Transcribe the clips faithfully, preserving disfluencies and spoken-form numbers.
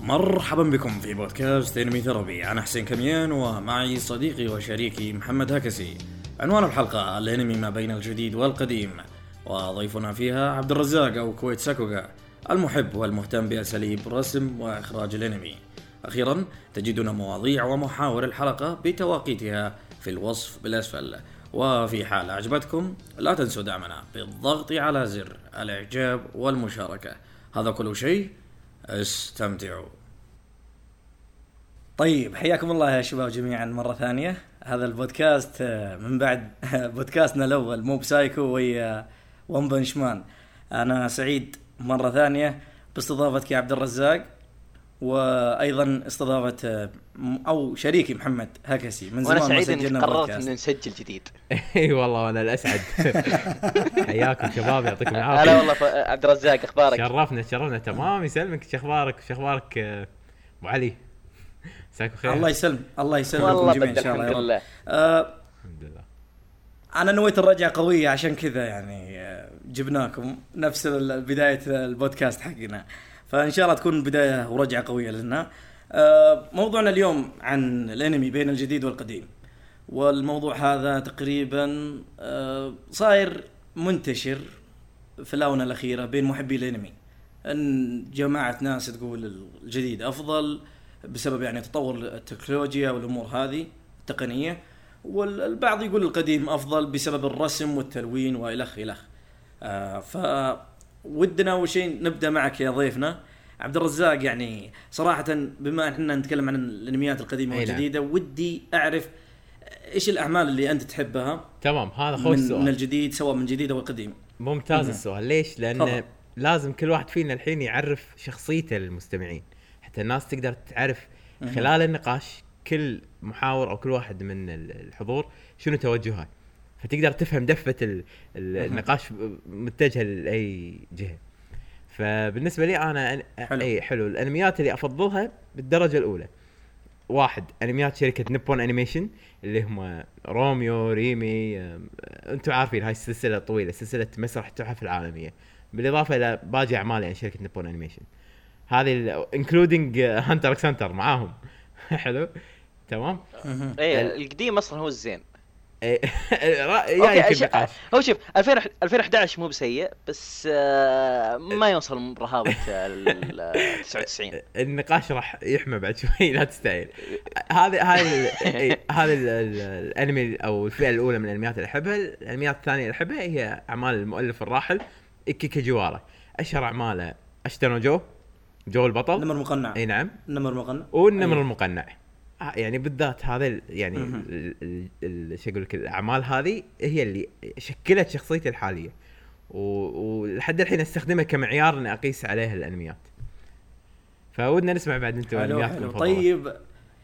مرحبا بكم في بودكاست انمي ثيرابي. انا حسين كميان ومعي صديقي وشريكي محمد هكسي. عنوان الحلقة الانمي ما بين الجديد والقديم، وضيفنا فيها عبد الرزاق او كويت ساكوغا، المحب والمهتم باساليب رسم واخراج الانمي. اخيرا تجدون مواضيع ومحاور الحلقة بتواقيتها في الوصف بالاسفل. وفي حال أعجبتكم لا تنسوا دعمنا بالضغط على زر الاعجاب والمشاركة. هذا كل شيء، استمتعوا. طيب، حياكم الله يا شباب جميعا مرة ثانية. هذا البودكاست من بعد بودكاستنا الأول مو بسايكو ويا ون بنش مان. أنا سعيد مرة ثانية باستضافتك يا عبد الرزاق، وأيضا استضافة أو شريكي محمد هكسي. من زمان وانا سعيد انك قررت ان نسجل جديد. اي والله وانا الاسعد. حياكم شباب، يعطيكم العافيه. هلا والله عبد الرزاق، اخبارك؟ شرفنا شرفنا تمام. يسلمك. شو اخبارك شو اخبارك ابو علي؟ مساك بخير. الله يسلم الله يسلمكم جميعا ان شاء الله. الحمد لله. آه الحمد لله. انا نويت الرجعه قويه عشان كذا يعني جبناكم نفس بدايه البودكاست حقنا، فان شاء الله تكون بدايه ورجعه قويه لنا. آه موضوعنا اليوم عن الانمي بين الجديد والقديم، والموضوع هذا تقريبا آه صاير منتشر في الآونة الأخيرة بين محبي الانمي، ان جماعة ناس تقول الجديد افضل بسبب يعني تطور التكنولوجيا والامور هذه التقنية، والبعض يقول القديم افضل بسبب الرسم والتلوين والخ الخ. آه فودنا اول شيء نبدا معك يا ضيفنا عبد الرزاق. يعني صراحة بما ان احنا نتكلم عن الانميات القديمة والجديدة، ودي اعرف ايش الاعمال اللي انت تحبها. تمام، هذا خوش من, سؤال. من الجديد سواء من جديد او القديم. ممتاز السؤال. ليش؟ لان طبعا. لازم كل واحد فينا الحين يعرف شخصيته للمستمعين، حتى الناس تقدر تعرف خلال النقاش كل محاور او كل واحد من الحضور شنو توجهه، فتقدر تفهم دفة النقاش متجهة لأي جهة. فبالنسبة لي أنا حلو. أي حلو الأنميات اللي أفضلها بالدرجة الأولى، واحد أنميات شركة نيبون أنيميشن اللي هم روميو ريمي. أنتم عارفين هاي السلسلة الطويلة، سلسلة مسرح التحف العالمية، بالإضافة إلى باقي أعمال يعني شركة نيبون أنيميشن هذه including هانتر اكس هانتر معاهم. حلو تمام. ايه القديم اصلا هو الزين. يعني أش... هو شوف ألفين وأحد عشر مو بسيء، بس آه ما يوصل رهابة ال تسعة وتسعين. النقاش راح يحمى بعد شوي، لا تستعجل. هذا هذا هذا الانمي او الفئة الاولى من الانميات اللي احبها. الانميات الثانية اللي احبها هي اعمال المؤلف الراحل إيكي كاجوارا. اشهر اعماله اشتنو جو جو البطل، النمر المقنع. اي نعم، النمر المقنع والنمر أيه. المقنع يعني بالذات هذا يعني شو اقول لك، الاعمال هذه هي اللي شكلت شخصيتي الحاليه، ولحد الحين استخدمها كمعيار اني اقيس عليها الانميات. فودنا نسمع بعد انتم انمياتكم المفضله. طيب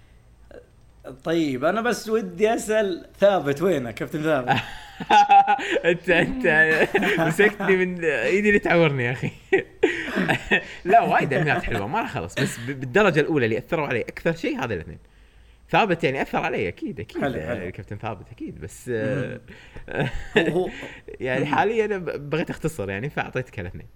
طيب انا بس ودي اسال ثابت، وينه كابتن ثابت؟ انت انت مسكتني من ايدي اللي تعورني يا اخي. لا وايد انميات حلوه ما راح خلص، بس بالدرجه الاولى اللي اثروا علي اكثر شيء هذا الاثنين. ثابت يعني اثر علي اكيد اكيد الكابتن ثابت اكيد، بس يعني حاليا انا بغيت اختصر يعني فاعطيتك الاثنين.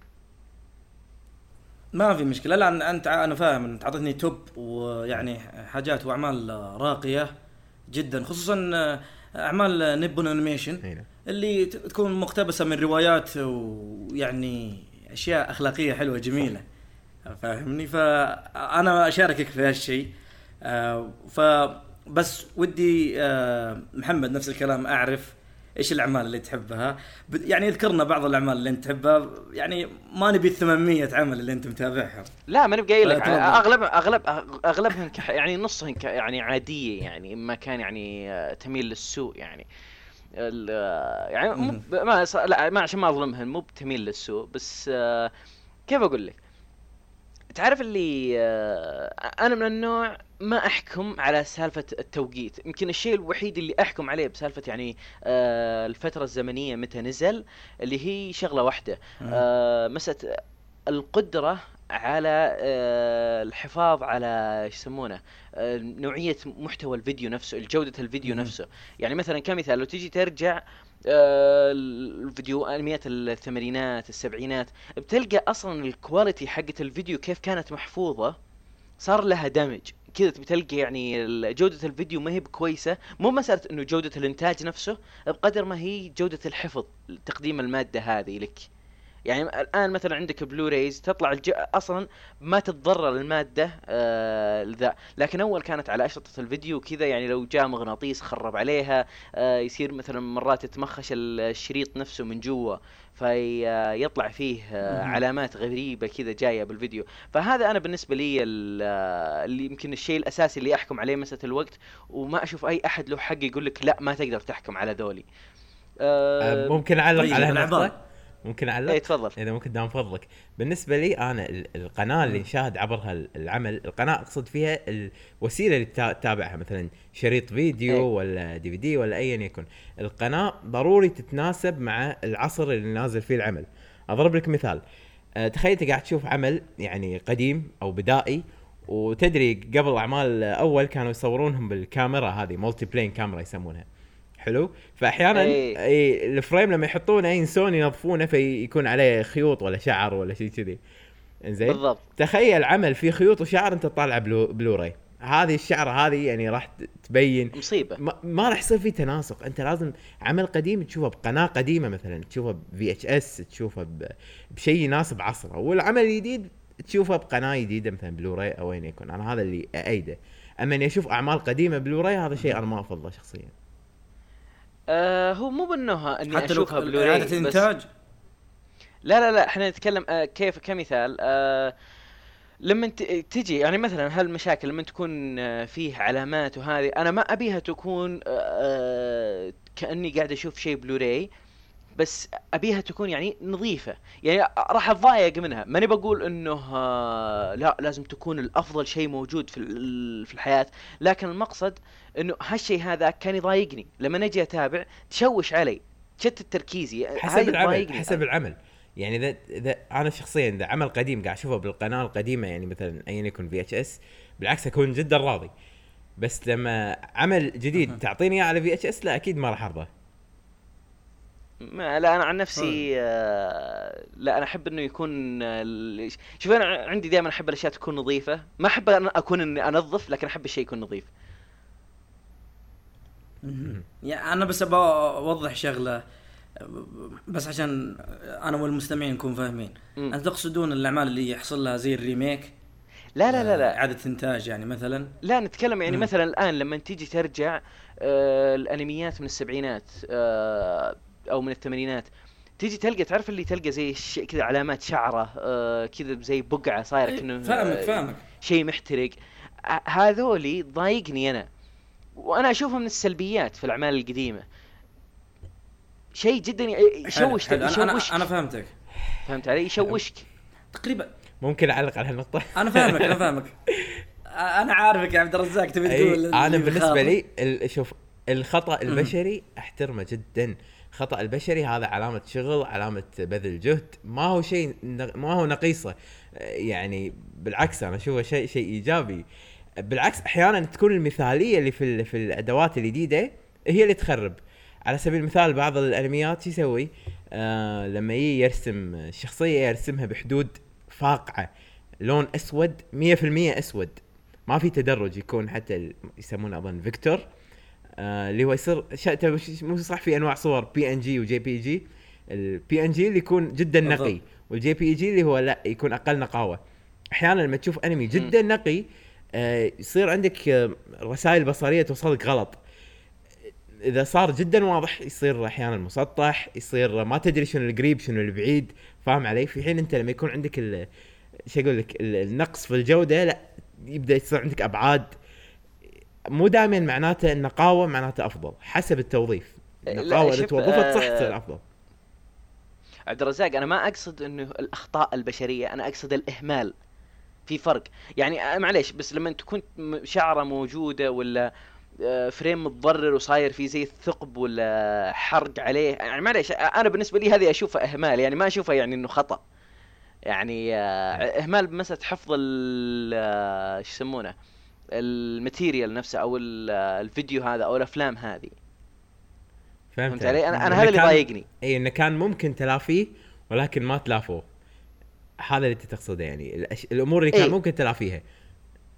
ما في مشكله. لا انت انا فاهم انت اعطيتني توب ويعني حاجات واعمال راقيه جدا، خصوصا اعمال نيبون انيميشن اللي تكون مقتبسه من روايات ويعني اشياء اخلاقيه حلوه جميله، فاهمني؟ فانا اشاركك في هالشيء. آه فبس ودي آه محمد نفس الكلام، اعرف ايش الاعمال اللي تحبها. يعني اذكرنا بعض الاعمال اللي انت تحبها، يعني ما نبي ثمانمية عمل اللي انت متابعها. لا ما نبقى قايل لك اغلب اغلب اغلبهم ك... يعني نصهم ك... يعني عاديه، يعني اما كان يعني تميل للسوء يعني ال... يعني مو ما لا ما عشان ما اظلمهم، مو بتميل للسوء، بس كيف اقول لك، تعرف اللي انا من النوع ما احكم على سالفه التوقيت. يمكن الشيء الوحيد اللي احكم عليه بسالفه يعني الفتره الزمنيه متى نزل، اللي هي شغله واحده، مساله القدره على الحفاظ على ايش يسمونه نوعيه محتوى الفيديو نفسه، الجوده الفيديو نفسه. يعني مثلا كمثال لو تيجي ترجع الفيديو انميات الثمانينات السبعينات، بتلقى اصلا الكواليتي حقت الفيديو كيف كانت محفوظه صار لها دمج كذا، بتلقى يعني جودة الفيديو ما هي بكويسة. مو مسألة انه جودة الانتاج نفسه بقدر ما هي جودة الحفظ تقديم المادة هذه لك. يعني الان مثلا عندك بلورايز تطلع الج... اصلا ما تتضرر الماده آه ذا، لكن اول كانت على اشرطه الفيديو كذا، يعني لو جاء مغناطيس خرب عليها آه يصير مثلا مرات يتمخش الشريط نفسه من جوا فيطلع فيه آه علامات غريبه كذا جايه بالفيديو. فهذا انا بالنسبه لي اللي يمكن الشيء الاساسي اللي احكم عليه مساله الوقت، وما اشوف اي احد له حق يقول لك لا ما تقدر تحكم على ذولي. آه ممكن اعلق طيب على هالنقطه؟ ممكن اعلق؟ ايه تفضل. اذا ممكن دام فضلك. بالنسبه لي انا القناه اللي نشاهد عبرها العمل، القناه اقصد فيها الوسيله اللي تتابعها، مثلا شريط فيديو أي. ولا دي في دي ولا ايا يكن. القناه ضروري تتناسب مع العصر اللي نازل فيه العمل. اضرب لك مثال، أه تخيل انت قاعد تشوف عمل يعني قديم او بدائي، وتدري قبل اعمال اول كانوا يصورونهم بالكاميرا هذه مولتي بلين كاميرا يسمونها، حلو. فاحيانا اي الفريم لما يحطونه ينسون ينظفونه فيكون عليه خيوط ولا شعر ولا شيء كذي، انزين بالضبط. تخيل عمل فيه خيوط وشعر انت تطالع بلو بلوراي، هذه الشعر هذه يعني راح تبين مصيبه، ما, ما راح يصير فيه تناسق. انت لازم عمل قديم تشوفه بقناه قديمه، مثلا تشوفه بفي اتش اس، تشوفه بشيء يناسب عصره، والعمل الجديد تشوفه بقناه جديده مثلا بلوراي او وين يكون. انا هذا اللي ايده. اما اني اشوف اعمال قديمه بلوراي هذا شيء انا ما افضله شخصيا. آه هو مو بانه اني حتى اشوفها لو بلوراي اعاده انتاج. لا لا لا احنا نتكلم آه كيف كمثال. آه لما تجي يعني مثلا هالمشاكل لما تكون آه فيه علامات وهذه انا ما ابيها تكون آه كاني قاعد اشوف شيء بلوراي، بس ابيها تكون يعني نظيفه. يعني راح اتضايق منها، ماني بقول انه آه لا لازم تكون الافضل شيء موجود في في الحياه، لكن المقصد انه هالشيء هذا كان يضايقني لما نجي اتابع، تشوش علي، تشتت تركيزي. حسب العمل حسب العمل يعني اذا اذا انا شخصيا اذا عمل قديم قاعد اشوفه بالقناه القديمه، يعني مثلا ايا يكن في اتش اس، بالعكس اكون جدا راضي. بس لما عمل جديد تعطيني اياه على في اتش اس لا اكيد ما راح ارضى. ما لا انا عن نفسي آه لا انا احب انه يكون آه شوف انا عندي دائما احب الاشياء تكون نظيفه، ما احب انا اكون اني انظف، لكن احب الشيء يكون نظيف. يعني انا بس ابغى اوضح شغله بس عشان انا والمستمعين نكون فاهمين. انت تقصدون الاعمال اللي يحصل لها زي الريميك؟ لا لا لا لا اعاده انتاج يعني مثلا. لا نتكلم يعني مم. مثلا الان لما تيجي ترجع آه الانميات من السبعينات آه او من الثمانينات، تيجي تلقى تعرف اللي تلقى زي كذا علامات شعره آه كذا زي بقعه صايره كأنه فاهمك فاهمك شيء محترق. هذولي ضايقني انا، وانا اشوفها من السلبيات في الاعمال القديمه، شيء جدا يشوش. أنا, أنا, انا فهمتك، فهمت علي؟ يشوشك تقريبا. ممكن اعلق على هالنقطه؟ انا فاهمك انا فاهمك انا عارفك يا عبد الرزاق تبي تقول. انا بالنسبه لي شوف الخطا البشري احترمه جدا. خطأ البشري هذا علامة شغل، علامة بذل جهد، ما هو شيء ما هو نقيصة. يعني بالعكس أنا أشوفه شيء شيء إيجابي. بالعكس أحيانا تكون المثالية اللي في في الأدوات الجديدة هي اللي تخرب. على سبيل المثال بعض الأنميات يسوي آه لما يجي يرسم الشخصية يرسمها بحدود فاقعة، لون أسود مية في المية أسود، ما في تدرج، يكون حتى يسمونه أظن فيكتور آه اللي هو يصير مو صح في انواع صور بي ان جي وجي بي جي. البي ان جي اللي يكون جدا نقي، والجي بي جي اللي هو لا يكون اقل نقاوه. احيانا لما تشوف انمي جدا نقي آه يصير عندك آه رسائل بصريه توصلك غلط. اذا صار جدا واضح يصير احيانا مسطح، يصير ما تدري شنو القريب شنو البعيد، فاهم علي؟ في حين انت لما يكون عندك شو اقول لك النقص في الجوده لا يبدا يصير عندك ابعاد. مو دائما معناته النقاوه معناته افضل، حسب التوظيف. النقاوه اذا توظفت صح تصير افضل. عبد الرزاق انا ما اقصد انه الاخطاء البشريه، انا اقصد الاهمال. في فرق يعني معليش، بس لما تكون شعره موجوده ولا فريم متضرر وصاير في زي الثقب ولا حرق عليه، يعني معليش انا بالنسبه لي هذه اشوفها اهمال، يعني ما اشوفها يعني انه خطا. يعني اهمال بمساله حفظ ايش يسمونه الماتيريال نفسه او الفيديو هذا او الافلام هذه. فهمت علي؟ انا انا هذا اللي ضايقني. اي انه كان ممكن تلافيه ولكن ما تلافوه، هذا اللي تقصده يعني الأش... الامور اللي كان إيه؟ ممكن تلافيها.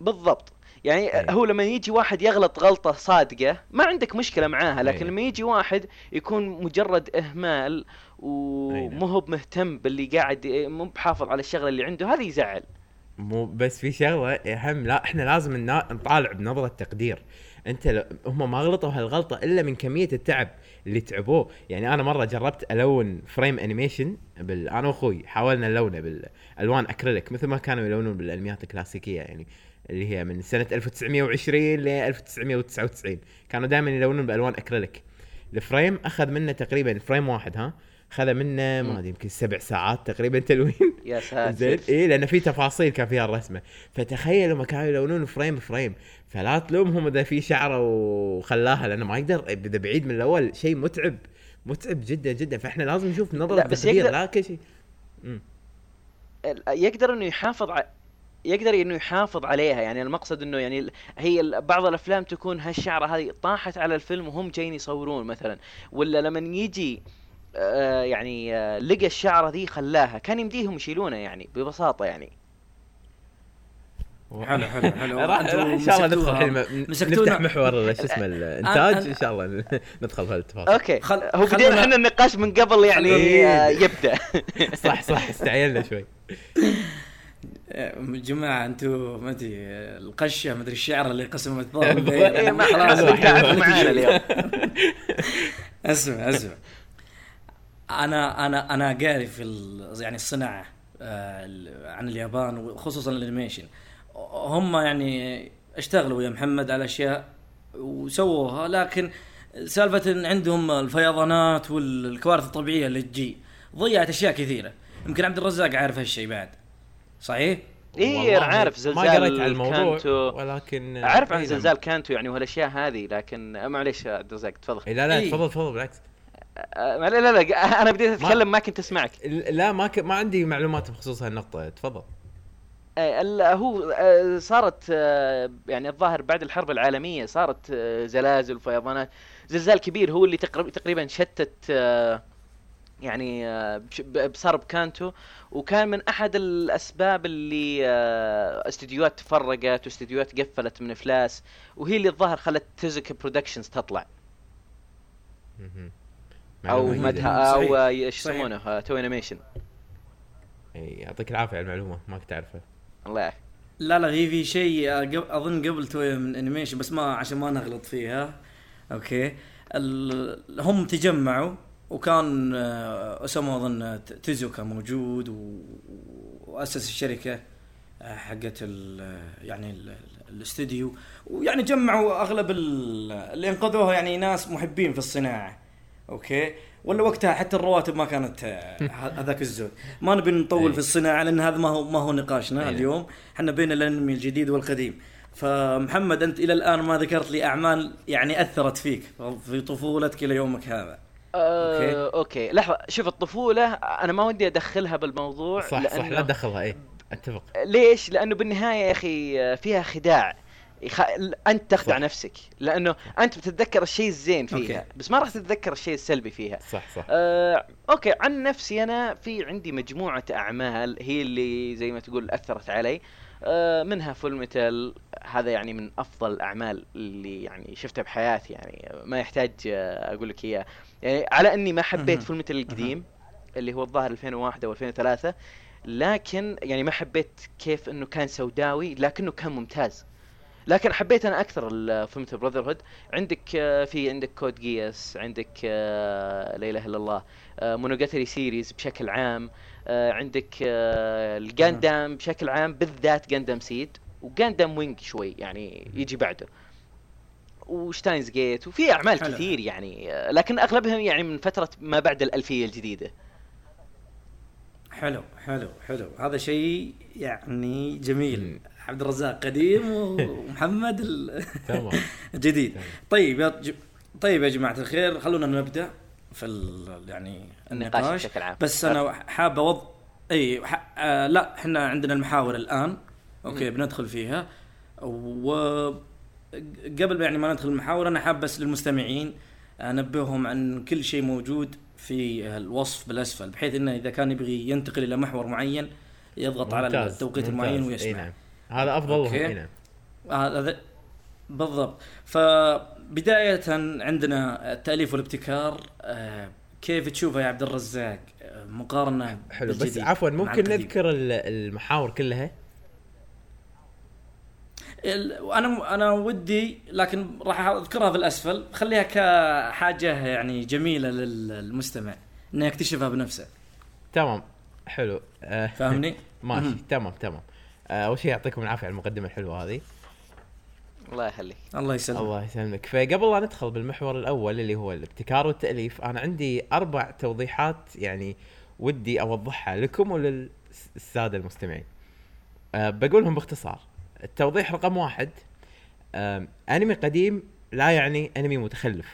بالضبط. يعني أيه. هو لما يجي واحد يغلط غلطة صادقة ما عندك مشكلة معاها، لكن أيه. لما يجي واحد يكون مجرد إهمال ومهب مهتم باللي قاعد مو بحافظ على الشغلة اللي عنده، هذا يزعل. مو بس في شغله اهم، لا احنا لازم النا- نطالع بنظره تقدير. انت ل... هم ما غلطوا هالغلطه الا من كميه التعب اللي تعبوه. يعني انا مره جربت الون فريم انيميشن بال... انا واخوي حاولنا نلونه بالالوان اكريليك مثل ما كانوا يلونون بالانميات الكلاسيكيه، يعني اللي هي من سنه ألف وتسعمية وعشرين ل ألف وتسعمية وتسعة وتسعين كانوا دائما يلونون بالوان اكريليك. الفريم اخذ منا تقريبا فريم واحد ها خذ منا ما ادري يمكن سبع ساعات تقريبا تلوين. يا ساتر. زين ايه لان في تفاصيل كان فيها الرسمه. فتخيلوا ما كانوا يلونون فريم فريم، فلا تلومهم اذا في شعره وخلاها، لانه ما يقدر اذا بعيد من الاول شيء متعب متعب جدا جدا. فاحنا لازم نشوف نظره تقدير لا كل شيء. يقدر انه يحافظ ع... يقدر انه يحافظ عليها. يعني المقصد انه يعني هي بعض الافلام تكون هالشعره هذه طاحت على الفيلم وهم جايين يصورون مثلا، ولا لما يجي آه يعني آه لقى الشعره ذي خلاها، كان يمديهم يشيلونها يعني ببساطه يعني. حلو حلو حلو. راح ان شاء الله ندخل الحين نفتح محور شو اسمه الانتاج ان شاء الله ندخل في التفاصيل. اوكي خل... هو بدينا احنا النقاش من قبل يعني آه يبدا. صح صح استعجلنا شوي. جماعة انتوا ما ادري القشة ما ادري الشعر اللي قسمت ضرب ما خلاص قاعد معانا اليوم. اسمع اسمع انا انا انا قاري في يعني الصناعة عن اليابان وخصوصا الانيميشن. هم يعني اشتغلوا يا محمد على اشياء وسووها، لكن سالفة إن عندهم الفيضانات والكوارث الطبيعية اللي تجي ضيعت اشياء كثيرة. يمكن عبد الرزاق عارف هالشيء بعد صحيح؟ ايه انا عارف زلزال ما قريت على الموضوع كانتو، ولكن اعرف عن زلزال كانتو يعني وهالاشياء هذه، لكن معليش عبد الرزاق تفضل. إيه لا لا تفضل تفضل بالعكس. لا لا لا انا بديت اتكلم ما, ما كنت اسمعك. لا ما ك... ما عندي معلومات بخصوص هالنقطه تفضل. هو صارت يعني الظاهر بعد الحرب العالميه صارت زلازل وفيضانات. زلزال كبير هو اللي تقريبا شتت يعني بصار بكانتو، وكان من احد الاسباب اللي استديوهات تفرقت واستديوهات قفلت من افلاس، وهي اللي الظاهر خلت تزك برودكشنز تطلع او مدها او ايش يسمونه تو انيميشن. اي يعطيك العافيه على المعلومه ما كنت اعرفها. الله يعافيك. لا لا هي في شيء اظن قبل تو من انيميشن بس ما عشان ما نغلط فيها. اوكي هم تجمعوا وكان اسمه اظن تيزوكا موجود واسس الشركه حقت يعني الاستديو، ويعني جمعوا اغلب اللي انقذوها يعني ناس محبين في الصناعه. اوكي ولا وقتها حتى الرواتب ما كانت هذاك الزود. ما نبي نطول في الصناعه لان هذا ما هو ما هو نقاشنا اليوم، احنا بين الانمي الجديد والقديم. فمحمد انت الى الان ما ذكرت لي اعمال يعني اثرت فيك في طفولتك الى يومك هذا. أوكي. أه، اوكي لحظه شوف الطفوله انا ما ودي ادخلها بالموضوع. صح صح لا تدخلها. ايه اتفق. ليش؟ لانه بالنهايه يا اخي فيها خداع. يخ... انت تخدع صح. نفسك لانه انت بتتذكر الشيء الزين فيها أوكي. بس ما راح تتذكر الشيء السلبي فيها. صح صح. أه، اوكي عن نفسي انا في عندي مجموعه اعمال هي اللي زي ما تقول اثرت علي. أه منها فول ميتال، هذا يعني من افضل الاعمال اللي يعني شفتها بحياتي، يعني ما يحتاج اقول لك اياه. يعني على اني ما حبيت فول ميتال القديم اللي هو الظاهر ألفين وواحد او ألفين وثلاثة، لكن يعني ما حبيت كيف انه كان سوداوي لكنه كان ممتاز. لكن حبيت انا اكثر الفول ميتال براذر هود. عندك في عندك كود جياس، عندك لا اله الا الله، مونوجاتري سيريز بشكل عام، عندك الجاندام بشكل عام بالذات جاندام سيد وجاندام وينج شوي يعني يجي بعده، وشتاينز جيت، وفي اعمال حلو. كثير يعني، لكن اغلبهم يعني من فتره ما بعد الالفيه الجديده. حلو حلو حلو هذا شيء يعني جميل. عبد الرزاق قديم ومحمد تمام جديد. طيب يا ج... طيب يا جماعه الخير خلونا نبدا في ال... يعني النقاش بشكل عام. بس انا حاب اوض اي ح... آه لا احنا عندنا المحاور الان اوكي م. بندخل فيها. وقبل يعني ما ندخل المحاور انا حاب بس للمستمعين انبههم عن كل شيء موجود في الوصف بالاسفل، بحيث انه اذا كان يبغي ينتقل الى محور معين يضغط ممتاز. على التوقيت ممتاز. المعين ويسمع. نعم. هذا افضل. هنا هذا بالضبط. فبداية عندنا التأليف والابتكار، كيف تشوفها يا عبد الرزاق مقارنة؟ حلو، بس عفوا ممكن نذكر المحاور كلها؟ انا انا ودي، لكن راح اذكرها في الاسفل، خليها كحاجه يعني جميله للمستمع انه يكتشفها بنفسه. تمام، حلو. فاهمني؟ ماشي، تمام تمام. اول شيء يعطيكم العافيه على المقدمه الحلوه هذه. الله يخليك. الله يسلمك. الله يسلمك. فقبل لا ندخل بالمحور الاول اللي هو الابتكار والتاليف، انا عندي اربع توضيحات يعني ودي اوضحها لكم وللساده المستمعين. أه بقولهم باختصار. التوضيح رقم واحد، انمي قديم لا يعني انمي متخلف.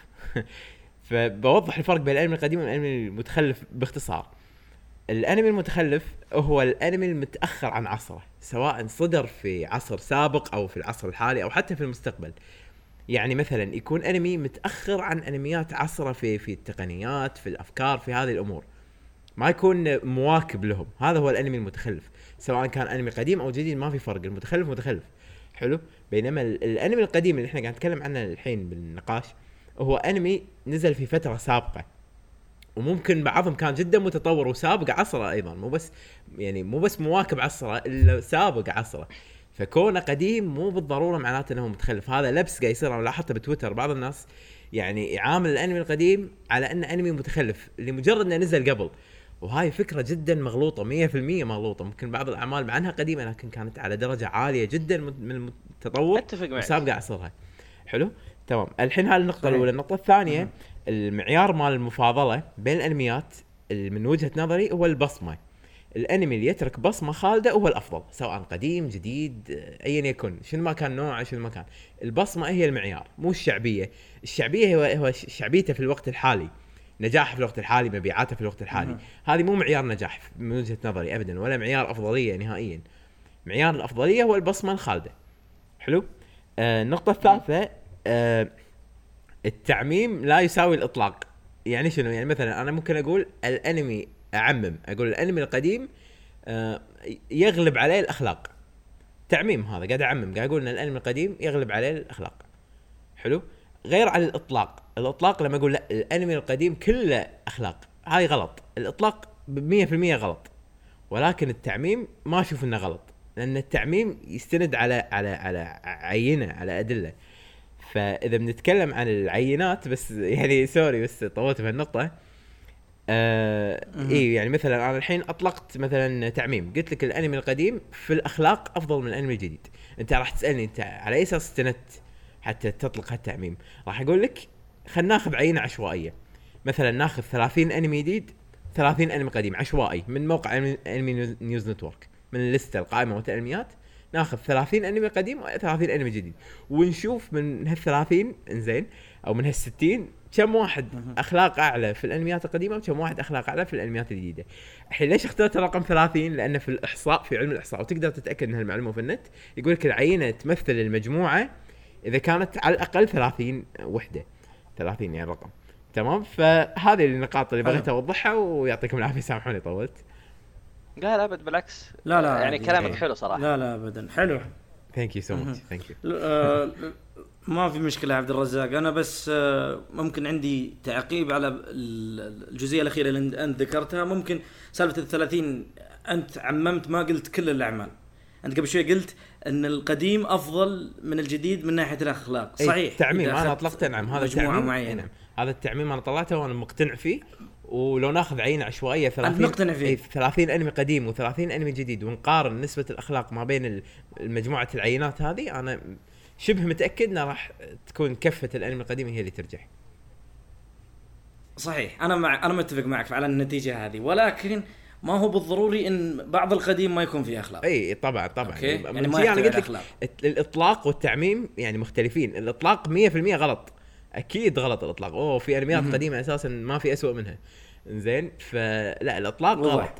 فبوضح الفرق بين الانمي القديم والانمي المتخلف باختصار. الانمي المتخلف هو الانمي المتاخر عن عصره، سواء صدر في عصر سابق او في العصر الحالي او حتى في المستقبل. يعني مثلا يكون انمي متاخر عن انميات عصره في في التقنيات، في الافكار، في هذه الامور، ما يكون مواكب لهم. هذا هو الانمي المتخلف، سواء كان انمي قديم او جديد ما في فرق، المتخلف متخلف. حلو. بينما الانمي القديم اللي احنا قاعد نتكلم عنه الحين بالنقاش هو انمي نزل في فتره سابقه، وممكن بعضهم كان جدا متطور وسابق عصره ايضا، مو بس يعني مو بس مواكب عصره الا سابق عصره. فكونه قديم مو بالضروره معناته انه متخلف. هذا لبس قاعد يصير، انا لاحظته بتويتر بعض الناس يعني يعامل الانمي القديم على انه انمي متخلف لمجرد انه نزل قبل، وهاي فكره جدا مغلوطه، مية في المية مغلوطه. ممكن بعض الاعمال مع انها قديمه لكن كانت على درجه عاليه جدا من التطور وسابقه عصرها. حلو، تمام. الحين هاي النقطه الاولى. النقطه الثانيه، المعيار مال المفاضله بين الانميات من وجهه نظري هو البصمه. الانمي اللي يترك بصمه خالده هو الافضل، سواء قديم جديد ايا يكن، شنو ما كان نوعه، شنو ما كان. البصمه هي المعيار، مو الشعبيه. الشعبيه هو هو شعبيته في الوقت الحالي، نجاحه في الوقت الحالي، مبيعاته في الوقت الحالي. هذه مو معيار نجاح من وجهه نظري ابدا، ولا معيار افضليه نهائيا. معيار الافضليه هو البصمه الخالده. حلو. آه النقطه الثالثه، آه التعميم لا يساوي الاطلاق. يعني شنو؟ يعني مثلا انا ممكن اقول الانمي، اعمم اقول الانمي القديم آه يغلب عليه الاخلاق. تعميم هذا، قاعد اعمم، قاعد اقول ان الانمي القديم يغلب عليه الاخلاق. حلو. غير على الاطلاق. الاطلاق لما اقول لا الانمي القديم كله اخلاق، هاي غلط. الاطلاق مية في المية غلط، ولكن التعميم ما اشوف انه غلط، لان التعميم يستند على على على عينه، على ادله. فاذا بنتكلم عن العينات بس، يعني سوري بس طولت في النقطه. آه ايه يعني مثلا انا الحين اطلقت مثلا تعميم، قلت لك الانمي القديم في الاخلاق افضل من الانمي الجديد. انت راح تسالني انت على اي اساس استندت حتى تطلق هالتعميم؟ راح اقول لك خلينا ناخذ عينه عشوائيه. مثلا ناخذ ثلاثين انمي جديد، ثلاثين انمي قديم، عشوائي من موقع انمي نيوز نتورك، من الليسته القائمه والانميات. ناخذ ثلاثين انمي قديم وثلاثين انمي جديد، ونشوف من هالثلاثين انزين او من هالستين كم واحد اخلاق اعلى في الانميات القديمه وكم واحد اخلاق اعلى في الانميات الجديده. الحين ليش اخترت الرقم ثلاثين؟ لان في الاحصاء، في علم الاحصاء، وتقدر تتاكد من هالمعلومه في النت، يقول لك العينه تمثل المجموعه اذا كانت على الاقل ثلاثين وحده. ثلاثين يعني رقم. تمام. فهذه النقاط اللي بغيت اوضحها، ويعطيكم العافيه، سامحوني طولت. لا لا ابد، بالعكس. لا لا يعني كلامك حلو صراحه. لا لا ابدا، حلو. ثانك يو سو ماتش. ثانك يو. ما في مشكله يا عبد الرزاق. انا بس ممكن عندي تعقيب على الجزئيه الاخيره اللي انت ذكرتها. ممكن سالفه الثلاثين، انت عممت، ما قلت كل الاعمال. انت قبل شوي قلت ان القديم افضل من الجديد من ناحيه الاخلاق. صحيح. تعميم انا اطلقته. نعم، هذا التعميم. نعم، هذا التعميم انا طلعته وانا مقتنع فيه. ولو ناخذ عينه عشوائيه ثلاثين فيه. ثلاثين انمي قديم و30 انمي جديد، ونقارن نسبه الاخلاق ما بين المجموعه العينات هذه، انا شبه متاكد انها راح تكون كفه الانمي القديم هي اللي ترجح. صحيح. انا مع انا متفق معك على النتيجه هذه، ولكن ما هو بالضروري ان بعض القديم ما يكون فيه اخلاق. اي طبعا طبعا. يعني ما انا قلت لك الاطلاق والتعميم يعني مختلفين. الاطلاق مية في المية غلط، اكيد غلط الاطلاق. اوه في انميات م- قديمه اساسا ما في اسوأ منها. زين، فلا الاطلاق وضح. غلط.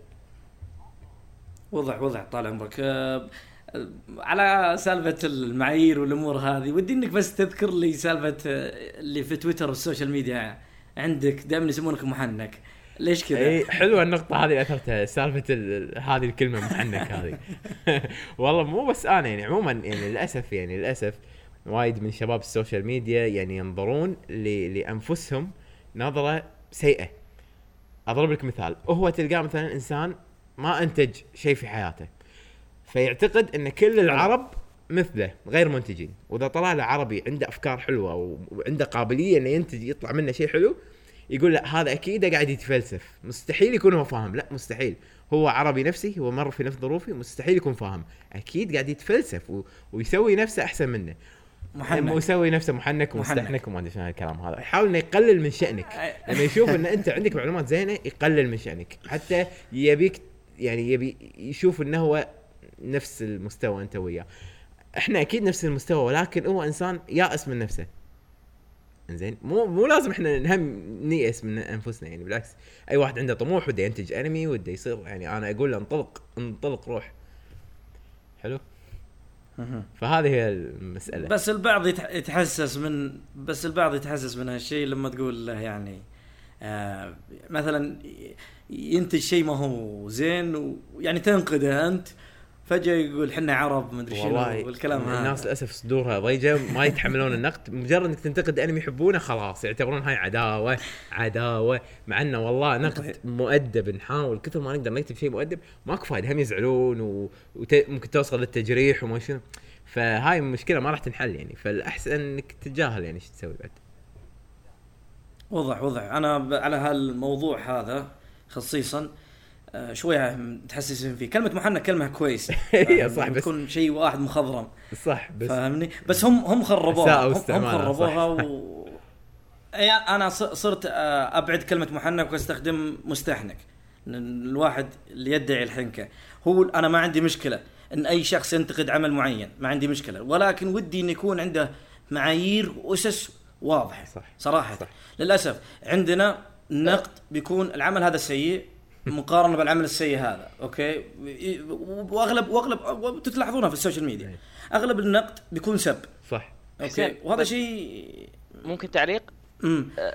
وضح وضح طال عمرك. أه على سالفه المعايير والامور هذه، ودي انك بس تذكر لي سالفه اللي في تويتر والسوشيال ميديا عندك دائما يسمونك محنك. ليش كذا؟ اي حلوه النقطه هذه اثرتها سالفه ال- هذه الكلمه محنك هذه. والله مو بس انا يعني عموما يعني للاسف يعني للاسف وايد من شباب السوشيال ميديا يعني ينظرون ل- لانفسهم نظره سيئه. اضرب لك مثال، هو تلقاه مثلا انسان ما انتج شيء في حياته فيعتقد ان كل العرب مثله غير منتجين، واذا طلع له عربي عنده افكار حلوه وعنده قابليه انه ينتج يطلع منه شيء حلو يقول لا هذا اكيد قاعد يتفلسف، مستحيل يكون هو فاهم. لا مستحيل، هو عربي نفسي، هو مر في نفس ظروفي، مستحيل يكون فاهم، اكيد قاعد يتفلسف و... ويسوي نفسه احسن منه، محنك ويسوي نفسه محنك ومستحنك وما ادري شنو الكلام هذا. يحاول انه يقلل من شأنك لما يشوف ان انت عندك معلومات زينه يقلل من شأنك، حتى يبيك يعني يبي يشوف انه هو نفس المستوى انت وياه. احنا اكيد نفس المستوى ولكن هو انسان يائس من نفسه. انزين مو مو لازم احنا نهم نيأس من انفسنا يعني، بالعكس اي واحد عنده طموح وده ينتج انمي وده يصير يعني انا اقول له انطلق انطلق روح. حلو. فهذه هي المسألة. بس البعض يتح- يتحسس من بس البعض يتحسس من هالشيء لما تقول له يعني آه مثلا ينتج شيء ما هو زين ويعني تنقده انت فجأة يقول حنا عرب ما ادري شنو والكلام هذا. الناس للاسف صدورها ضيجه ما يتحملون النقد، مجرد انك تنتقد انمي يحبونه خلاص يعتبرون هاي عداوه عداوه، مع انه والله نقد مؤدب نحاول كثر ما نقدر نكتب شيء مؤدب ماكو فايده، هم يزعلون وممكن وت... توصل للتجريح وما شنو، فهاي المشكله ما راح تنحل يعني، فالاحسن انك تتجاهل يعني ايش تسوي بعد. وضح وضح انا ب... على هالموضوع هذا خصيصا آه شويه متحسسين فيه. كلمه محنك كلمه كويسه هي صح، بس تكون شيء واحد مخضرم صح بس فاهمني، بس هم هم خربوها هم, هم خربوها و... يعني انا صرت ابعد كلمه محنك واستخدم مستحنك. الواحد اللي يدعي الحنكه هو انا ما عندي مشكله ان اي شخص ينتقد عمل معين، ما عندي مشكله، ولكن ودي ان يكون عنده معايير واسس واضحه. صح. صراحه صح. للاسف عندنا النقد بيكون العمل هذا سيء مقارنه بالعمل السيء هذا، اوكي، واغلب واغلب تلاحظونها في السوشيال ميديا اغلب النقد بيكون سب. صح. اوكي، وهذا شيء ممكن تعليق. امم أه.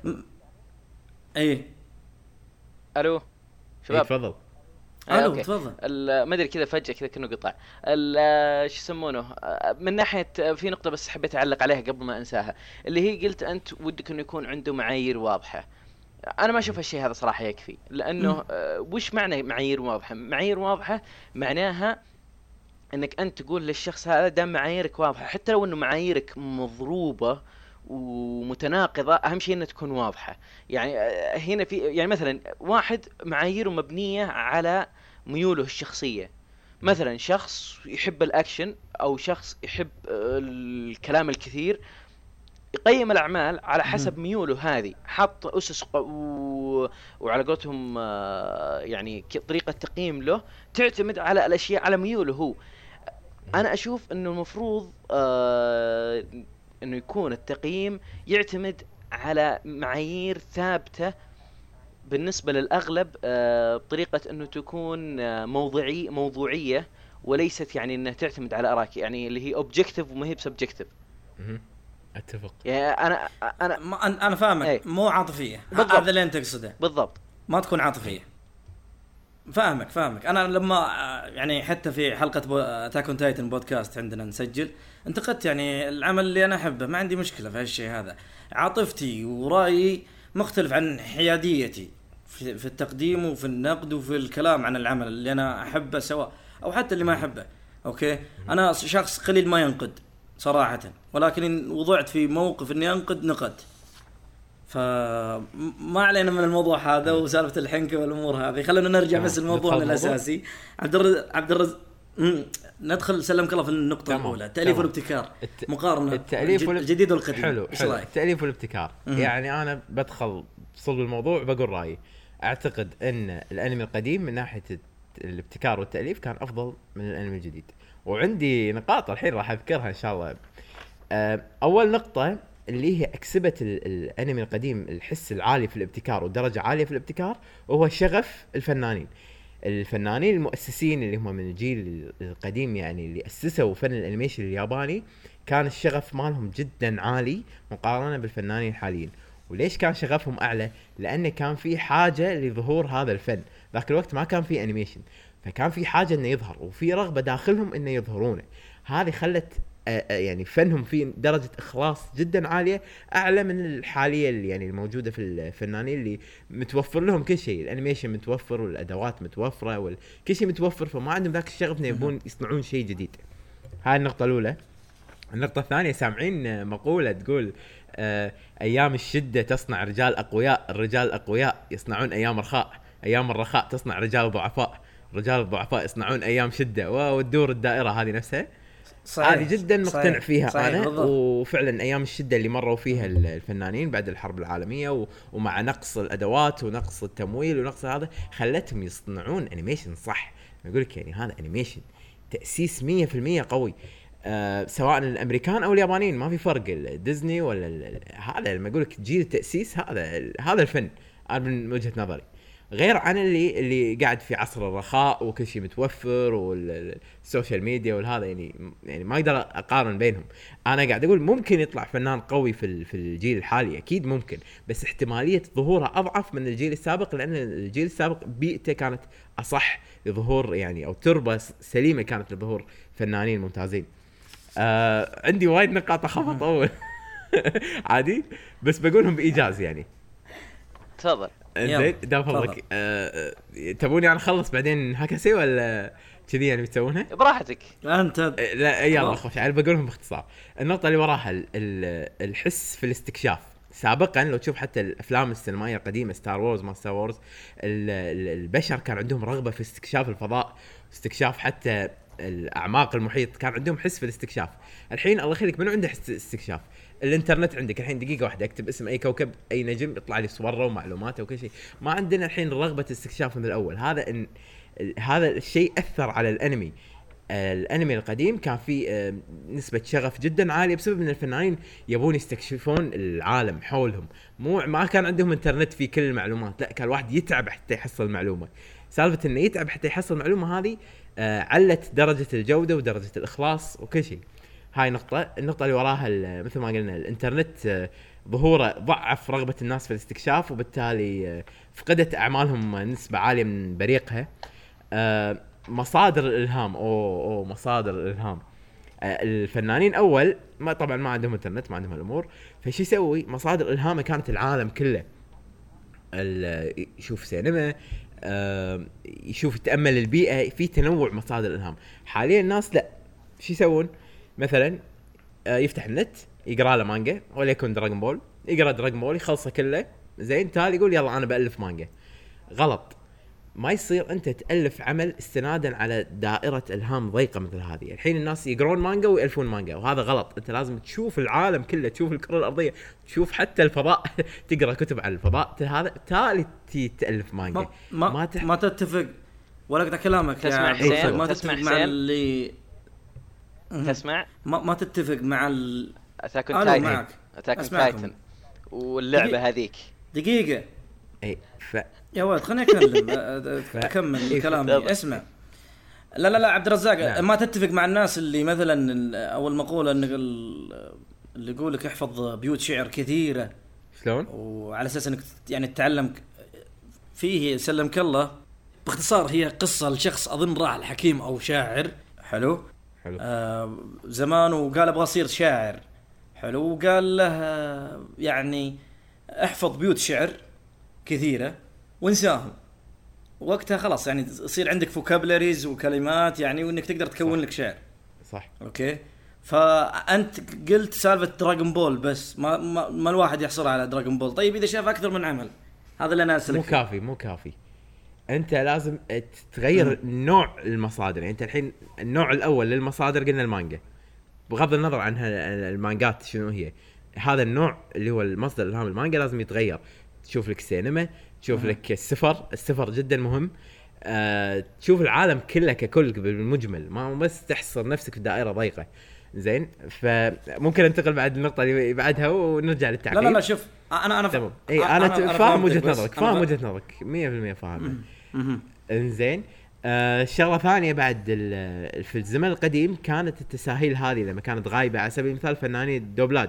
ايه الو شباب تفضل. آه الو تفضل. ما ادري كذا فجاه كذا كأنه قطع. شو يسمونه من ناحيه في نقطه بس حبيت اعلق عليها قبل ما انساها، اللي هي قلت انت ودك انه يكون عنده معايير واضحه. انا ما اشوف هالشيء هذا صراحه يكفي، لانه آه وش معنى معايير واضحه؟ معايير واضحه معناها انك انت تقول للشخص هذا دام معاييرك واضحه، حتى لو انه معاييرك مضروبه ومتناقضه، اهم شيء انها تكون واضحه. يعني هنا في يعني مثلا واحد معاييره مبنيه على ميوله الشخصيه، مثلا شخص يحب الاكشن او شخص يحب الكلام الكثير، يقيم الاعمال على حسب ميوله هذه، حط اسس و... وعلى قولتهم يعني طريقه تقييم له تعتمد على الاشياء على ميوله هو. انا اشوف انه المفروض آه انه يكون التقييم يعتمد على معايير ثابته بالنسبه للاغلب، آه بطريقه انه تكون آه موضوعي موضوعيه وليست يعني انها تعتمد على اراك، يعني اللي هي اوبجكتيف وما هي سبجكتيف. اتفق. يعني انا انا ما انا فاهمك ايه؟ مو عاطفيه، هذا اللي انت تقصده بالضبط، ما تكون عاطفيه. فاهمك فاهمك انا لما يعني حتى في حلقه اتاك اون تايتن بودكاست عندنا نسجل انتقدت يعني العمل اللي انا احبه، ما عندي مشكله في هالشيء هذا، عاطفتي ورايي مختلف عن حياديتي في, في التقديم وفي النقد وفي الكلام عن العمل اللي انا احبه سواء او حتى اللي ما احبه. اوكي، انا شخص قليل ما ينقد صراحه، ولكن إن وضعت في موقف اني انقد نقدت، فما علينا من الموضوع هذا وسالفه الحنكه والامور هذه. خلينا نرجع بس الموضوع الاساسي. عبد الرز... عبد الرز... ندخل سلمك الله في النقطه الاولى، التاليف والابتكار، الت... مقارنه التاليف الجديد والقديم. حلو, حلو. التاليف والابتكار م- يعني انا بدخل صلب الموضوع بقول رايي. اعتقد ان الانمي القديم من ناحيه الابتكار والتاليف كان افضل من الانمي الجديد، وعندي نقاط الحين راح اذكرها ان شاء الله. اول نقطه اللي هي اكسبت الانمي القديم الحس العالي في الابتكار ودرجه عاليه في الابتكار، وهو شغف الفنانين الفنانين المؤسسين اللي هم من الجيل القديم، يعني اللي اسسوا فن الانيميشن الياباني، كان الشغف مالهم جدا عالي مقارنه بالفنانين الحاليين. وليش كان شغفهم اعلى؟ لانه كان في حاجه لظهور هذا الفن. ذاك الوقت ما كان في انيميشن، فكان في حاجه انه يظهر وفي رغبه داخلهم انه يظهرونه. هذه خلت يعني فنهم في درجه اخلاص جدا عاليه، اعلى من الحاليه اللي يعني الموجوده في الفنانين اللي متوفر لهم كل شيء، الانيميشن متوفر والادوات متوفره وكل شيء متوفر، فما عندهم ذاك الشغف انه يبون يصنعون شيء جديد. هاي النقطه الاولى. النقطه الثانيه، سامعين مقوله تقول آه ايام الشده تصنع رجال اقوياء، الرجال الاقوياء يصنعون ايام رخاء، ايام الرخاء تصنع رجال ضعفاء، رجال الضعفاء يصنعون ايام شده، وتدور الدائره هذه نفسها. هذه جدا مقتنع صحيح. فيها صحيح. انا بالضبط. وفعلا ايام الشده اللي مروا فيها الفنانين بعد الحرب العالميه ومع نقص الادوات ونقص التمويل ونقص هذا خلتهم يصنعون انيميشن صح. يقول لك يعني هذا انيميشن تاسيس مية بالمية قوي، أه سواء الامريكان او اليابانيين ما في فرق، ديزني ولا هذا لما يقول لك جيل التاسيس هذا هذا الفن. انا من وجهه نظري غير عن اللي اللي قاعد في عصر الرخاء وكل شيء متوفر والسوشيال ميديا والهذا، يعني يعني ما اقدر اقارن بينهم. انا قاعد اقول ممكن يطلع فنان قوي في في الجيل الحالي، اكيد ممكن، بس احتماليه ظهوره اضعف من الجيل السابق، لان الجيل السابق بيئته كانت اصح لظهور يعني، او تربه سليمه كانت لظهور فنانين ممتازين. آه عندي وايد نقاط اخبط اول عادي بس بقولهم بايجاز يعني. تفضل. زين دام فضلك. أه تبوني انا اخلص بعدين هكسي ولا كذي يعني بتسوونها براحتك انت؟ أه لا يلا خوش على بقولهم باختصار. النقطه اللي وراها الحس في الاستكشاف. سابقا لو تشوف حتى الافلام السينمائيه القديمه ستار وورز ما ستار وورز، البشر كان عندهم رغبه في استكشاف الفضاء، استكشاف حتى الاعماق المحيط، كان عندهم حس في الاستكشاف. الحين الله يخليك من عنده حس استكشاف؟ الانترنت عندك الحين دقيقه واحده اكتب اسم اي كوكب اي نجم يطلع لي صوره ومعلوماته وكل شيء. ما عندنا الحين رغبه استكشاف من الاول. هذا إن هذا الشيء اثر على الانمي. الانمي القديم كان فيه نسبه شغف جدا عاليه بسبب ان الفنانين يبون يستكشفون العالم حولهم، مو ما كان عندهم انترنت فيه كل المعلومات، لا كان الواحد يتعب حتى يحصل معلومه. سالفه انه يتعب حتى يحصل معلومه هذه علت درجه الجوده ودرجه الاخلاص وكل شيء. هاي نقطة. النقطة اللي وراها مثل ما قلنا الانترنت ظهوره ضعف رغبة الناس في الاستكشاف، وبالتالي فقدت أعمالهم نسبة عالية من بريقها. مصادر الإلهام أو أو مصادر الإلهام الفنانين أول ما طبعا ما عندهم انترنت ما عندهم الأمور، فشي يسوي مصادر إلهامه كانت العالم كله. يشوف سينما، يشوف يتأمل البيئة، في تنوع مصادر الإلهام. حاليا الناس لا، شو يسوون؟ مثلا يفتح النت يقرأ له مانجا وليكن دراغون بول، يقرأ دراغون بول يخلصه كله زين، تالي يقول يلا أنا بألف مانجا. غلط. ما يصير أنت تألف عمل استنادا على دائرة إلهام ضيقة مثل هذه. الحين الناس يقرون مانجا ويألفون مانجا وهذا غلط. أنت لازم تشوف العالم كله، تشوف الكرة الأرضية، تشوف حتى الفضاء تقرأ كتب عن الفضاء، هذا تالي تألف مانجا. ما ما, ما, تح... ما تتفق ولا قطع كلامك. تسمع حسين؟ ما تسمع تتفق مع اللي تسمع ما, ما تتفق مع ال أتاك أون تايتن. معك أتاك أون تايتن واللعبة دقيقة. هذيك دقيقة اي ف يا ولد خليني أكلم أكمل كلامي. اسمع، لا لا لا عبد الرزاق نعم. ما تتفق مع الناس اللي مثلا أول مقولة إن اللي يقولك احفظ بيوت شعر كثيرة شلون، وعلى أساس إنك يعني تتعلم فيه سلمك الله. باختصار هي قصة لشخص أظن راح الحكيم أو شاعر حلو حلو آه زمان وقال أبغى أصير شاعر حلو، وقال له يعني احفظ بيوت شعر كثيرة وانساهم، وقتها خلاص يعني يصير عندك فوكابلريز وكلمات يعني وانك تقدر تكون صح. لك شعر صح. اوكي، فانت قلت سالفة دراغون بول بس ما, ما, ما الواحد يحصل على دراغون بول. طيب اذا شاف اكثر من عمل هذا اللي انا اسالك مو كافي مو كافي انت لازم تغير م. نوع المصادر. يعني انت الحين النوع الاول للمصادر قلنا المانجا، بغض النظر عن المانجات شنو هي، هذا النوع اللي هو المصدر الهام المانجا لازم يتغير. تشوف لك سينما، تشوف لك السفر، السفر جدا مهم. أه، تشوف العالم كله ككل بالمجمل، ما بس تحصر نفسك في دائرة ضيقة. زين، فممكن انتقل بعد النقطة اللي بعدها ونرجع للتعقيب. لا لا لا شوف انا انا تمام. اي انا, أنا, أنا فاهم وجهة نظرك، فاهم وجهة نظرك مية بالمية فاهم. انزين، آه شغله ثانيه بعد في الزمن القديم كانت التساهيل هذه لما كانت غايبه، على سبيل المثال فنانين الدوبلاج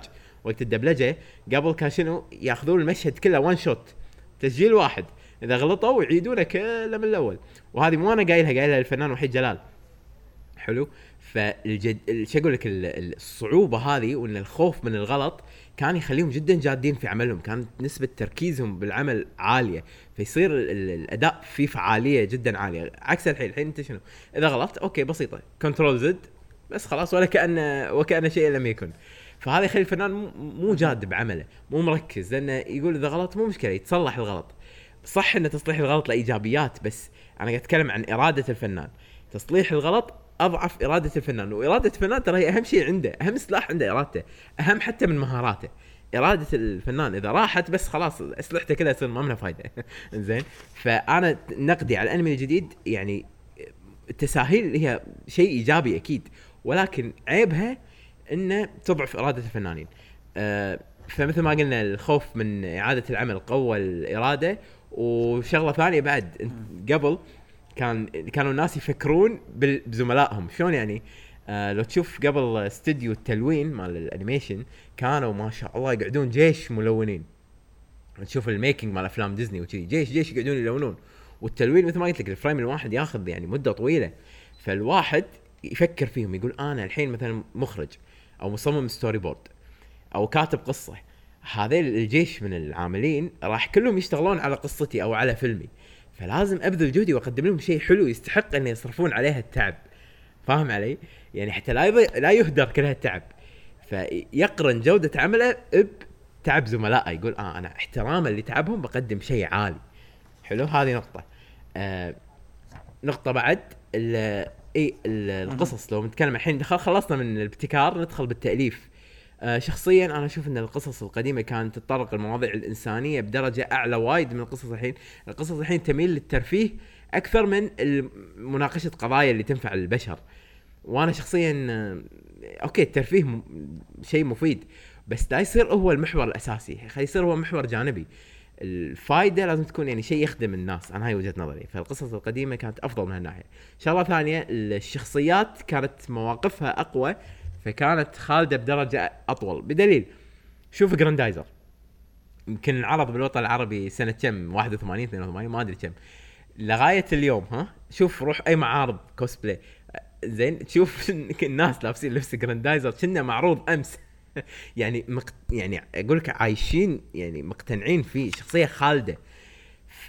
وقت الدبلجه قبل كان شنو ياخذون المشهد كله وان شوت تسجيل واحد، اذا غلطوا يعيدونه كله من الاول. وهذه مو انا قايلها قايلها الفنان وحيد جلال. حلو. فالجد شو اقول لك الصعوبه هذه وان الخوف من الغلط كان يخليهم جدا جادين في عملهم، كانت نسبه تركيزهم بالعمل عاليه، فيصير الاداء فيه فعاليه جدا عاليه. عكس الحين الحين انت شنو اذا غلطت اوكي بسيطه كنترول زد بس خلاص ولا كأن وكأن شيء لم يكن. فهذا يخلي الفنان مو جاد بعمله، مو مركز، لانه يقول اذا غلط مو مشكله يتصلح الغلط. صح ان تصليح الغلط له ايجابيات، بس انا قاعد اتكلم عن اراده الفنان. تصليح الغلط اضعف اراده الفنان، واراده الفنان ترى هي اهم شيء عنده، اهم سلاح عنده ارادته، اهم حتى من مهاراته. اراده الفنان اذا راحت بس خلاص اسلحته كذا يصير ما منها فايده. زين. فانا نقدي على الانمي الجديد يعني التساهيل هي شيء ايجابي اكيد، ولكن عيبها انه تضعف اراده الفنانين. أه فمثل ما قلنا الخوف من اعاده العمل قوى الاراده. وشغله ثانيه بعد قبل كان كانوا الناس يفكرون بزملائهم شلون يعني. آه لو تشوف قبل استوديو التلوين مال الانيميشن كانوا ما شاء الله يقعدون جيش ملونين. تشوف الميكينج مال افلام ديزني وكذي جيش جيش يقعدون يلونون، والتلوين مثل ما قلت لك الفريم الواحد ياخذ يعني مده طويله. فالواحد يفكر فيهم يقول انا الحين مثلا مخرج او مصمم ستوري بورد او كاتب قصه، هذيل الجيش من العاملين راح كلهم يشتغلون على قصتي او على فيلمي، فلازم ابذل جهدي واقدم لهم شيء حلو يستحق ان يصرفون عليه التعب. فاهم علي؟ يعني حتى لا لا يهدر كل هالتعب، فيقرن جوده عمله بتعب زملائه. يقول اه انا احتراما لتعبهم بقدم شيء عالي. حلو. هذه نقطه. آه نقطه بعد اي القصص. لو نتكلم الحين خلصنا من الابتكار ندخل بالتاليف. آه شخصيا انا اشوف ان القصص القديمه كانت تتطرق المواضيع الانسانيه بدرجه اعلى وايد من القصص الحين. القصص الحين تميل للترفيه اكثر من مناقشه قضايا اللي تنفع البشر. وانا شخصيا آه اوكي الترفيه م... شيء مفيد، بس دا يصير هو المحور الاساسي، خلي يصير هو محور جانبي. الفائده لازم تكون يعني شيء يخدم الناس. انا هاي وجهه نظري. فالقصص القديمه كانت افضل من هالناحيه. شغله ثانيه الشخصيات كانت مواقفها اقوى، فكانت خالده بدرجه اطول. بدليل شوف جراندايزر يمكن عرض بالوطن العربي سنه كم واحد وثمانين اثنين وثمانين ما ادري كم لغايه اليوم. ها شوف روح اي معارض كوسبلاي زين تشوف الناس لابسين لبس جراندايزر كنا معروض امس. يعني مقت... يعني اقول لك عايشين يعني مقتنعين فيه، شخصيه خالده. ف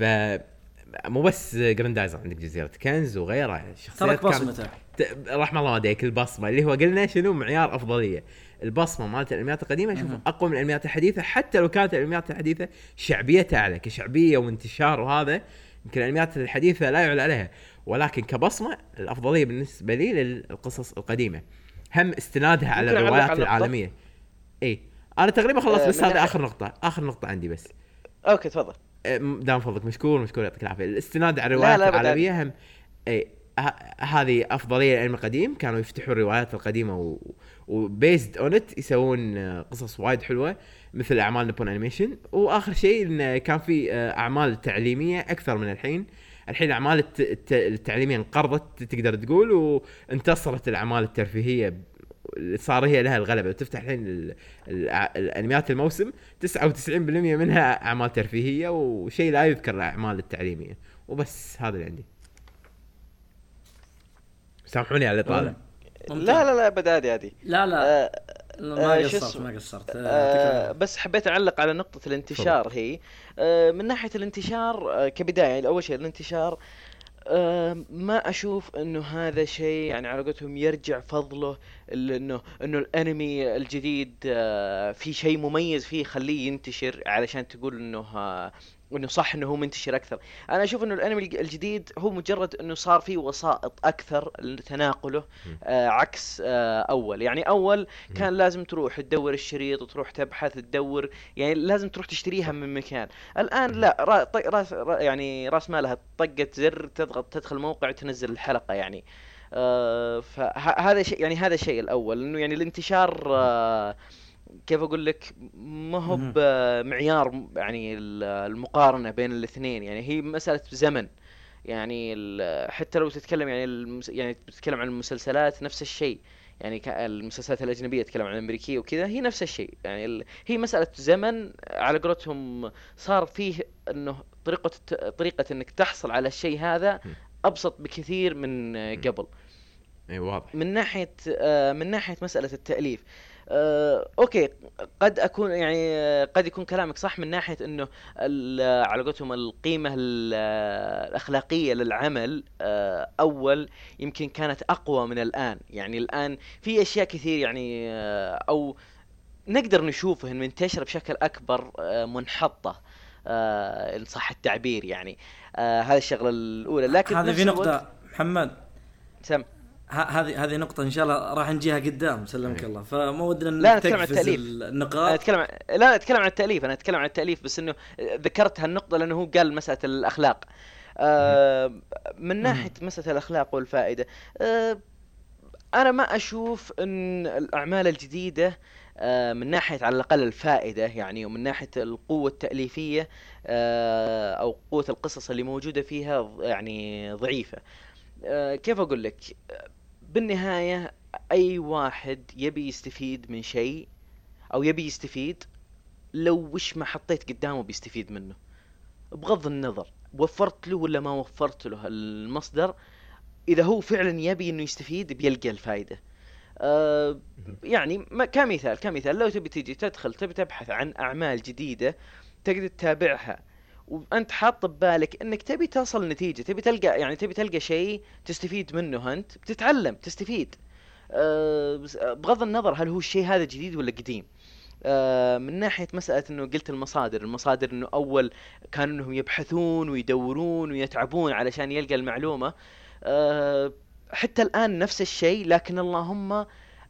مو بس جراندايزر، عندك جزيره كنز وغيرها شخصيات ترك بصمته ت... رحم الله والديك. البصمه اللي هو قلنا شنو معيار افضليه. البصمه مالت الانميات القديمه شوف اقوى من الانميات الحديثه، حتى لو كانت الانميات الحديثه شعبيتها اعلى كشعبيه وانتشار، وهذا يمكن الانميات الحديثه لا يعلى عليها، ولكن كبصمه الافضليه بالنسبه لي للقصص القديمه. هم استنادها على الروايات العالميه. اي انا تقريبا خلصت، بس هذا اخر نقطه اخر نقطه عندي بس. اوكي تفضل. دام فضلك مشكور مشكور يعطيك العافيه. الاستناد على الروايات العالميه هم اي هذه افضليه العلم القديم. كانوا يفتحوا الروايات القديمه و... وبيزد اونت يسوون قصص وايد حلوه مثل اعمال نيبون انيميشن. واخر شيء ان كان في اعمال تعليميه اكثر من الحين. الحين الاعمال الت... التعليميه انقرضت تقدر تقول، وانتصرت الاعمال الترفيهيه صار هي لها الغلبه. تفتح الحين ال... ال... الانميات الموسم تسعة وتسعين بالمئة منها اعمال ترفيهيه، وشيء لا يذكر الاعمال التعليميه. وبس هذا اللي عندي. سامحوني على الاطاله. لا لا لا بدادي عادي. لا لا آه ما قصرت ما قصرت آه بس حبيت اعلق على نقطه الانتشار. هي آه من ناحيه الانتشار آه كبدايه يعني اول شيء الانتشار آه ما اشوف انه هذا شيء يعني على قولتهم يرجع فضله انه انه الانمي الجديد آه في شيء مميز فيه خليه ينتشر علشان تقول انه آه انه صح انه هو منتشر اكثر. انا اشوف انه الانمي الجديد هو مجرد انه صار فيه وسائط اكثر لتناقله آه عكس آه اول. يعني اول كان لازم تروح تدور الشريط وتروح تبحث تدور، يعني لازم تروح تشتريها من مكان. الان لا را راس را يعني راس مالها طقة زر تضغط تدخل موقع تنزل الحلقة يعني. آه فهذا شيء يعني هذا الشيء الاول انه يعني الانتشار آه كيف اقول لك ما هو بمعيار يعني المقارنه بين الاثنين، يعني هي مساله زمن. يعني حتى لو تتكلم يعني المس... يعني بتتكلم عن المسلسلات نفس الشيء. يعني المسلسلات الأجنبية تتكلم عن الأمريكية وكذا، هي نفس الشيء يعني ال... هي مسألة زمن على قولتهم. صار فيه إنه طريقة طريقة إنك تحصل على الشيء هذا أبسط بكثير من قبل. اي واضح. من ناحية آه من ناحية مسألة التأليف، آه أوكي قد أكون يعني آه قد يكون كلامك صح من ناحية إنه على قولتهم القيمة الأخلاقية للعمل آه أول يمكن كانت أقوى من الآن. يعني الآن في أشياء كثير يعني آه أو نقدر نشوفه منتشر بشكل أكبر آه منحطة آه إن صح التعبير يعني. آه هذه الشغلة الأولى. لكن هذه في نقطة محمد سم هذه هذه نقطة إن شاء الله راح نجيها قدام سلمك الله. فما ودنا لا نتكلم عن التأليف النقاط. أنا أتكلم عن... لا أتكلم عن التأليف. أنا أتكلم عن التأليف بس إنه ذكرت هالنقطة لأنه هو قال مسألة الأخلاق. آه من ناحية مسألة الأخلاق والفائدة، آه أنا ما أشوف إن الأعمال الجديدة آه من ناحية على الأقل الفائدة يعني، ومن ناحية القوة التأليفية آه أو قوة القصص اللي موجودة فيها يعني ضعيفة. آه كيف أقول لك؟ بالنهاية أي واحد يبي يستفيد من شيء أو يبي يستفيد لو وش ما حطيت قدامه بيستفيد منه، بغض النظر وفرت له ولا ما وفرت له المصدر. إذا هو فعلا يبي إنه يستفيد بيلقى الفائدة. آه يعني ما كمثال كمثال لو تبي تيجي تدخل تبي تبحث عن أعمال جديدة تقدر تتابعها وأنت حاط ببالك إنك تبي تصل نتيجة، تبي تلقى يعني تبي تلقى شيء تستفيد منه، أنت بتتعلم تستفيد أه بغض النظر هل هو الشيء هذا جديد ولا قديم. أه من ناحية مسألة إنه قلت المصادر المصادر إنه أول كانوا إنهم يبحثون ويدورون ويتعبون علشان يلقى المعلومة. أه حتى الآن نفس الشيء، لكن اللهم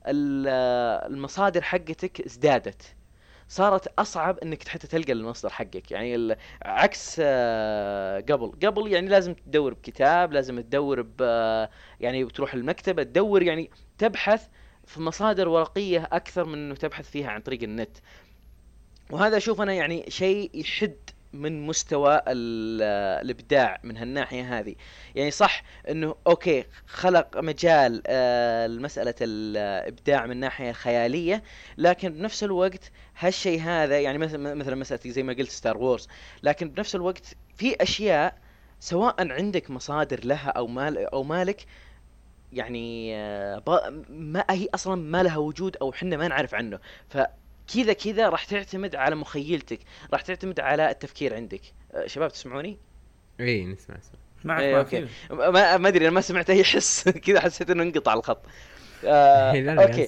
المصادر حقتك ازدادت، صارت أصعب إنك حتى تلقى المصدر حقك. يعني عكس قبل قبل يعني لازم تدور بكتاب، لازم تدور ب يعني بتروح المكتبة تدور، يعني تبحث في مصادر ورقية أكثر من إنه تبحث فيها عن طريق النت. وهذا أشوف أنا يعني شيء يحد من مستوى الإبداع من هالناحية هذه. يعني صح إنه أوكي خلق مجال آه المسألة الإبداع من ناحية خيالية، لكن بنفس الوقت هالشيء هذا يعني مثلا مثلا مسألة زي ما قلت ستار وورز، لكن بنفس الوقت في أشياء سواء عندك مصادر لها أو مال أو مالك يعني آه ما هي أصلا ما لها وجود أو حنا ما نعرف عنه. ف كذا كذا راح تعتمد على مخيلتك، راح تعتمد على التفكير عندك. أه شباب تسمعوني؟ اي نسمع نسمع معك ايه اوكي. ما ما ادري انا ما سمعت اي حس كذا، حسيت انه انقطع الخط. آه اوكي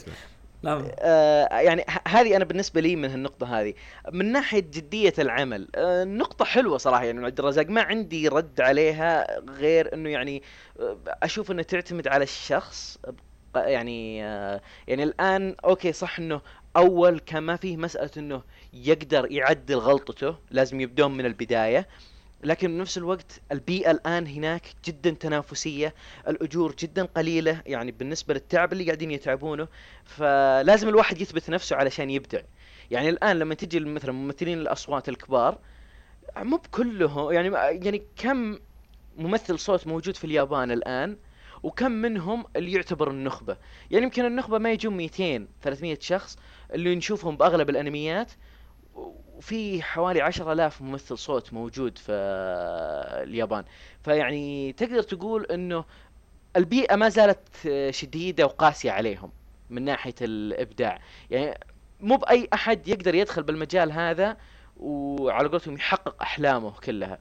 آه يعني هذه انا بالنسبه لي من هالنقطه هذه. من ناحيه جديه العمل آه نقطه حلوه صراحه يعني عبد الرزاق، ما عندي رد عليها غير انه يعني اشوف انه تعتمد على الشخص. يعني آه يعني الان اوكي صح انه اول كان ما فيه مسألة انه يقدر يعدل غلطته، لازم يبدون من البداية، لكن بنفس الوقت البيئة الان هناك جدا تنافسية، الاجور جدا قليلة يعني بالنسبة للتعب اللي قاعدين يتعبونه، فلازم الواحد يثبت نفسه علشان يبدع. يعني الان لما تجي مثلا ممثلين الاصوات الكبار مو بكله يعني يعني كم ممثل صوت موجود في اليابان الان وكم منهم اللي يعتبر النخبة. يعني يمكن النخبة ما يجون مئتين ثلاثمية شخص اللي نشوفهم بأغلب الأنميات، وفي حوالي عشرة آلاف ممثل صوت موجود في اليابان. فيعني تقدر تقول إنه البيئة ما زالت شديدة وقاسية عليهم من ناحية الإبداع. يعني مو بأي أحد يقدر يدخل بالمجال هذا وعلى قولتهم يحقق أحلامه كلها.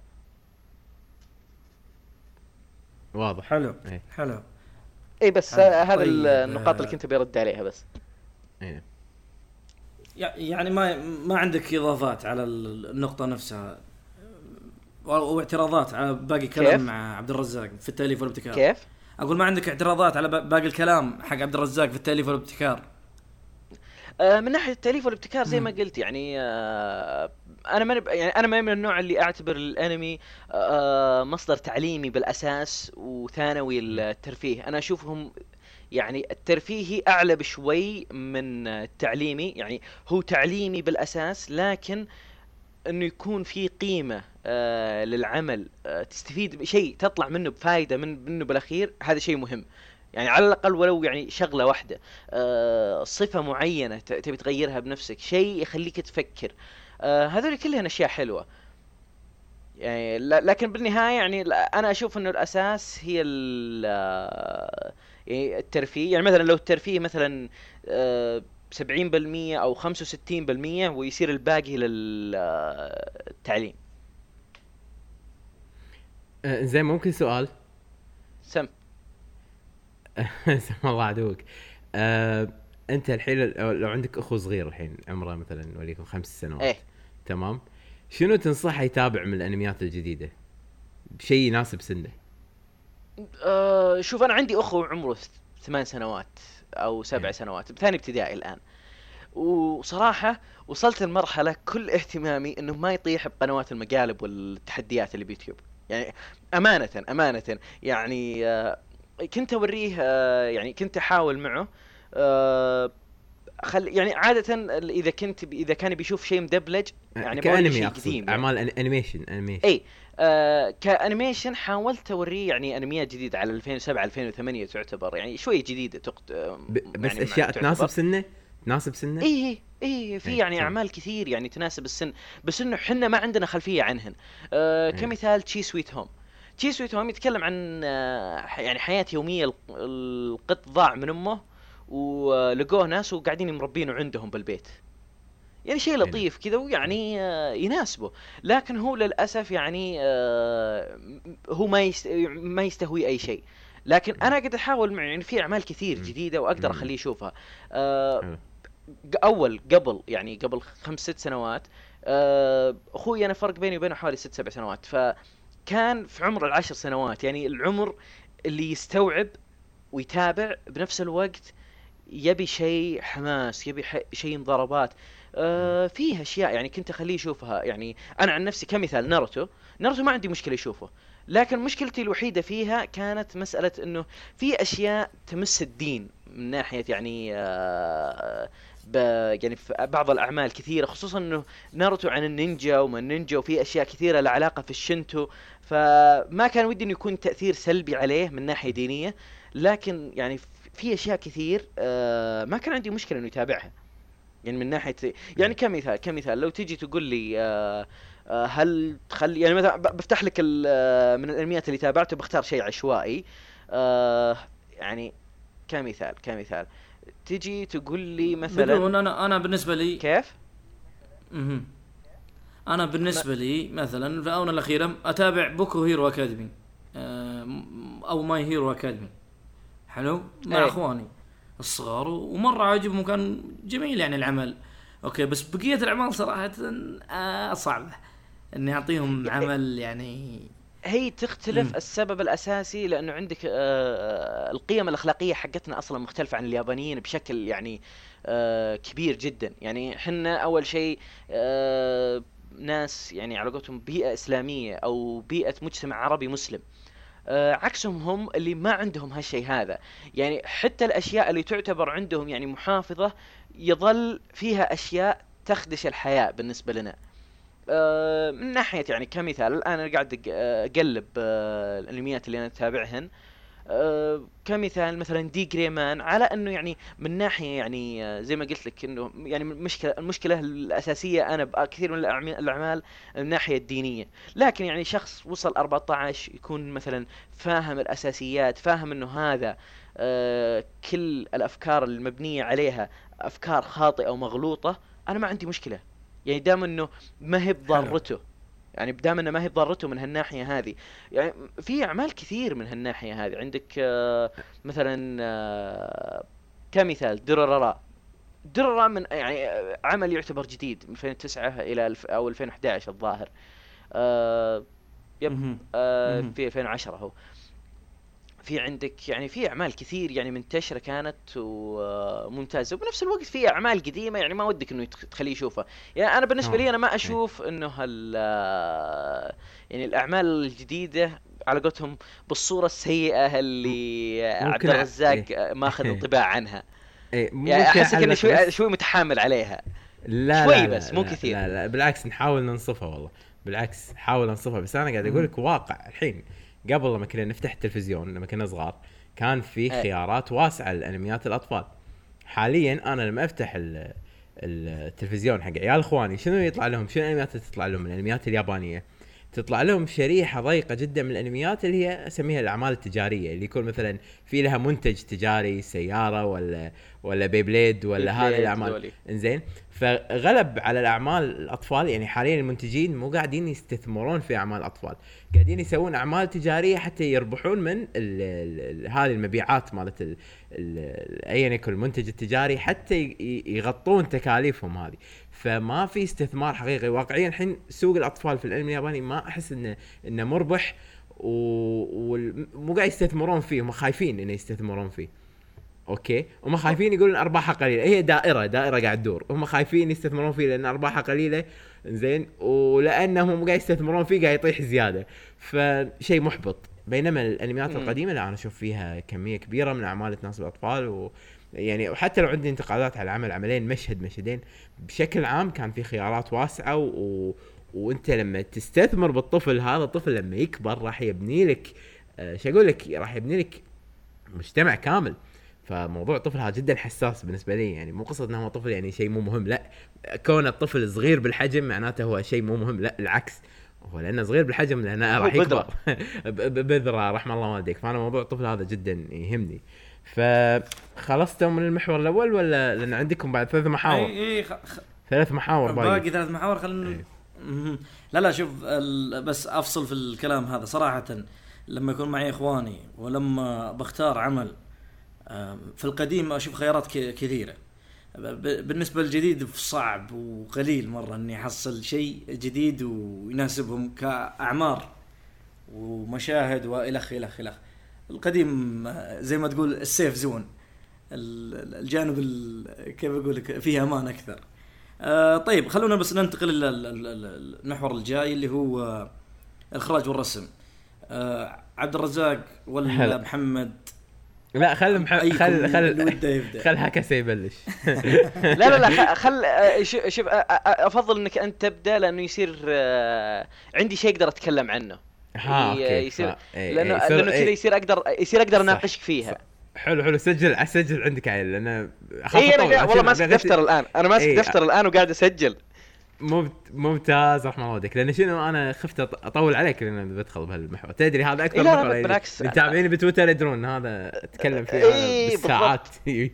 واضح. حلو ايه. حلو اي بس هذا طيب النقاط اللي كنت برد عليها بس. ايه. يعني ما ما عندك اضافات على النقطه نفسها واعتراضات على باقي كلام مع عبد الرزاق في التأليف والابتكار؟ كيف اقول ما عندك اعتراضات على باقي الكلام حق عبد الرزاق في التأليف والابتكار؟ آه من ناحيه التأليف والابتكار زي ما قلت يعني آه انا ما يعني انا ما من النوع اللي اعتبر الانمي آه مصدر تعليمي بالاساس وثانوي الترفيه. انا اشوفهم يعني الترفيهي اعلى بشوي من التعليمي، يعني هو تعليمي بالاساس لكن انه يكون في قيمه آه للعمل، آه تستفيد بشيء تطلع منه بفائده من منه بالاخير، هذا شيء مهم. يعني على الاقل ولو يعني شغله واحده، آه صفه معينه تبي تغيرها بنفسك، شيء يخليك تفكر. آه هذول كلها اشياء حلوه يعني. لكن بالنهايه يعني انا اشوف انه الاساس هي يعني الترفيه. يعني مثلا لو الترفيه مثلا سبعين بالمية او خمسة وستين بالمية ويصير الباقي للتعليم. زين ممكن سؤال؟ سم سم الله عدوك. أه، انت الحين لو عندك اخو صغير الحين عمره مثلا وليكن خمس سنوات، ايه تمام، شنو تنصحه يتابع من الانميات الجديده بشيء يناسب سنه؟ أه شوف انا عندي اخو عمره ثمان سنوات او سبع إيه. سنوات بثاني ابتدائي الان، وصراحة وصلت لمرحلة كل اهتمامي انه ما يطيح بقنوات المقالب والتحديات اللي بيوتيوب. يعني امانة امانة يعني آه كنت اوريه، آه يعني كنت احاول معه آه خل يعني عادة اذا كنت اذا كان بيشوف شيء مدبلج يعني بوريه كأنمي شيء اقصد قديم اعمال يعني. انيميشن انيميشن اي آه كانيميشن حاولت اوريه يعني انميات جديده على ألفين وسبعة ألفين وثمانية تعتبر يعني شوي جديده تقت... ب... بس يعني اشياء تعتبر تناسب سنه تناسب سنه ايه ايه في ايه يعني تمام. اعمال كثير يعني تناسب السن، بس انه حنا ما عندنا خلفيه عنهن. آه ايه. كمثال تشي سويت هوم. تشي سويت هوم يتكلم عن آه يعني حياه يوميه، الق- القط ضاع من امه ولقوه ناس وقاعدين مربينه عندهم بالبيت. يعني شيء حلو. لطيف كذا ويعني آه يناسبه. لكن هو للاسف يعني آه هو ما يست... ما يستهوي اي شيء. لكن انا قد احاول معه يعني في اعمال كثير مم. جديده واقدر مم. اخليه يشوفها. آه حلو. اول قبل يعني قبل خمس ست سنوات، آه، اخوي انا فرق بيني وبينه حوالي ست سبع سنوات، فكان في عمر العشر سنوات يعني العمر اللي يستوعب ويتابع بنفس الوقت، يبي شيء حماس، يبي شيء ضربات. آه فيه اشياء يعني كنت اخليه يشوفها. يعني انا عن نفسي كمثال ناروتو، ناروتو ما عندي مشكله يشوفه، لكن مشكلتي الوحيده فيها كانت مساله انه في اشياء تمس الدين من ناحيه يعني آه ب يعني في بعض الاعمال كثيره، خصوصا انه ناروتو عن النينجا وما النينجا وفي اشياء كثيره لها علاقه في الشنتو، فما كان ودي انه يكون تاثير سلبي عليه من ناحيه دينيه. لكن يعني في اشياء كثير آه ما كان عندي مشكله انه يتابعها. يعني من ناحيه يعني كمثال كمثال لو تيجي تقول لي آه آه هل تخلي يعني مثلا ب- بفتح لك ال- من الانميات اللي تابعته بختار شيء عشوائي. آه يعني كمثال كمثال تيجي تقول لي مثلا بدون انا انا بالنسبه لي كيف مهم. انا ما بالنسبه لي مثلا في الاونه الاخيره اتابع بوكو هيرو اكاديمي او ماي هيرو اكاديمي، حلو مع ايه اخواني الصغار، ومره عاجبهم وكان جميل يعني العمل. اوكي بس بقيه الاعمال صراحه آه صعبه اني اعطيهم عمل يعني. هي تختلف. مم. السبب الاساسي لانه عندك آه، القيم الاخلاقيه حقتنا اصلا مختلفه عن اليابانيين بشكل يعني آه، كبير جدا. يعني حنا اول شيء آه، ناس يعني على قولتهم بيئه اسلاميه او بيئه مجتمع عربي مسلم، آه، عكسهم هم اللي ما عندهم هالشيء هذا. يعني حتى الاشياء اللي تعتبر عندهم يعني محافظه يظل فيها اشياء تخدش الحياة بالنسبة لنا. آه، من ناحية يعني كمثال الآن أنا قاعد أق- أقلب آه، الأنميات اللي أنا أتابعهن. آه، كمثال مثلا دي جريمان، على انه يعني من ناحيه يعني آه، زي ما قلت لك انه يعني المشكله المشكله الاساسيه انا بكثير من الأعم- الاعمال الناحيه الدينيه. لكن يعني شخص وصل أربعة عشر يكون مثلا فاهم الاساسيات، فاهم انه هذا آه، كل الافكار المبنيه عليها افكار خاطئه ومغلوطه، انا ما عندي مشكله. يعني دام انه ما هي حلو. بضرته، يعني بدام انه ما هي بضرته من هالناحيه هذه. يعني في اعمال كثير من هالناحيه هذه عندك آه، مثلا آه، كمثال درررا. درررا من يعني آه، عمل يعتبر جديد من ألفين وتسعة الى الف او ألفين وأحد عشر الظاهر. آه، يب مهم. آه، مهم. في ألفين وعشرة هو. في عندك يعني في اعمال كثير يعني منتشره كانت وممتازه، وبنفس الوقت في اعمال قديمه يعني ما ودك انه يتخ- تخليه يشوفها. يعني انا بالنسبه لي تمام. انا ما ايه. اشوف انه هال يعني الاعمال الجديده على قولتهم بالصوره السيئه م- اللي عبد ممكن أ... الرزاق ايه. ماخذ انطباع عنها. ايه يعني ممكن احسك اني اعلق شوي بس. شوي متحامل عليها. لا شوي لا بس لا مو لا كثير. لا, لا. بالعكس نحاول ننصفها والله. بالعكس نحاول ننصفها، بس انا قاعد اقول مهم. لك واقع الحين. قبل لما كنا نفتح التلفزيون لما كنا صغار كان في خيارات واسعه للانميات الاطفال. حاليا انا لما افتح ال التلفزيون حق عيال اخواني شنو يطلع لهم؟ شنو الانميات تطلع لهم؟ الانميات اليابانيه تطلع لهم شريحه ضيقه جدا من الانميات اللي هي اسميها الاعمال التجاريه، اللي يكون مثلا في لها منتج تجاري، سياره ولا ولا بيبليد ولا هذه الاعمال. انزين، فغلب على الاعمال الاطفال. يعني حاليا المنتجين مو قاعدين يستثمرون في اعمال الاطفال، قاعدين يسوون اعمال تجاريه حتى يربحون من هذه المبيعات مالت ايا يكن المنتج التجاري، حتى يغطون تكاليفهم هذه. فما في استثمار حقيقي واقعيا. الحين سوق الاطفال في الانمي الياباني ما احس انه انه مربح، ومو قاعد يستثمرون فيه، هم خايفين انه يستثمرون فيه. اوكي، هم خايفين يقولون ارباحها قليله، هي دائره دائره قاعد تدور، هم خايفين يستثمرون فيه لان ارباحها قليله. زين، ولانهم قاعد يستثمرون فيه قاعد يطيح زياده، فشيء محبط. بينما الانميات م. القديمه لا، انا اشوف فيها كميه كبيره من اعمال تناسب الاطفال. و يعني وحتى لو عندي انتقادات على العمل عملين مشهد مشهدين، بشكل عام كان في خيارات واسعه. و... وانت لما تستثمر بالطفل هذا، الطفل لما يكبر راح يبني لك آه شو اقول لك راح يبني لك مجتمع كامل. فموضوع الطفل هذا جدا حساس بالنسبه لي. يعني مو قصه انه هو طفل يعني شيء مو مهم، لا، كون الطفل صغير بالحجم معناته هو شيء مو مهم، لا العكس، هو لانه صغير بالحجم لانه راح يكبر بذره رحم الله والديك. فانا موضوع الطفل هذا جدا يهمني. فخلصتم من المحور الاول ولا لان عندكم بعد ثلاث محاور؟ اي خ... ثلاث محاور باقي, باقي ثلاث محاور. خلينا أيه. لا لا شوف ال... بس افصل في الكلام هذا صراحه. لما يكون معي اخواني ولما بختار عمل في القديم اشوف خيارات كثيره. بالنسبه للجديد صعب وقليل مره اني احصل شيء جديد ويناسبهم كاعمار ومشاهد والخ الخ الخ. القديم زي ما تقول السيف زون، الجانب كيف اقول لك فيه امان اكثر. آه طيب خلونا بس ننتقل للمحور الجاي اللي هو الاخراج والرسم. آه عبد الرزاق ولا محمد؟ لا خل مح... خل خل خل هكذا يبلش. لا لا لا خل شوف افضل انك انت تبدا لانه يصير عندي شيء اقدر اتكلم عنه. ها يصير ها. لانه ايه. لانه كذا يصير اقدر يصير اقدر اناقشك فيها. صح. حلو حلو سجل اسجل عندك عيل لان اخاف اطول. والله ماسك دفتر الان انا ماسك ايه. دفتر الان وقاعد اسجل. ممتاز رحمه الله والديك. لان شنو انا خفت اطول عليك لان بدخل بهالمحور. تدري هذا اكثر محور متابعيني بتويتر يدرون هذا اتكلم فيه انا بالساعات.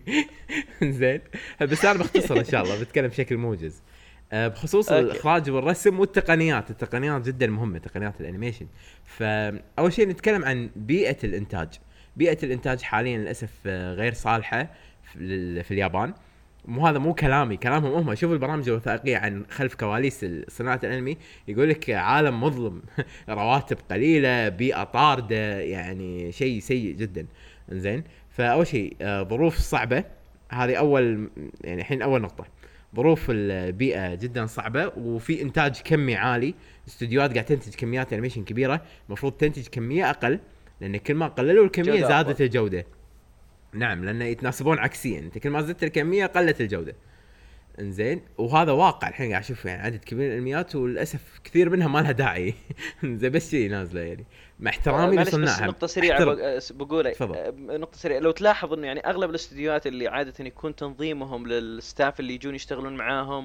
زين بس انا بختصر ان شاء الله بتكلم بشكل موجز بخصوص أوكي. الاخراج والرسم والتقنيات. التقنيات جدا مهمه، تقنيات الانيميشن. فاول شيء نتكلم عن بيئه الانتاج. بيئه الانتاج حاليا للاسف غير صالحه في اليابان. مو هذا مو كلامي، كلامهم هم. شوفوا البرامج الوثائقيه عن خلف كواليس صناعه الانمي، يقول لك عالم مظلم، رواتب قليله، بيئه طارده، يعني شيء سيء جدا. انزين، فاول شيء ظروف صعبه، هذه اول يعني الحين اول نقطه. ظروف البيئه جدا صعبه وفي انتاج كمي عالي. استوديوهات قاعد تنتج كميات انيميشن كبيره، المفروض تنتج كميه اقل، لان كل ما قللوا الكميه زادت الجوده. نعم، لأنه يتناسبون عكسيا. انت كل ما زدت الكميه قلت الجوده. انزين، وهذا واقع الحين قاعد اشوف يعني عدد كبير من الانميات وللاسف كثير منها ما لها داعي. زي بس شيء نازله يعني مع احترامي لصناعها. نقطه سريعه بقولها نقطه سريعه. لو تلاحظ انه يعني اغلب الاستديوهات اللي عاده يكون تنظيمهم للستاف اللي يجون يشتغلون معاهم،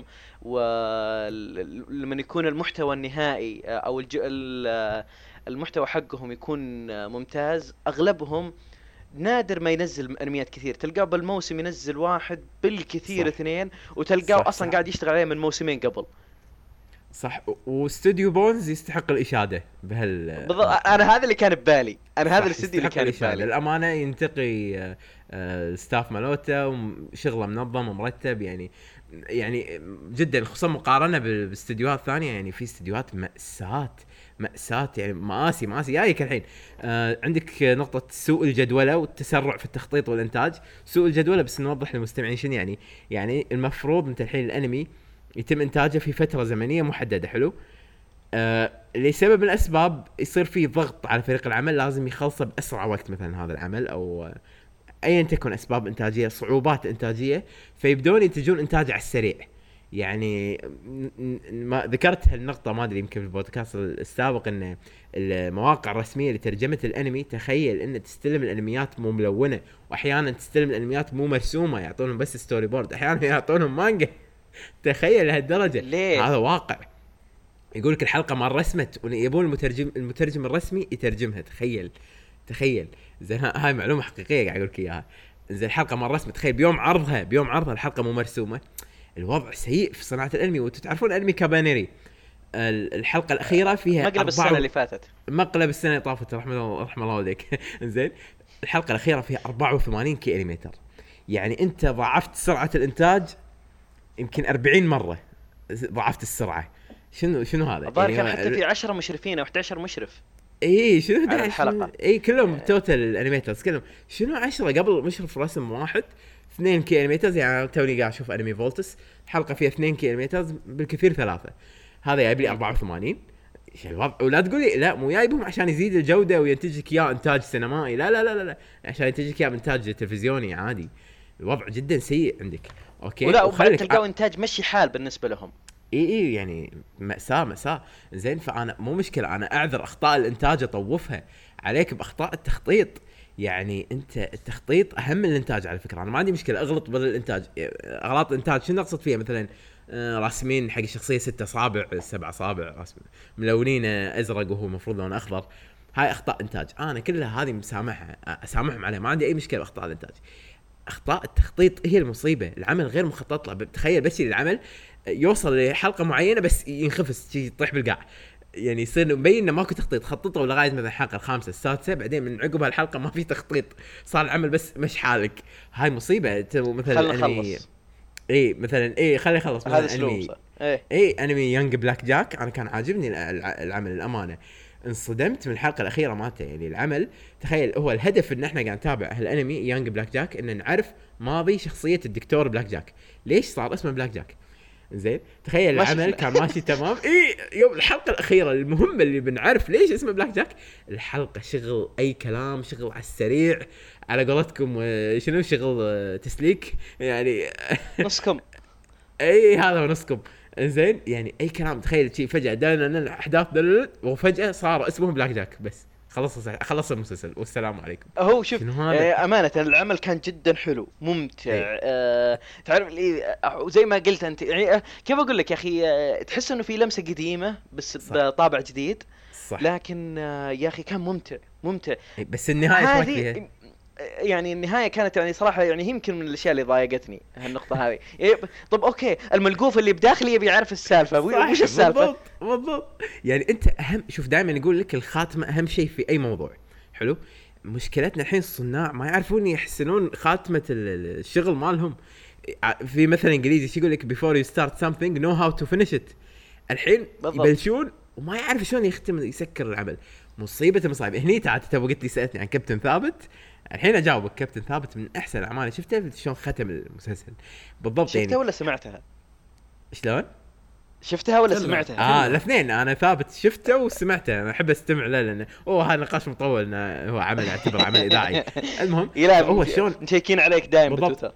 ولما يكون المحتوى النهائي او المحتوى حقهم يكون ممتاز، اغلبهم نادر ما ينزل انميات كثير. تلقاه بالموسم ينزل واحد بالكثير اثنين، وتلقاه اصلا صح. قاعد يشتغل عليه من موسمين قبل. صح. واستوديو بونز يستحق الاشاده بهال بالضبط. انا هذا اللي كان ببالي، انا هذا الاستوديو اللي كان ببالي. الامانه ينتقي الستاف مالوته وشغله منظم ومرتب، يعني يعني جدا، خصوصا مقارنه بالاستديوهات الثانيه. يعني في استديوهات مأساة مأساة يعني مآسي مآسي جايك الحين. آه عندك نقطة سوء الجدولة والتسرع في التخطيط والإنتاج. سوء الجدولة بس نوضح للمستمعين شنو يعني. يعني المفروض انت الحين الانمي يتم انتاجه في فترة زمنية محددة، حلو. آه لسبب من الاسباب يصير فيه ضغط على فريق العمل، لازم يخلصه بأسرع وقت مثلا هذا العمل، او ايا تكن اسباب انتاجية، صعوبات انتاجية، فيبدون ينتجون انتاج على السريع. يعني ما ذكرت هالنقطة ما أدري يمكن في البودكاست السابق إن المواقع الرسمية لترجمة الأنمي تخيل إن تستلم الأنميات مو ملونة وأحيانا تستلم الأنميات مو مرسومة يعطونهم بس ستوري بورد أحيانا يعطونهم مانجا تخيل لهالدرجة ليه؟ هذا واقع يقولك الحلقة ما رسمت ويبون المترجم المترجم الرسمي يترجمها تخيل تخيل زين هاي معلومة حقيقية قاعد أقولك إياها زين الحلقة ما رسمت تخيل بيوم عرضها بيوم عرضها الحلقة مو مرسومة الوضع سيء في صناعة الأنمي وتتعرفون أنمي كابانيري الحلقة الأخيرة فيها مقلب السنة اللي فاتت مقلب السنة اللي طافت رحمة الله رحمة الله عليك زين الحلقة الأخيرة فيها أربعة وثمانين كيلومتر يعني أنت ضاعفت سرعة الإنتاج يمكن أربعين مرة ضاعفت السرعة شنو شنو هذا الظاهر يعني كان حتى في عشرة مشرفين أو إحدى عشر مشرف ايه شنو ده الحلقة ايه كلهم توتال الانيميترز كلهم شنو عشرة قبل مشرف رسم واحد اثنين كي انيميترز يعني توني قاعد اشوف انمي فولتس الحلقه فيها اثنين كي انيميترز بالكثير ثلاثه هذا جايب لي أربعة وثمانين ايش الوضع ولا تقول لي لا مو جايبهم عشان يزيد الجوده وينتج لك اياه انتاج سينمائي لا لا لا لا عشان ينتج لك اياه انتاج تلفزيوني عادي الوضع جدا سيء عندك اوكي ولا وخليك تلقاو انتاج مشي حال بالنسبه لهم اي اي يعني مأساة مأساة زين فانا مو مشكلة انا اعذر اخطاء الانتاج اطوفها عليك باخطاء التخطيط يعني انت التخطيط اهم من الانتاج على فكرة انا ما عندي مشكلة اغلط بالانتاج اغلاط الانتاج شنو اقصد فيها مثلا راسمين حق الشخصية ستة اصابع سبعة اصابع راسم ملونين ازرق وهو المفروض لون اخضر هاي اخطاء انتاج انا كلها هذه مسامحها اسامحهم عليها ما عندي اي مشكلة باخطاء الانتاج اخطاء التخطيط هي المصيبة العمل غير مخطط له تخيل بس العمل يوصل لحلقه معينه بس ينخفس يطيح بالقاع يعني يصير مبين انه ماكو تخطيط خططوا لغايه مثلا الحلقه الخامسه السادسه بعدين من عقب هالحلقه ما في تخطيط صار العمل بس مش حالك هاي مصيبه مثلا انمي اي مثلا اي خلي يخلص هذا انمي اي اي انمي يونج بلاك جاك انا كان عاجبني العمل الامانه انصدمت من الحلقه الاخيره مالته يعني العمل تخيل هو الهدف ان احنا قاعد نتابع هالانمي يونج بلاك جاك ان نعرف ماضي شخصيه الدكتور بلاك جاك ليش صار اسمه بلاك جاك زين تخيل العمل كان ماشي تمام اي يوم الحلقه الاخيره المهمه اللي بنعرف ليش اسمه بلاك جاك الحلقه شغل اي كلام شغل على السريع على قولتكم شنو شغل تسليك يعني نصكم اي هذا هو نصكم زين يعني اي كلام تخيل شيء فجاه دانا الاحداث وفجاه صار اسمه بلاك جاك بس خلص خلص المسلسل والسلام عليكم هو شوف آه امانه العمل كان جدا حلو ممتع آه تعرف لي زي ما قلت انت يعني آه كيف اقول لك يا اخي آه تحس انه في لمسه قديمه بس صح. بطابع جديد صح. لكن آه يا اخي كان ممتع ممتع بس النهايه فيها يعني النهايه كانت يعني صراحه يعني يمكن من الاشياء اللي ضايقتني هالنقطه هذه طب اوكي الملقوف اللي بداخلي يبي يعرف السالفه وش السالفه بالضبط بالضبط يعني انت اهم شوف دائما يقول لك الخاتمه اهم شيء في اي موضوع حلو مشكلتنا الحين الصناع ما يعرفون يحسنون خاتمه الشغل مالهم في مثلا انجليزي شو يقول لك before you start something know how to finish it الحين بالضبط. يبلشون وما يعرف شلون يختم يسكر العمل مصيبه المصايب هني تعال تبغى قلت لي سالتني عن كابتن ثابت الحين اجاوبك كابتن ثابت من احسن الاعمال شفتها شلون ختم المسلسل بالضبط شفتها يعني ولا سمعتها شلون شفتها ولا سمعتها اه الاثنين انا ثابت شفته وسمعته انا احب استمع له لانه اوه هذا نقاش مطول هو عمل يعتبر عمل اذاعي المهم هو شلون مشيكين عليك دائما بتويتر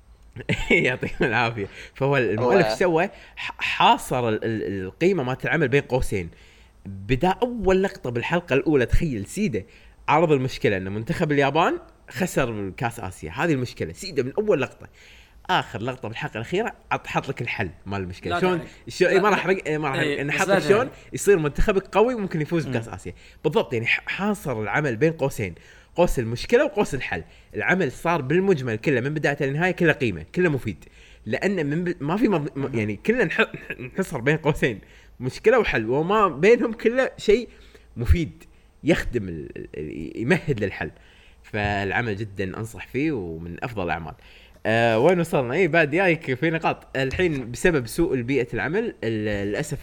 يعطيكم العافيه فهو المؤلف سوى حاصر القيمه مالت العمل بين قوسين بدا اول لقطه بالحلقه الاولى تخيل سيده عرض المشكله ان منتخب اليابان خسر كاس اسيا هذه المشكله سيده من اول لقطه اخر لقطه بالحلقه الاخيره حط لك الحل مال المشكله شلون شو ما راح احرق ما راح ان حط لك شلون يصير منتخبك قوي وممكن يفوز بكاس اسيا بالضبط يعني حاصر العمل بين قوسين قوس المشكله وقوس الحل العمل صار بالمجمل كله من بدايه للنهايه كله قيمه كله مفيد لان من ب... ما في مض... يعني كله نح... نحصر بين قوسين مشكله وحل وما بينهم كله شيء مفيد يخدم ال... يمهد للحل فالعمل جدا انصح فيه ومن افضل الاعمال أه وين وصلنا اي بعد جايك في نقاط الحين بسبب سوء البيئه العمل للاسف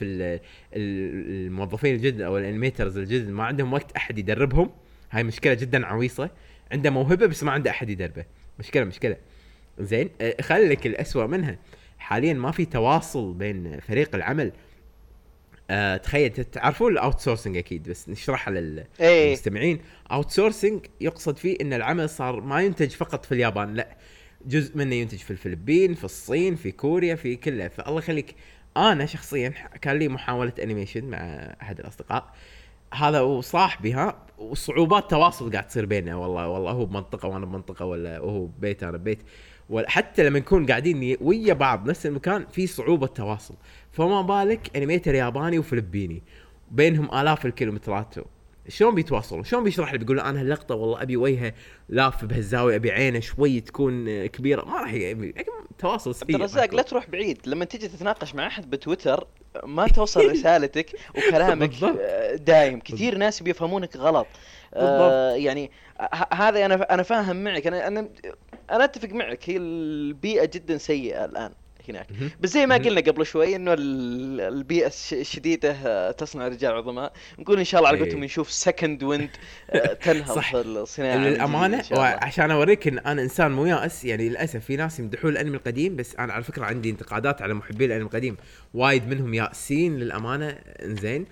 الموظفين الجدد او الانيميترز الجدد ما عندهم وقت احد يدربهم هاي مشكله جدا عويصه عنده موهبه بس ما عنده احد يدربه مشكله مشكله زين أه خليك الأسوأ منها حاليا ما في تواصل بين فريق العمل أه تخيل تعرفون الاوت سورسنج اكيد بس نشرحها للمستمعين اوت سورسنج يقصد فيه ان العمل صار ما ينتج فقط في اليابان لا جزء منه ينتج في الفلبين، في الصين، في كوريا، في كله. فالله يخليك انا شخصيا كان لي محاوله انيميشن مع احد الاصدقاء هذا وصاحبي ها، وصعوبات تواصل قاعد تصير بيننا. والله والله هو بمنطقه وانا بمنطقه، ولا هو ببيت انا ببيت، وحتى لما نكون قاعدين ويا بعض نفس المكان في صعوبه تواصل. فما بالك انيميتر ياباني وفلبيني بينهم آلاف الكيلومترات، شلون بيتواصلوا؟ شلون بيشرح لي؟ بيقول له انا هاللقطه والله ابي وجهه لاف بهالزاويه، ابي عينه شوي تكون كبيره، ما راح يبي تواصل سيء. عبد الرزاق لا تروح بعيد، لما تيجي تتناقش مع احد بتويتر ما توصل رسالتك وكلامك دايم، كثير ناس بيفهمونك غلط. آه يعني هذا انا انا فاهم معك، انا انا انا اتفق معك، هي البيئه جدا سيئه الان هناك. بس زي ما قلنا قبل شوي انه البيئه الشديده تصنع رجال عظماء، نقول ان شاء الله على قولتهم نشوف سكند ويند تنهض في الصناعه للامانه. وعشان اوريك ان انا انسان مو يائس، يعني للاسف في ناس يمدحون الانمي القديم، بس انا على فكره عندي انتقادات على محبي الانمي القديم، وايد منهم يائسين للامانه. انزين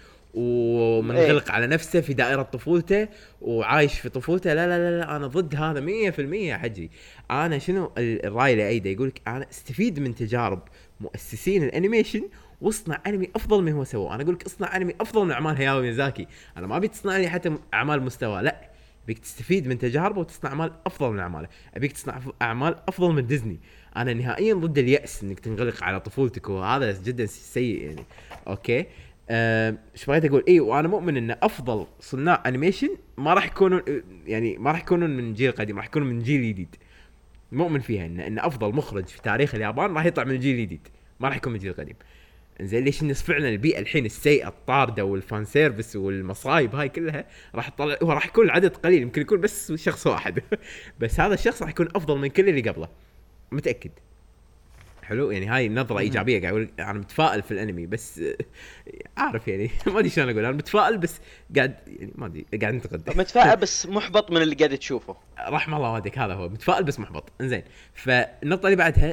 ومنغلق ايه؟ على نفسه في دائرة طفولته وعايش في طفولته. لا لا لا, لا أنا ضد هذا مية في المية. حجي أنا شنو الرأي اللي أيده؟ يقولك أنا استفيد من تجارب مؤسسين الأنيميشن واصنع أنمي أفضل من هو سواه. أنا أقولك اصنع أنمي أفضل من أعمال هياو ميازاكي، أنا ما أبي تصنع لي حتى أعمال مستوى، لا أبيك تستفيد من تجاربه وتصنع أعمال أفضل من أعماله، أبيك تصنع أعمال أفضل من ديزني. أنا نهائيا ضد اليأس إنك تنغلق على طفولتك، وهذا جدا سيء يعني. أوكي أه ايش بغيت اقول؟ اي وانا مؤمن ان افضل صناع انيميشن ما راح يكونوا يعني ما راح يكونون من جيل قديم، راح يكونوا من جيل جديد. مؤمن فيها ان ان افضل مخرج في تاريخ اليابان راح يطلع من الجيل الجديد، ما راح يكون من الجيل القديم. زين ليش الناس فعلا البيئه الحين السيئه الطارده والفان سيرفيس والمصايب هاي كلها راح تطلع، هو راح يكون العدد قليل، يمكن يكون بس شخص واحد بس هذا الشخص راح يكون افضل من كل اللي قبله، متاكد. حلو يعني هاي نظرة إيجابية. قاعد أقول أنا متفائل في الأنمي، بس أعرف يعني ما أدري شلون أقول، أنا متفائل بس قاعد يعني ما أدري قاعد أنتقد. متفائل بس محبط من اللي قاعد تشوفه. رحم الله والديك، هذا هو متفائل بس محبط. إنزين فالنقطة اللي بعدها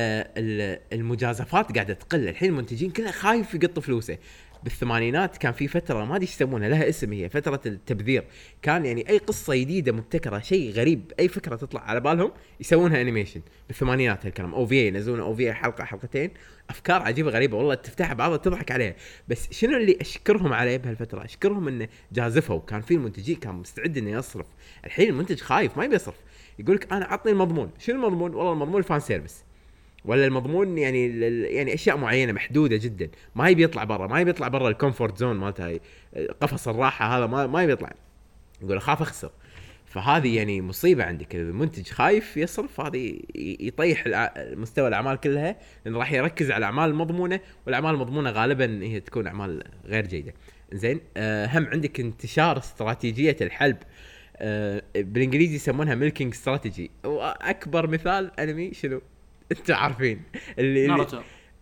المجازفات قاعدة تقل الحين، المنتجين كلها خايف يقط فلوسه. بالثمانينات كان في فترة ما أدري يسمونها، لها اسم، هي فترة التبذير. كان يعني أي قصة جديدة مبتكرة شيء غريب، أي فكرة تطلع على بالهم يسوونها أنيميشن. بالثمانينات هالكلام أو في ينزلون أو في حلقة حلقتين، أفكار عجيبة غريبة والله تفتح بعضها تضحك عليها. بس شنو اللي أشكرهم عليه بهالفترة؟ أشكرهم إنه جازفوا، كان في المنتجين كان مستعد إنه يصرف. الحين المنتج خايف ما يبي يصرف، يقولك أنا عطني المضمون. شنو المضمون؟ والله المضمون فان سيرفيس، ولا المضمون يعني يعني اشياء معينه محدوده جدا، ما يبي يطلع برا، ما يبي يطلع برا الكومفورت زون مالته، هاي قفص الراحه هذا ما ما يبي يطلع، يقول اخاف اخسر. فهذه يعني مصيبه عندك، المنتج خايف يصرف، هذه يطيح مستوى الاعمال كلها، لانه راح يركز على الاعمال المضمونه، والاعمال المضمونه غالبا هي تكون اعمال غير جيده. زين أه هم عندك انتشار استراتيجيه الحلب، أه بالانجليزي يسمونها ميلكينج استراتيجي. واكبر مثال انمي شنو انتوا عارفين؟ اللي ناروتو.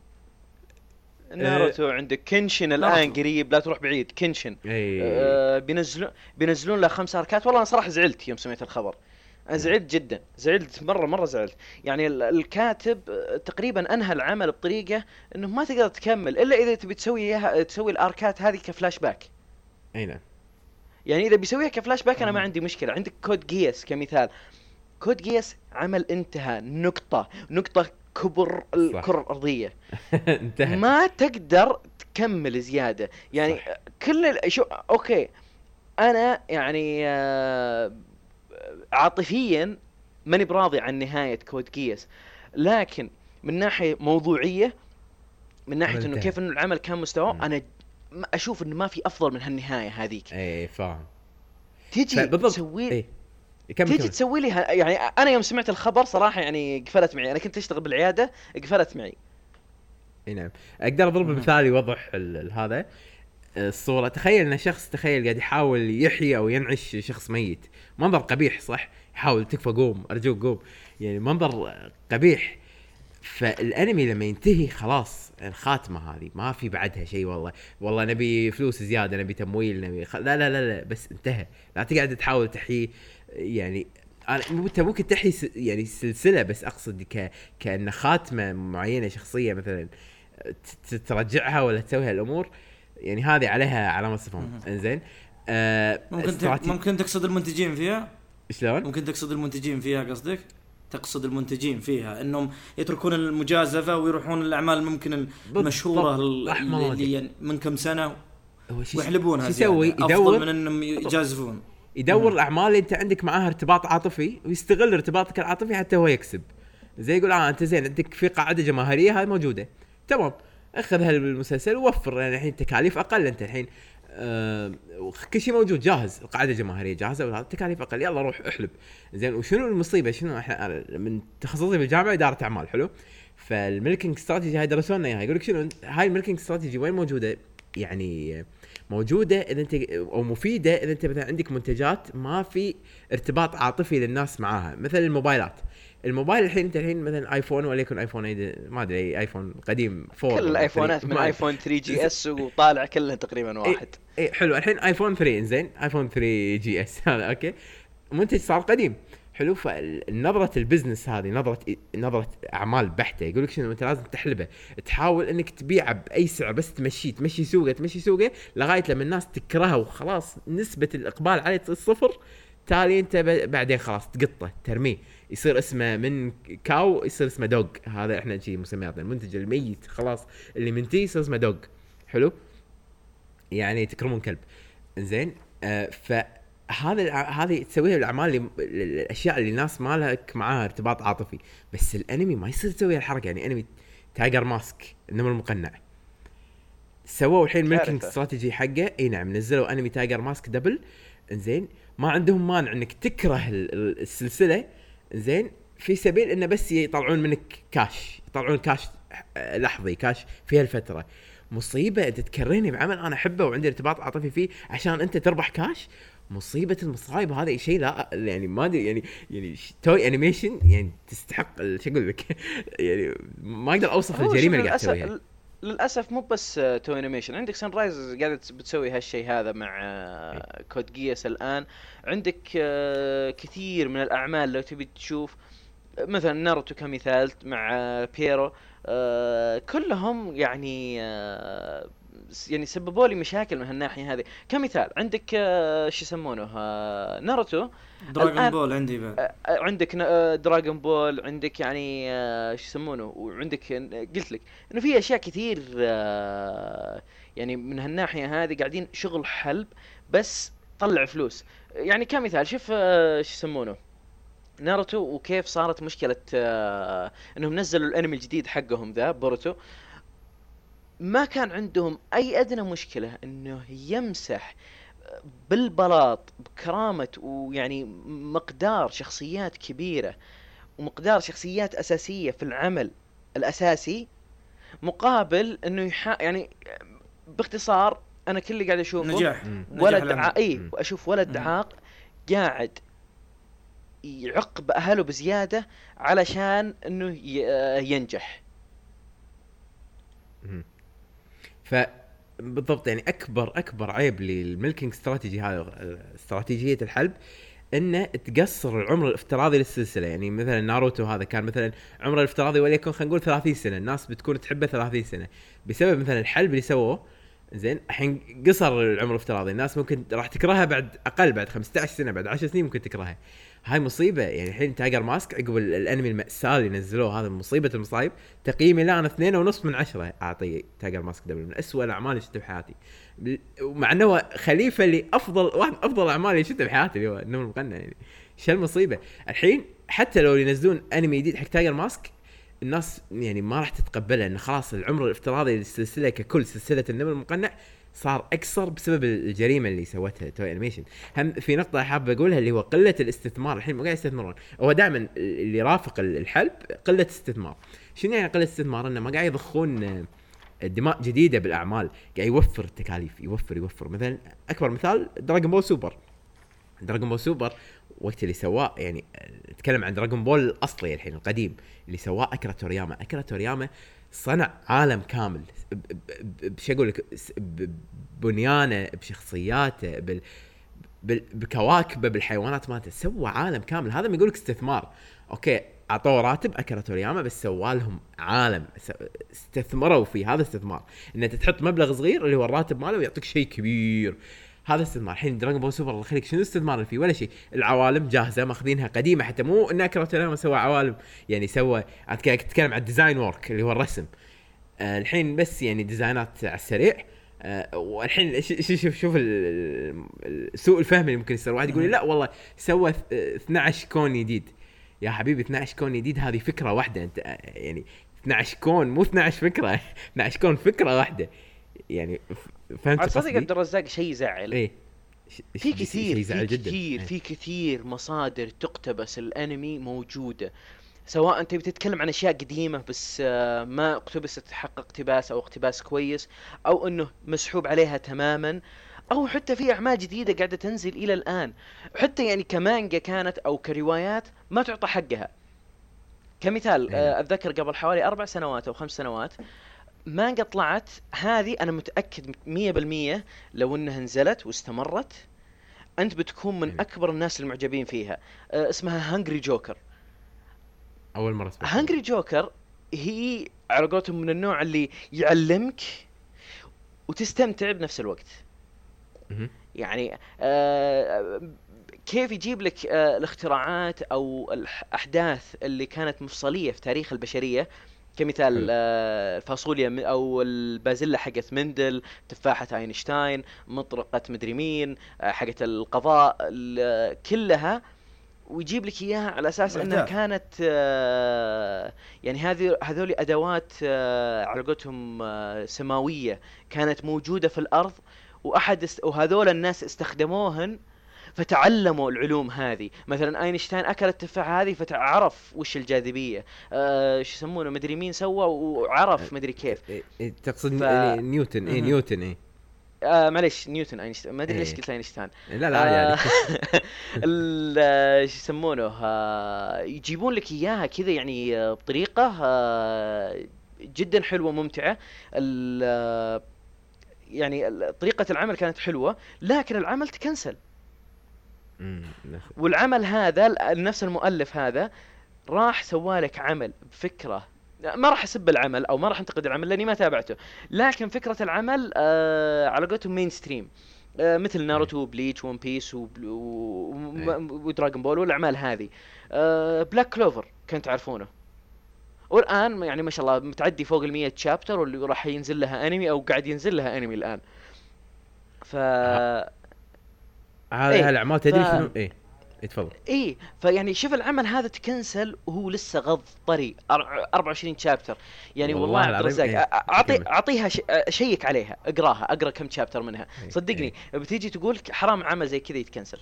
ناروتو عندك كنشن الان قريب، لا تروح بعيد. كنشن آه بينزلون بينزلون له خمس اركات. والله انا صراحه زعلت يوم سمعت الخبر، انا زعلت جدا، زعلت مره مره زعلت. يعني الكاتب تقريبا انهى العمل بطريقه انه ما تقدر تكمل الا اذا تبي تسوي اياها، تسوي الاركات هذه كفلاش باك. اي نعم، يعني اذا بيسويها كفلاش باك انا ما عندي مشكله. عندك كود جياس كمثال، كود جياس عمل انتهى، نقطة نقطة كبر الكرة الأرضية انتهى، ما تقدر تكمل زيادة. يعني صح. كل شو أوكي أنا يعني آه عاطفيا ماني براضي عن نهاية كود جياس، لكن من ناحية موضوعية، من ناحية إنه كيف إنه العمل كان مستوى، أنا أشوف إنه ما في أفضل من هالنهاية هذيك. إيه فاهم. تيجي تسوي إيه. تيجي تسوي لي يعني انا يوم سمعت الخبر صراحه يعني قفلت معي. انا كنت اشتغل بالعياده، قفلت معي. اي نعم، اقدر اضرب مثال يوضح هذا الصوره. تخيل ان شخص تخيل قاعد يحاول يحيي او ينعش شخص ميت، منظر قبيح صح؟ يحاول تكفى قوم ارجوك قوم، يعني منظر قبيح. فالانمي لما ينتهي خلاص الخاتمه هذه ما في بعدها شيء. والله والله نبي فلوس زياده، نبي تمويل، نبي خ... لا لا لا لا بس انتهى. لا تقعد تحاول تحيي، يعني انا انت ممكن تحيي س... يعني سلسله، بس اقصد ك كأن خاتمه معينه شخصيه مثلا ت... ترجعها ولا تسويها الامور، يعني هذه عليها علامه استفهام. انزين آه ممكن استراتي... ممكن تقصد المنتجين فيها؟ شلون؟ ممكن تقصد المنتجين فيها قصدك؟ تقصد المنتجين فيها انهم يتركون المجازفه ويروحون الاعمال ممكن المشهوره اللي يعني من كم سنه ويحلبونها يسوي افضل من انهم يجازفون. يدور مم. الاعمال اللي انت عندك معاها ارتباط عاطفي ويستغل ارتباطك العاطفي حتى هو يكسب. زي يقول اه انت زين عندك في قاعده جماهيريه هاي موجوده تمام اخذها المسلسل ووفر يعني الحين تكاليف اقل انت الحين آه كل شيء موجود جاهز القاعده الجماهيريه جاهزه ولا تكاليف اقل يلا روح احلب. زين وشنو المصيبه شنو احنا من تخصصي بالجامعه اداره اعمال حلو فالميلكينج استراتيجي هاي درسونا اياها يقول لك شنو هاي الميلكينج استراتيجي وين موجوده يعني موجوده اذا انت او مفيده اذا انت مثلا عندك منتجات ما في ارتباط عاطفي للناس معاها مثل الموبايلات. الموبايل الحين انت الحين مثلا ايفون ولا يكون ايفون ما ادري ايفون قديم فور كل الايفونات من ايفون ثري جي اس وطالع كلها تقريبا واحد. اي حلو الحين ايفون ثري انزين ايفون ثري جي اس هذا اوكي منتج صار قديم حلو. فالنظره البزنس هذه نظره نظره اعمال بحته يقول لك شنو انت لازم تحلبه تحاول انك تبيعه باي سعر بس تمشيه تمشي سوقه تمشي سوقه لغايه لما الناس تكرهه وخلاص نسبه الاقبال عليه الصفر تالي انت بعدين خلاص تقطه ترميه يصير اسمه من كاو يصير اسمه دوغ. هذا احنا شيء مسمياتنا المنتج الميت خلاص اللي منتهي يصير اسمه دوغ حلو يعني تكرمون كلب زين. آه فهذا هذه تسويها بالاعمال اللي الاشياء اللي الناس ما لك معاها ارتباط عاطفي. بس الانمي ما يصير تسوي الحركه يعني انمي تايجر ماسك النمر المقنع سووا الحين ميلكينج استراتيجي حقه اي نعم نزلوا انمي تايجر ماسك دبل زين ما عندهم مانع انك تكره السلسله زين في سبيل انه بس يطلعون منك كاش يطلعون كاش لحظي كاش في هالفتره. مصيبه انت تكرهني بعمل انا احبه وعندي ارتباط عاطفي فيه عشان انت تربح كاش. مصيبه المصايب هذا شيء لا يعني ما ادري يعني يعني توي انيميشن يعني تستحق شو اقول لك يعني ما اقدر اوصف الجريمه اللي قاعد تسويها. للاسف مو بس تو انيميشن عندك سان رايز قاعده بتسوي هالشيء هذا مع كود جياس الان. عندك كثير من الاعمال لو تبي تشوف مثلا ناروتو كمثال مع بيرو كلهم يعني يعني سببوا لي مشاكل من هالناحيه هذه. كمثال عندك شو يسمونه ناروتو دراغون بول عندي بعد عندك دراغون بول عندك يعني شو يسمونه وعندك قلت لك انه في اشياء كثير يعني من هالناحيه هذه قاعدين شغل حلب بس طلع فلوس. يعني كمثال شوف شو يسمونه ناروتو وكيف صارت مشكله انهم نزلوا الانمي الجديد حقهم ذا بوروتو ما كان عندهم اي ادنى مشكله انه يمسح بالبلاط بكرامه ويعني مقدار شخصيات كبيره ومقدار شخصيات اساسيه في العمل الاساسي مقابل انه يح... يعني باختصار انا كل اللي قاعد اشوفه نجاح ولد عاقي واشوف ولد عاق قاعد يعق باهله بزياده علشان انه ينجح. ف بالضبط يعني اكبر اكبر عيب للميلكينج استراتيجي هذا استراتيجيه الحلب انه تقصر العمر الافتراضي للسلسله. يعني مثلا ناروتو هذا كان مثلا عمره الافتراضي وليكن خلينا نقول ثلاثين سنه الناس بتكون تحبه ثلاثين سنه بسبب مثلا الحلب اللي سووه زين الحين قصر العمر الافتراضي الناس ممكن راح تكرهها بعد اقل بعد خمسة عشر سنه بعد عشر سنين ممكن تكرهها. هاي مصيبه يعني الحين تايجر ماسك عقب الانمي المأساة اللي نزلوه هذا مصيبه المصايب تقييمي لا انا اثنين ونص من عشرة اعطي تايجر ماسك دبل من أسوأ الاعمال اللي شفتها بحياتي مع انه خليفه اللي افضل واحد افضل الاعمال اللي شفتها بحياتي اللي هو النمر المقنع. يعني شو المصيبه الحين حتى لو ينزلون انمي جديد حق تايجر ماسك الناس يعني ما راح تتقبلها انه خلاص العمر الافتراضي للسلسله ككل سلسله النمر المقنع صار اكثر بسبب الجريمه اللي سوتها توي انيميشن. هم في نقطه حاب اقولها اللي هو قله الاستثمار. الحين ما قاعد يستثمرون هو دائما اللي رافق الحلب قله استثمار. شنو يعني قله استثمار؟ انه ما قاعد يضخون دماء جديده بالاعمال قاعد يوفر التكاليف يوفر يوفر مثلا اكبر مثال دراغون بول سوبر. دراغون بول سوبر وقت اللي سواه يعني نتكلم عن دراغون بول الاصلي الحين القديم اللي سواه اكيرا تورياما. اكيرا تورياما صنع عالم كامل بش اقول لك بنيانه بشخصياته بال بكواكبه بالحيوانات مالته سوى عالم كامل. هذا ما يقول لك استثمار. اوكي اعطوه راتب اكيرا تورياما بس سوى لهم عالم استثمروا فيه. هذا استثمار ان انت تحط مبلغ صغير اللي هو الراتب ماله ويعطيك شيء كبير. هذا استثمار. الحين دراغون بول سوبر الله يخليك شنو استثمار اللي فيه؟ ولا شيء. العوالم جاهزه ماخذينها قديمه، حتى مو ان اكرا توناما سوى عوالم يعني سوى اتكلم عن الديزاين وورك اللي هو الرسم. آه الحين بس يعني ديزاينات على السريع. آه والحين شوف شوف شوف سوء الفهم اللي ممكن يصير. واحد يقول لا والله سوى اثناشر كون جديد. يا حبيبي اثناشر كون جديد هذه فكره واحده. انت يعني اثناشر كون مو اثناشر فكره اثناشر كون فكره واحده يعني. فهمت قصدي؟ صدق عبد الرزاق شيء يزعل. ايه في كثير في جداً. كثير في كثير مصادر تقتبس الانمي موجوده، سواء انت بتتكلم عن اشياء قديمه بس ما اقتبست حق اقتباس او اقتباس كويس، او انه مسحوب عليها تماما، او حتى في اعمال جديده قاعده تنزل الى الان، حتى يعني كمانجا كانت او كروايات ما تعطى حقها. كمثال اتذكر قبل حوالي اربع سنوات او خمس سنوات مانجا طلعت، هذه انا متاكد مية بالمية لو انها نزلت واستمرت انت بتكون من اكبر الناس المعجبين فيها. أه اسمها هانجري جوكر. اول مره اسمع هانجري جوكر هي على قولتهم من النوع اللي يعلمك وتستمتع بنفس الوقت. يعني أه كيف يجيب لك أه الاختراعات او الاحداث اللي كانت مفصليه في تاريخ البشريه، كمثال آه الفاصوليا او البازيلا حقت مندل، تفاحه اينشتاين، مطرقه مدري مين، آه حقت القضاء، كلها، ويجيب لك اياها على اساس انها كانت آه يعني هذه هذول ادوات آه على قولتهم آه سماويه كانت موجوده في الارض، واحد است... وهذول الناس استخدموهن فتعلموا العلوم هذه. مثلا اينشتاين اكل التفاحه هذه فتعرف وش الجاذبيه، آه ايش يسمونه مدري مين سوى وعرف مدري كيف. تقصد ف... نيوتن اي نيوتن اي آه معليش نيوتن اينشتاين ما ادري ليش قلت اينشتاين. لا لا يعني ايش يسمونه آه يجيبون لك اياها كذا يعني آه بطريقه آه جدا حلوه ممتعه. آه يعني طريقه العمل كانت حلوه، لكن العمل تكنسل. والعمل هذا نفس المؤلف هذا راح سوالك عمل بفكرة، ما راح اسب العمل او ما راح انتقد العمل لاني ما تابعته، لكن فكرة العمل آه على قولتهم مين ستريم، آه مثل ناروتو وبليتش وون بيس ودراغون بول والاعمال هذه. آه بلاك كلوفر كنت تعرفونه، والان يعني ما شاء الله متعدي فوق المية تشابتر واللي راح ينزل لها انمي او قاعد ينزل لها انمي الان. ف هذا ايه الاعمال تدري شنو ف... ايه يتفضل. ايه فيعني شوف العمل هذا تكنسل وهو لسه غض طري أربعة وعشرين شابتر يعني. والله عبد الرزاق ايه. اعطي اعطيها ش... شيك عليها، اقراها، اقرا كم شابتر منها ايه. صدقني ايه. بتيجي تقول حرام عمل زي كذا يتكنسل.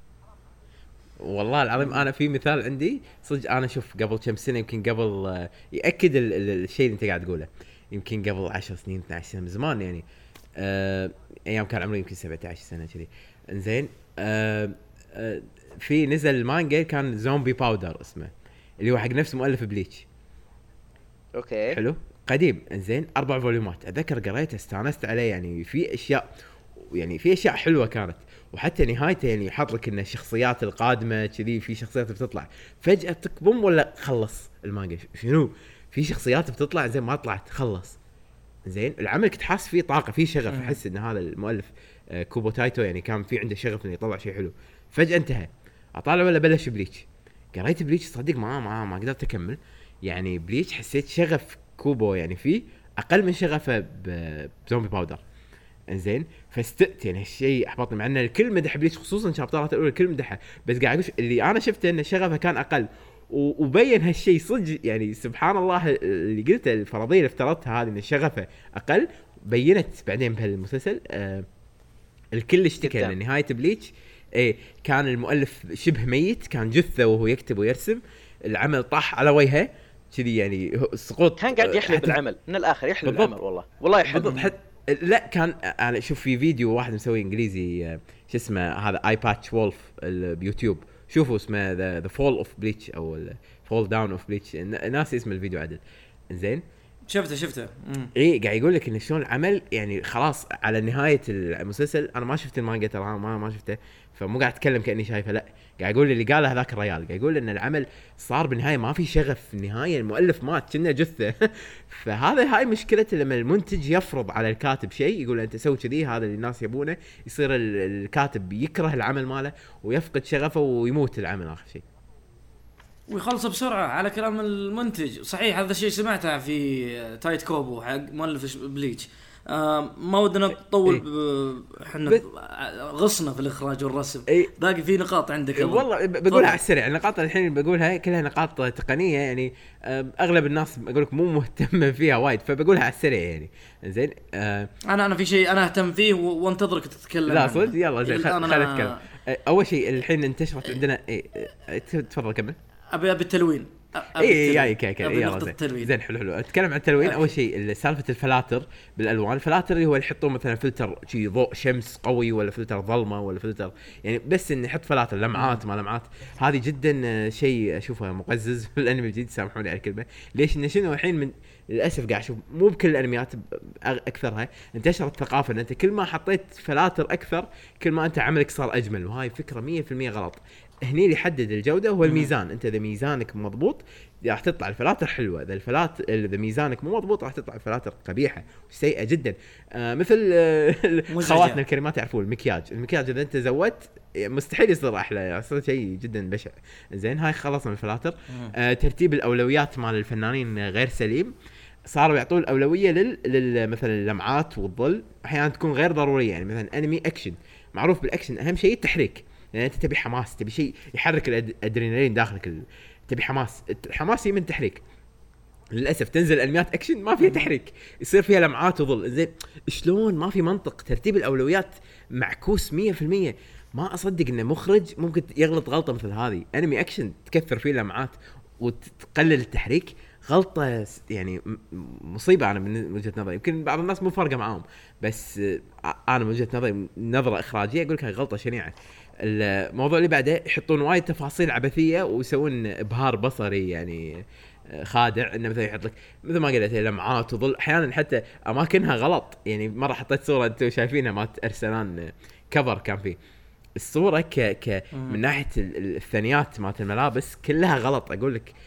والله العظيم انا في مثال عندي صدق، انا شوف قبل كم سنه يمكن قبل ياكد ال... ال... الشيء اللي انت قاعد تقوله، يمكن قبل عشر سنين اثنا عشر سنه من زمان يعني، أه... ايام كان عمري يمكن سبعة عشر سنه كذي. انزين أه أه في نزل مانجا كان زومبي باودر اسمه، اللي هو حق نفس مؤلف بليتش. اوكي حلو قديم. انزين اربع فوليومات اتذكر قريته استانست عليه يعني، في اشياء يعني في اشياء حلوه كانت، وحتى نهايته يعني يحط لك ان الشخصيات القادمه كذي، في شخصيات بتطلع فجاه تكبم ولا خلص المانجا شنو، في شخصيات بتطلع زين ما طلعت خلص. زين العمل كنت حاس فيه طاقه، فيه شغف، احس ان هذا المؤلف كوبو تايتو يعني كان في عنده شغف انه يطلع شيء حلو. فجاه انتهى، اطالع ولا بلش بليتش. قريت بليتش صدق ما ما ما قدرت اكمل يعني. بليتش حسيت شغف كوبو يعني فيه اقل من شغفه بزومبي باودر. انزين فاستئت يعني هالشيء احبطني، مع ان الكل مدح بليتش خصوصا شابترات الاولى الكل مدحها، بس قاعد اقول اللي انا شفته ان شغفه كان اقل، وبين هالشيء صدق يعني. سبحان الله اللي قلته الفرضيه اللي افترضتها هذه ان شغفه اقل بينت بعدين بهالمسلسل. آه الكل اشتكى ان نهايه بليتش ايه كان المؤلف شبه ميت، كان جثه وهو يكتب ويرسم، العمل طاح على وجهه كذي يعني سقوط، كان قاعد يحلب العمل من الاخر، يحلب العمل والله والله يحلب. حت... لا كان انا اشوف في فيديو واحد مسوي انجليزي شو اسمه هذا اي باتش وولف بيوتيوب، شوفوا اسمه ذا ذا فول اوف بليتش او فول داون اوف بليتش، ناسي اسم الفيديو عدل. زين شفته شفته ايه قاعد يقول لك ان شلون العمل يعني خلاص على نهايه المسلسل. انا ما شفت المانجا ترى، ما ما شفته، فمو قاعد اتكلم كاني شايفه، لا قاعد يقول اللي قاله هذاك الريال، قاعد يقول ان العمل صار بالنهايه ما في شغف في النهايه، المؤلف مات كأنه جثه. فهذا هاي مشكله لما المنتج يفرض على الكاتب شيء، يقول انت سوي كذي، هذا اللي الناس يبونه، يصير الكاتب يكره العمل ماله ويفقد شغفه ويموت العمل اخر شيء ويخلص بسرعه. على كلام المنتج صحيح، هذا الشيء سمعته في تايت كوبو حق مؤلف بليتش. آه ما ودنا نطول احنا إيه؟ غصنا في الاخراج والرسم. إيه؟ باقي في نقاط عندك؟ إيه والله بقولها على السريع. النقاط الحين بقولها كلها نقاط تقنيه يعني، آه اغلب الناس بقول لك مو مهتمه فيها وايد، فبقولها على السريع يعني. زين آه انا انا في شيء انا اهتم فيه وانتظرك تتكلم. لا صدق يلا زين خلينا نتكلم. اول شيء الحين انتشرت عندنا إيه تفضل كمل. ابي ابي التلوين. اي جاي كاي كاي يلا زين زين حلو حلو اتكلم عن التلوين. اول شيء سالفه الفلاتر بالالوان. الفلاتر اللي هو اللي يحطون مثلا فلتر شيء ضوء شمس قوي ولا فلتر ظلمه ولا فلتر يعني، بس ان يحط فلاتر لمعات ما لمعات، هذه جدا شيء اشوفه مقزز في الانمي الجديد. سامحوني على الكلمه. ليش؟ ان شنو الحين من للاسف قاعد اشوف مو بكل الانميات اكثرها انتشرت ثقافه ان انت كل ما حطيت فلاتر اكثر كل ما انت عملك صار اجمل، وهاي فكره مية بالمية غلط. هني اللي يحدد الجوده هو الميزان. انت اذا ميزانك مضبوط راح تطلع الفلاتر حلوه، اذا الفلاتر اذا ميزانك مو مضبوط راح تطلع الفلاتر قبيحه وسيئه جدا. آه مثل آه خواتنا الكريمات يعرفون المكياج. المكياج اذا انت زودت مستحيل يصير احلى، يصير شيء جدا بشع. زين هاي خلصنا من الفلاتر. آه ترتيب الاولويات مال الفنانين غير سليم، صاروا يعطون الاولويه لل, لل مثلا اللمعات والظل احيانا تكون غير ضروريه. يعني مثلا انمي اكشن، معروف بالاكشن اهم شيء التحريك، يعني انت تبي حماس، تبي شيء يحرك الادرينالين داخلك، تبي حماس. الحماس من تحريك. للاسف تنزل انميات اكشن ما فيها تحريك، يصير فيها لمعات وظل. زين شلون؟ ما في منطق. ترتيب الاولويات معكوس مية بالمية. ما اصدق ان مخرج ممكن يغلط غلطه مثل هذه. انمي اكشن تكثر فيه لمعات وتقلل التحريك، غلطه يعني مصيبه. انا من وجهه نظري يمكن بعض الناس مو فارقه معاهم، بس انا من وجهه نظري نظره اخراجيه اقول لك هاي غلطه شنيعه. الموضوع اللي بعده يحطون وايد تفاصيل عبثيه ويسوون ابهار بصري يعني خادع، انه مثلا يحط لك مثل ما قلت لمعات وظل، احيانا حتى اماكنها غلط. يعني مره حطيت صوره انتم شايفينها مات ارسلان كفر، كان فيه الصوره ك ك من ناحيه الثانيات مالت الملابس كلها غلط. اقول لك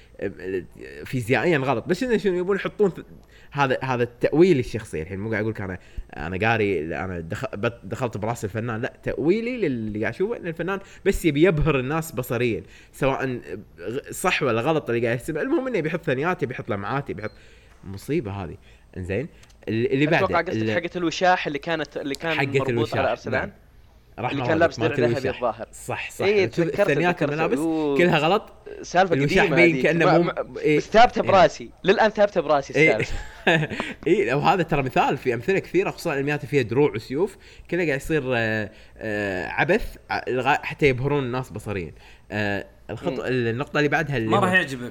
فيزيائيا غلط، بس انه شنو يبون يحطون هذا هذا التاويل الشخصي. الحين مو قاعد اقول لك انا انا قاري انا دخلت براس الفنان، لا تاويلي للي قاعد اشوفه ان الفنان بس يبي يبهر الناس بصريا، سواء صح ولا غلط اللي قاعد يسمع. المهم انه بيحط ثانيات، بيحط لمعات، بيحط مصيبه هذه. انزين اللي بعده اتوقع قصدك حقه الوشاح اللي كانت اللي كان مربوط على ارسلان، اللي كان لابس درع ذهبي الظاهر. صح صح. إيه الثانيات الملابس كلها غلط. سالفه قديمه هذه كانه مو إيه بس ثابته براسي إيه للان ثابته براسي السالفه. اي إيه وهذا ترى مثال في امثله كثيره، خصوصا الانميات فيها دروع وسيوف كلها قاعد يصير آآ آآ عبث حتى يبهرون الناس بصريا. الخط النقطه اللي بعدها اللي ما راح يعجبك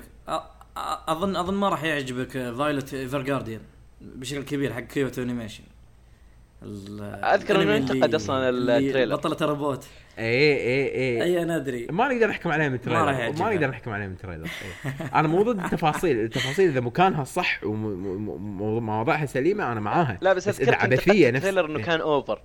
اظن اظن ما راح يعجبك فايلوت ايفرغارديان بشكل كبير حق كيوتو انيميشن. اذكر انه انتقد اصلا التريلر بطلت روبوت. اي اي اي اي انا ادري ما نقدر نحكم عليه من التريلر، ما, ما نقدر نحكم عليه من التريلر. انا مو ضد التفاصيل، التفاصيل اذا مكانها صح ومواضيعها سليمه انا معاها. لا بس, بس اذا عبثيه نفس التريلر انه كان اوفر،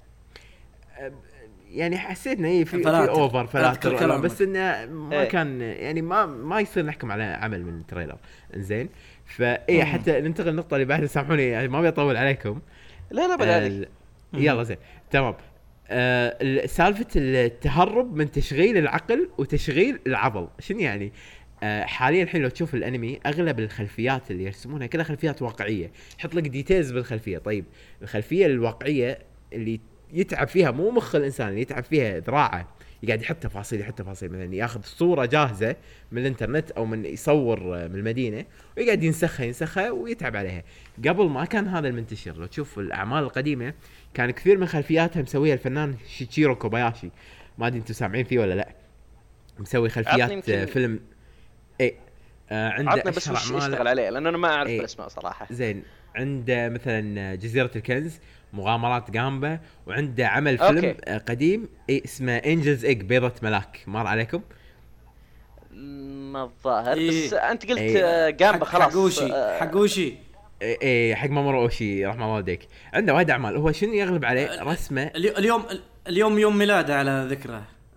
يعني حسيت انه في, في اوفر فلاتر، بس انه ما كان يعني ما ما يصير نحكم على عمل من التريلر. انزين فاي حتى ننتقل للنقطه اللي بعدها. سامحوني يعني ما بيطول عليكم. لا لا بل يلا زين تمام. آه سالفه التهرب من تشغيل العقل وتشغيل العضل شنو يعني؟ آه حاليا الحين لو تشوف الانمي اغلب الخلفيات اللي يرسمونها كلها خلفيات واقعيه، يحط لك ديتيلز بالخلفيه. طيب الخلفيه الواقعيه اللي يتعب فيها مو مخ الانسان، اللي يتعب فيها ذراعه، يقعد يحط تفاصيل يحط تفاصيل مثلا ياخذ صوره جاهزه من الانترنت او من يصور من المدينه ويقعد ينسخها ينسخها ويتعب عليها. قبل ما كان هذا المنتشر. لو تشوف الاعمال القديمه كان كثير من خلفياتها مسويها الفنان شيتشيرو كوباياشي، ما ادري انتم سامعين فيه ولا لا. مسوي خلفيات فيلم اي آه عنده بس مش اشتغل عليه لان انا ما اعرف ايه الاسماء صراحه. زين عنده مثلا جزيره الكنز، مغامرات جامبا، وعنده عمل فيلم أوكي. قديم إيه اسمه انجلز ايج، بيضة ملاك. مر عليكم؟ ما الظاهر إيه. بس انت قلت إيه. جامبا خلاص حقوشي حقوشي ايه إيه حق مامورو اوشي رحمه والديك. عنده وايد اعمال. هو شنو يغلب عليه رسمه. اليوم اليوم يوم ميلاده على ذكره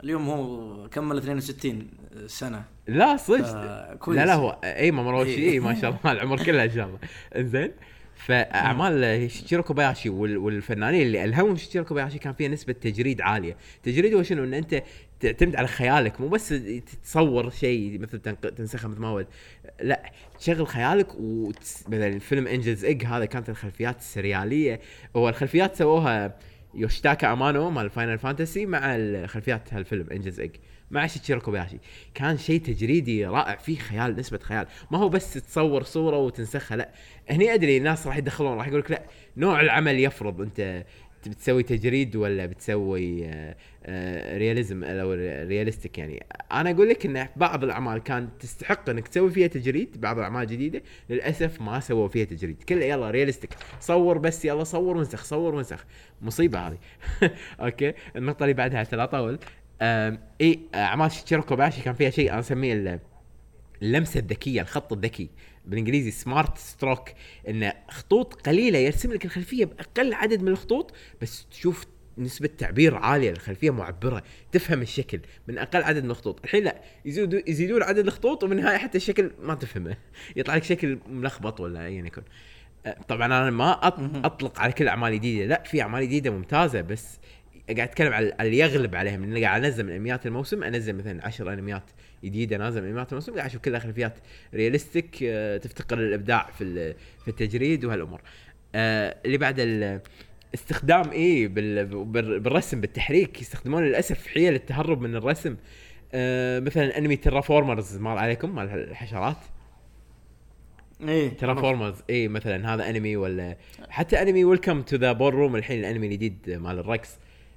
اليوم هو كمل اثنين وستين سنة. لا صدق لا لا هو اي ماموروشي إيه. ما شاء الله العمر كله ان شاء الله. انزين فاعمال شيتشيرو كوباياشي والفنانين اللي الهمهم شيتشيرو كوباياشي كان فيها نسبه تجريد عاليه. تجريد هو شنو؟ ان انت تعتمد على خيالك، مو بس تتصور شيء مثل تنسخه مثل ما هو، لا تشغل خيالك. ومثلا فيلم انجلز ايج هذا كانت الخلفيات السرياليه، هو الخلفيات سووها يوشتاكا امانو مال فاينل فانتسي مع الخلفيات هالفيلم انجلز ايج مع شيتشيرو كوباياشي. كان شيء تجريدي رائع فيه خيال، نسبة خيال، ما هو بس تصور صورة وتنسخها. لا هني أدري الناس راح يدخلون راح يقولك لا نوع العمل يفرض أنت بتسوي تجريد ولا بتسوي آآ آآ رياليزم أو رياليستيك. يعني أنا أقول لك إن بعض الأعمال كانت تستحق إنك تسوي فيها تجريد، بعض الأعمال جديدة للأسف ما سووا فيها تجريد، كله يلا رياليستيك صور بس، يلا صور ونسخ صور ونسخ، مصيبة هذه. أوكي النقطة اللي بعدها عشان لا أطول، اي اعمال شيتشيرو كوباياشي كان فيها شيء انا اسميه اللمسه الذكيه، الخط الذكي بالانجليزي سمارت ستروك، ان خطوط قليله يرسم لك الخلفيه باقل عدد من الخطوط بس تشوف نسبه تعبير عاليه، الخلفيه معبره، تفهم الشكل من اقل عدد من الخطوط. الحين لا يزيدوا يزيدون عدد الخطوط ومن النهايه حتى الشكل ما تفهمه، يطلع لك شكل ملخبط ولا ايا يكن. طبعا انا ما اطلق على كل اعمال جديده، لا في اعمال جديده ممتازه، بس قاعد اتكلم على اللي يغلب عليهم. اللي قاعد انزل من انميات الموسم، انزل مثلا عشر انميات جديده نازل من انميات الموسم، قاعد اشوف كلها خلفيات رياليستيك تفتقر الابداع في في التجريد وهالامور. آه اللي بعد الاستخدام ايه بالرسم بالتحريك، يستخدمون للاسف حيل التهرب من الرسم. آه مثلا انمي تيرافورمرز مال عليكم مال الحشرات، ايه تيرافورمرز ايه مثلا هذا انمي، ولا حتى انمي ويلكم تو ذا بول روم الحين الانمي الجديد مال الرقص.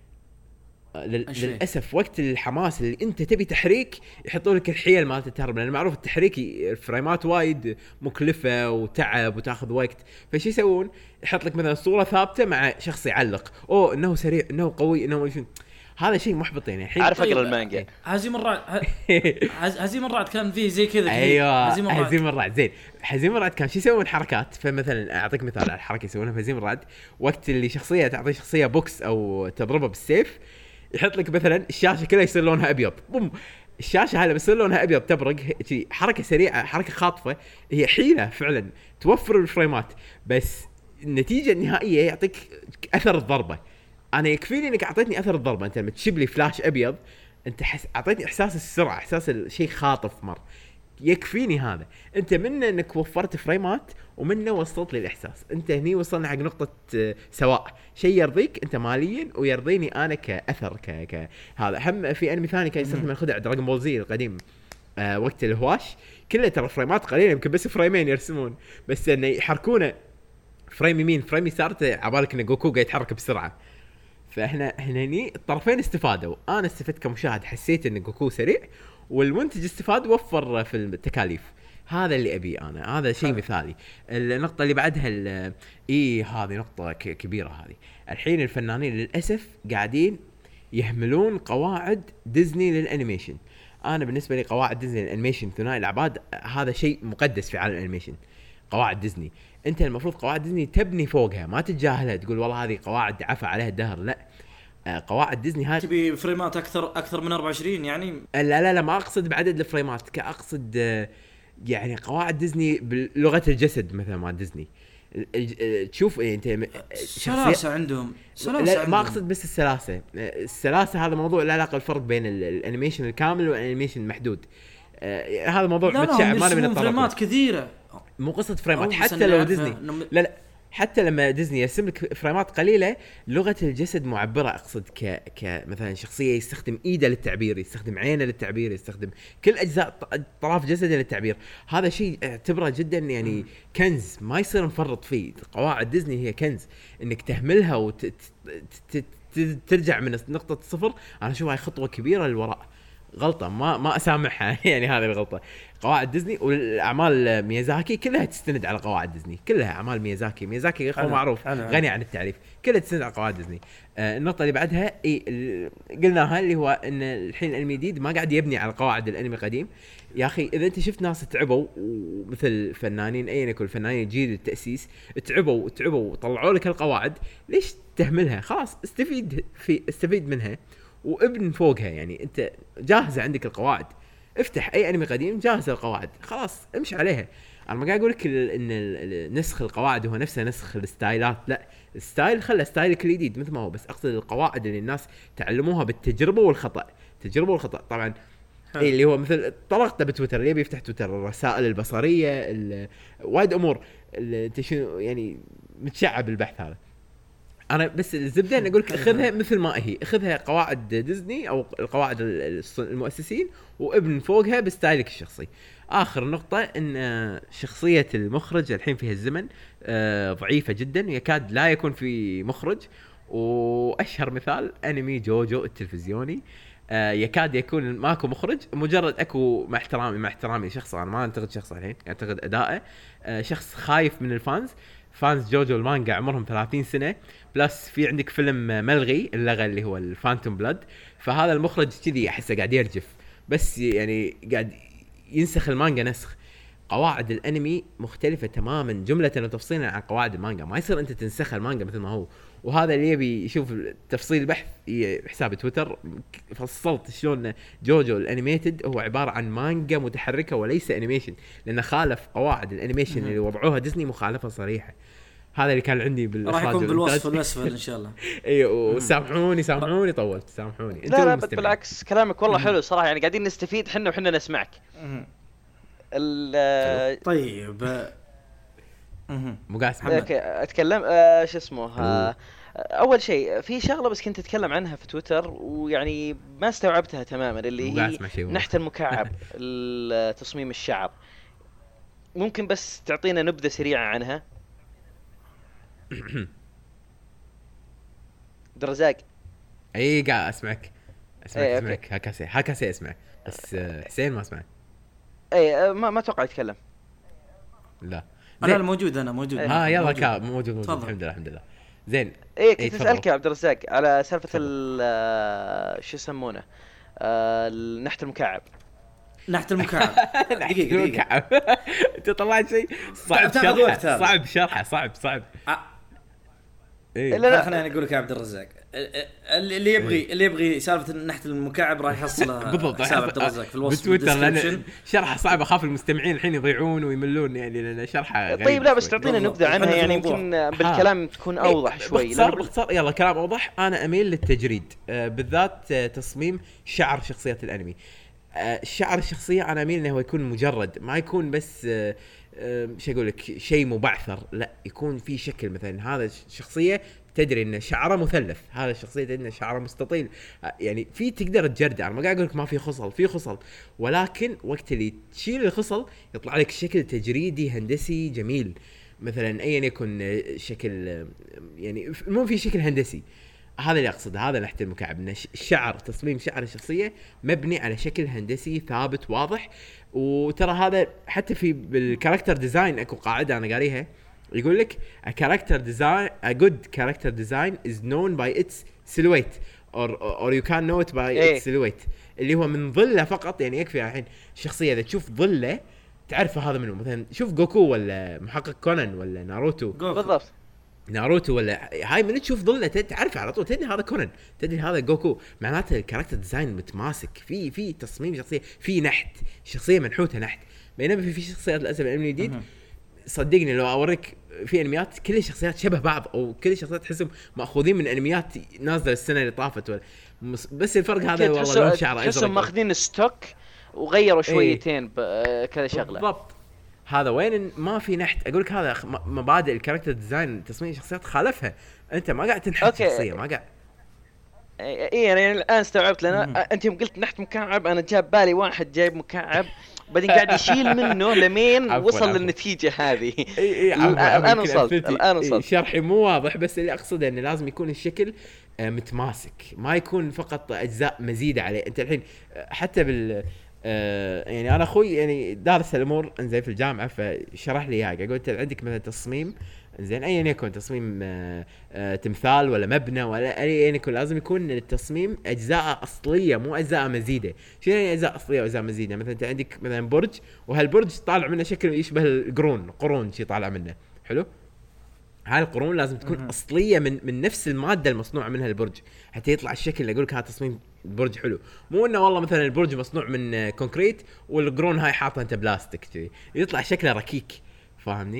للاسف وقت الحماس اللي انت تبي تحريك يحطوا لك الحيل مالت التهرب، لان معروف التحريك الفريمات وايد مكلفه وتعب وتاخذ وقت. فشي يسوون يحط لك مثلا صوره ثابته مع شخص يعلق اوه انه سريع انه قوي انه شنو، هذا شيء محبط. يعني الحين عارف اقرا المانجا هزيم الرعد، هزيم الرعد كان فيه زي كذا. ايوه هزيم الرعد زين. هزيم الرعد كان شي يسوون حركات، فمثلا اعطيك مثال على الحركه يسوونها في هزيم الرعد، وقت اللي شخصيه تعطي شخصيه بوكس او تضربه بالسيف، يحط لك مثلا الشاشه كلها يصير لونها ابيض، بوم الشاشه هاي بيصير لونها ابيض تبرق، حركه سريعه حركه خاطفه، هي حيله فعلا توفر الفريمات، بس النتيجه النهائيه يعطيك اثر الضربه. انا يكفيني انك اعطيتني اثر الضربه، انت لما تشب لي فلاش ابيض انت حس... اعطيتني احساس السرعه، احساس الشيء خاطف مر، يكفيني هذا. انت منه انك وفرت فريمات ومنه وصلت لي الاحساس. انت هني وصلنا حق نقطه سواء شيء يرضيك انت ماليا ويرضيني انا كاثر ك, ك... هذا. هم في انمي ثاني كان يستخدم الخدع دراغون بول زي القديم، آه وقت الهواش كله ترى فريمات قليله، يمكن بس فريمين يرسمون، بس انه يحركونه فريم يمين فريم يسار عبالك ان جوكو قاعد يتحرك بسرعه. فاحنا هنا هني الطرفين استفادوا، انا استفدت كمشاهد حسيت ان جوكو سريع، والمنتج استفاد وفر في التكاليف. هذا اللي ابي انا، هذا شيء مثالي. النقطه اللي بعدها اي هذه نقطه كبيره، هذه الحين الفنانين للاسف قاعدين يهملون قواعد ديزني للانيميشن. انا بالنسبه لي قواعد ديزني للانيميشن ثنائي الابعاد هذا شيء مقدس في عالم الانيميشن. قواعد ديزني انت المفروض قواعد ديزني تبني فوقها، ما تتجاهلها تقول والله هذه قواعد عفى عليها الدهر، لا. قواعد ديزني هذه تبي فريمات اكثر اكثر من أربعة وعشرين يعني. لا لا لا ما اقصد بعدد الفريمات، كاقصد يعني قواعد ديزني بلغه الجسد مثلا مال ديزني. تشوف انت سلاسه عندهم سلاسه لا عندهم. ما اقصد بس السلاسه، السلاسه هذا موضوع لا علاقه الفرق بين الانيميشن الكامل والانيميشن المحدود. آه هذا موضوع متشعب، ما نبي نتطرق. فريمات كثيره، مو قصه فريمات حتى لو ديزني نم... لا لا حتى لما ديزني يرسم لك فريمات قليله لغه الجسد معبره. اقصد ك ك مثلا شخصيه يستخدم ايده للتعبير، يستخدم عينه للتعبير، يستخدم كل اجزاء طرف جسده للتعبير. هذا شيء اعتبره جدا يعني كنز ما يصير نفرط فيه. قواعد ديزني هي كنز، انك تهملها وترجع من نقطه الصفر انا اشوفها خطوه كبيره للوراء، غلطه ما ما اسامحها. يعني هذه الغلطه. قواعد ديزني والاعمال ميازاكي كلها تستند على قواعد ديزني، كلها اعمال ميازاكي. ميازاكي اخو معروف أنا غني عن التعريف، كلها تستند على قواعد ديزني. آه النقطه اللي بعدها اي قلناها اللي هو ان الحين الانمي الجديد ما قاعد يبني على قواعد الانمي القديم. يا اخي اذا انت شفت ناس تعبوا مثل فنانين اي نكل فنانين جيل التاسيس تعبوا وتعبوا وطلعوا لك القواعد، ليش تهملها؟ خلاص استفيد في استفيد منها وابن فوقها. يعني انت جاهزه عندك القواعد، افتح اي انمي قديم جاهزه القواعد خلاص امشي عليها. انا ما قاعد اقول لك ان نسخ القواعد هو نفسه نسخ الستايلات، لا الستايل خلى ستايلك الجديد مثل ما هو، بس اقصد القواعد اللي الناس تعلموها بالتجربه والخطا. تجربه والخطا طبعا إيه اللي هو مثل طرقته بتويتر اللي بيفتح تويتر، الرسائل البصريه، وايد امور انت شنو يعني متشعب البحث هذا. انا بس الزبده اقول لك اخذها مثل ما هي، اخذها قواعد ديزني او القواعد المؤسسين وابن فوقها بستايلك الشخصي. اخر نقطه ان شخصيه المخرج الحين في هالزمن ضعيفه جدا، يكاد لا يكون في مخرج. واشهر مثال انمي جوجو التلفزيوني، يكاد يكون ماكو مخرج، مجرد اكو مع احترامي مع احترامي شخص انا ما انتقد شخص الحين، انتقد اداءه، شخص خايف من الفانز. فانز جوجو المانجا عمرهم ثلاثين سنة بلس، في عندك فيلم ملغي اللغة اللي هو الفانتوم بلاد، فهذا المخرج كذي احسه قاعد يرجف بس يعني قاعد ينسخ المانجا نسخ. قواعد الانمي مختلفة تماما جملة وتفصيلا عن قواعد المانجا، ما يصير انت تنسخ المانجا مثل ما هو. وهذا اللي يبي يشوف تفصيل البحث حساب تويتر فصلت شلون جوجو الانيميتد هو عبارة عن مانجا متحركة وليس انيميشن، لأنه خالف قواعد الانيميشن اللي وضعوها ديزني مخالفة صريحة. هذا اللي كان عندي بالإخراج، راح يكون بالوصف الأسفل إن شاء الله. ايوه وسامحوني سامحوني طولت سامحوني. لا لا بالعكس كلامك والله حلو صراحة، يعني قاعدين نستفيد حنا وحنا نسمعك. طيب مو قاعد اتكلم آه شو اسمه آه اول شيء في شغله بس كنت اتكلم عنها في تويتر ويعني ما استوعبتها تماما، اللي هي نحت المكعب تصميم الشعر. ممكن بس تعطينا نبذه سريعه عنها؟ درزاق اي قاعد اسمعك اسمعك أي اسمعك هكاسي هكاسي اسمعك بس حسين ما اسمعك. اي ما ما اتوقع يتكلم. لا انا الموجود انا موجود ها آه يلا كاب موجود موجود الحمد لله الحمد لله زين. ايه كنت اسالك يا عبد الرزاق على سالفه شو يسمونه نحت المكعب. نحت المكعب دقيقه دقيقه انت طلعت شيء صعب شرحه صعب شرحه صعب صعب ايه لا خليني اقول لك يا عبد الرزاق اللي يبغي اللي يبغي سالفه نحت المكعب راح يحصلها بالضبط حساب عبد الرزاق في الوصف بتويتر، لان شرحه صعب اخاف المستمعين الحين يضيعون ويملون يعني لان شرحه غريب. طيب لا بس تعطينا نبذه عنها يعني يمكن بالكلام تكون اوضح شوي. باختصار باختصار يلا كلام اوضح. انا اميل للتجريد بالذات تصميم شعر شخصيات الانمي. الشعر الشخصيه انا اميل انه هو يكون مجرد، ما يكون بس شو اقول لك شيء مبعثر، لا يكون في شكل. مثلا هذا الشخصيه تدري ان شعره مثلث، هذا الشخصيه تدري ان شعره مستطيل، يعني في تقدر تجرد. انا ما قاعد اقول لك ما في خصل، في خصل، ولكن وقت اللي تشيل الخصل يطلع لك شكل تجريدي هندسي جميل. مثلا ايا يكن شكل يعني مو في شكل هندسي، هذا اللي اقصده. هذا نحت المكعب، ان الشعر تصميم شعر الشخصيه مبني على شكل هندسي ثابت واضح. وترى هذا حتى في بالكاركتر ديزاين اكو قاعده انا قاريها يقول لك a character design a good character design is known by its silhouette or or you can know it by its silhouette، اللي هو من ظله فقط. يعني يكفي الحين شخصيه اذا تشوف ظله تعرف هذا منه. مثلا شوف جوكو ولا محقق كونان ولا ناروتو بالضبط، ناروتو ولا هاي من تشوف ظله تعرف على طول تدري هذا كونان، تدري هذا جوكو. معناته الكاركتر ديزاين متماسك في في تصميم شخصيه، في نحت شخصيه منحوته نحت. بينما في في شخصيات للاسف الانمي الجديد صدقني لو اوريك في انميات كل الشخصيات شبه بعض، او كل الشخصيات تحسهم ماخوذين من انميات نازله السنه اللي طافت ولا بس الفرق هذا والله لون شعره تحسهم ماخذين ستوك وغيروا شويتين ايه. كذا شغله بالضبط. هذا وين ما في نحت. اقول لك هذا مبادئ الكاركتر ديزاين تصميم الشخصيات خالفها. انت ما قاعد تنحت أوكي. شخصيه ما قاعد اي يعني الان استوعبت. لان انت يوم قلت نحت مكعب انا جاب بالي واحد جايب مكعب بعدين قاعد يشيل منه لمين وصل للنتيجه هذه. اي اي الان وصلت الان وصلت شرحي مو واضح، بس اللي اقصده انه لازم يكون الشكل متماسك، ما يكون فقط اجزاء مزيده عليه. انت الحين حتى بال يعني انا اخوي يعني دارس الامور انزين في الجامعه فشرح لي اياها. قال انت عندك مثلا تصميم زين ايا يكن تصميم آآ آآ تمثال ولا مبنى ولا ايا يكن، لازم يكون التصميم اجزاء اصليه مو اجزاء مزيده. شنو يعني اجزاء اصليه واجزاء مزيده؟ مثلا انت عندك مثلا برج وهالبرج طالع منه شكل يشبه القرون، قرون شي طالع منه حلو. هاي القرون لازم تكون أصلية من من نفس المادة المصنوعة منها البرج حتى يطلع الشكل اللي أقولك هذا تصميم البرج حلو، مو انه والله مثلا البرج مصنوع من كونكريت والقرون هاي حاطه انت بلاستيك كذي يطلع شكله ركيك فاهمني.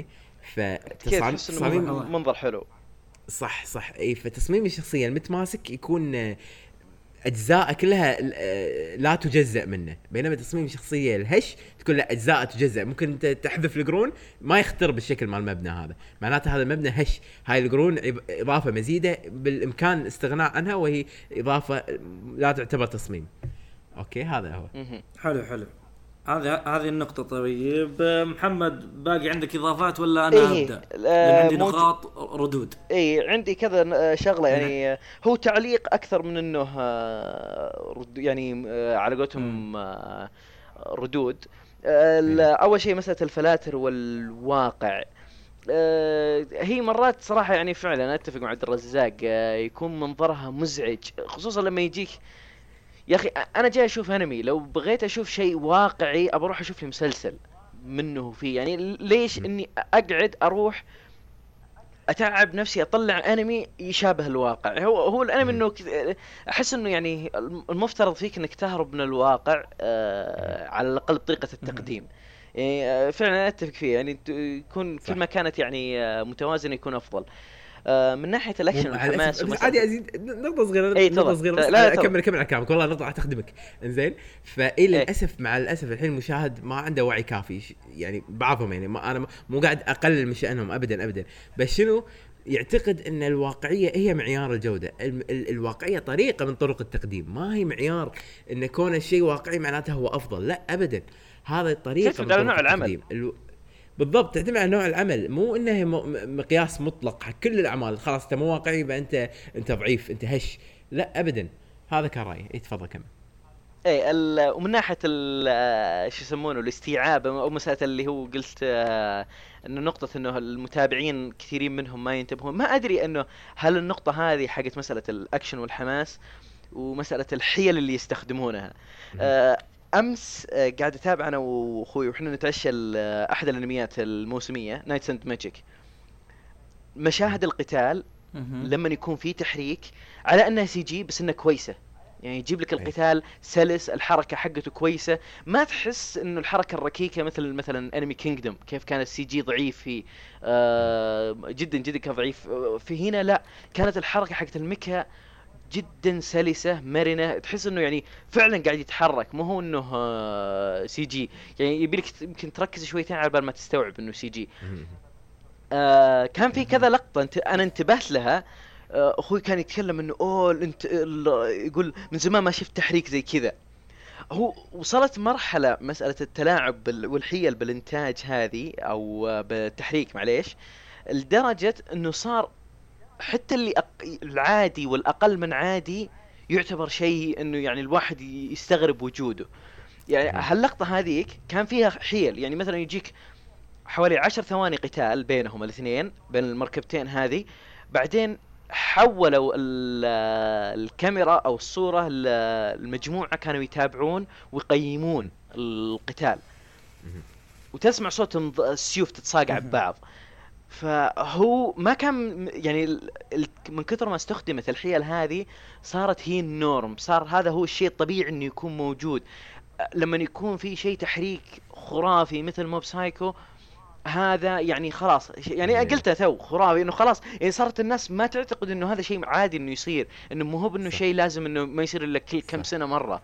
فتصميم منظر حلو صح صح اي. فتصميم الشخصيه المتماسك يكون اجزاء كلها لا تجزأ منه، بينما تصميم الشخصيه الهش تكون له اجزاء تجزأ. ممكن انت تحذف القرون ما يخترب بالشكل مال المبنى هذا، معناته هذا المبنى هش. هاي القرون اضافه مزيده بالامكان الاستغناء عنها، وهي اضافه لا تعتبر تصميم. اوكي هذا هو. حلو حلو هذه هذه النقطة. طيب محمد باقي عندك إضافات ولا أنا إيه أبدأ؟ لأن عندي نقاط ردود. إيه عندي كذا شغلة يعني هو تعليق أكثر من إنه يعني على قولتهم ردود. أول شيء مسألة الفلاتر والواقع، هي مرات صراحة يعني فعلا أتفق مع عبد الرزاق يكون منظرها مزعج، خصوصا لما يجيك يا اخي انا جاي اشوف انمي، لو بغيت اشوف شيء واقعي ابى اروح اشوف لي مسلسل منه فيه. يعني ليش اني اقعد اروح اتعب نفسي اطلع انمي يشابه الواقع؟ هو هو الانمي انه احس انه يعني المفترض فيك انك تهرب من الواقع آه على الاقل بطريقه التقديم. يعني فعلا اتفق فيه، يعني يكون كل ما كانت يعني متوازنه يكون افضل. من ناحيه الاكشن والحماس عادي ازيد نقطه صغيره ايه نقطه صغيره بس لا اكمل اكمل على كلامك والله نقطه تخدمك انزين. فاي للاسف مع الاسف الحين المشاهد ما عنده وعي كافي، يعني بعضهم يعني ما انا مو قاعد اقلل من شأنهم ابدا ابدا، بس شنو يعتقد ان الواقعيه هي معيار الجوده. ال- ال- الواقعيه طريقه من طرق التقديم، ما هي معيار ان كون الشيء واقعي معناته هو افضل، لا ابدا. هذا الطريقه من طرق نوع التقديم العمل. بالضبط تعتمد على نوع العمل، مو انه مقياس مطلق حق كل الاعمال. خلاص انت مو واقعي يبقى انت انت ضعيف انت هش، لا ابدا. هذا كان رايي. اي تفضل كمل. اي ومن ناحيه شو يسمونه الاستيعاب او مساله اللي هو قلت انه نقطه انه المتابعين كثيرين منهم ما ينتبهون، ما ادري انه هل النقطه هذه حقت مساله الاكشن والحماس ومساله الحيل اللي يستخدمونها. امس قاعد اتابع انا واخوي وحنا نتعشى احد الانميات الموسميه نايتس اند ماجيك. مشاهد القتال لما يكون في تحريك على انها سي جي بس انها كويسه، يعني يجيب لك القتال سلس، الحركه حقته كويسه، ما تحس انه الحركه الركيكه مثل مثلا انمي كينجدوم كيف كان السي جي ضعيف فيه آه جدا جدا كان ضعيف. في هنا لا، كانت الحركه حقت الميكا جدا سلسه مرنه، تحس انه يعني فعلا قاعد يتحرك، مو هو انه سي جي. يعني يبيلك يمكن تركز شويتين على بال ما تستوعب انه سي جي. آه كان في كذا لقطه انت انا انتبهت لها. آه اخوي كان يتكلم انه اوه انت يقول من زمان ما شفت تحريك زي كذا. هو وصلت مرحله مساله التلاعب والحيل بالانتاج هذه او بالتحريك معليش، لدرجه انه صار حتى اللي أق... العادي والأقل من عادي يعتبر شيء انه يعني الواحد يستغرب وجوده. يعني هاللقطة هذيك كان فيها حيل، يعني مثلا يجيك حوالي عشر ثواني قتال بينهم الاثنين بين المركبتين هذه، بعدين حولوا الكاميرا او الصورة المجموعة كانوا يتابعون ويقيمون القتال وتسمع صوت السيوف تتصاقع ببعض. فهو ما كان يعني من كثر ما استخدمت الحيل هذه صارت هي النورم، صار هذا هو الشيء الطبيعي انه يكون موجود. لما يكون في شيء تحريك خرافي مثل موب سايكو هذا يعني خلاص، يعني قلتها تو خرافي انه خلاص، يعني صارت الناس ما تعتقد انه هذا شيء عادي انه يصير، انه مو هو انه شيء لازم انه ما يصير الا كل كم سنه مره.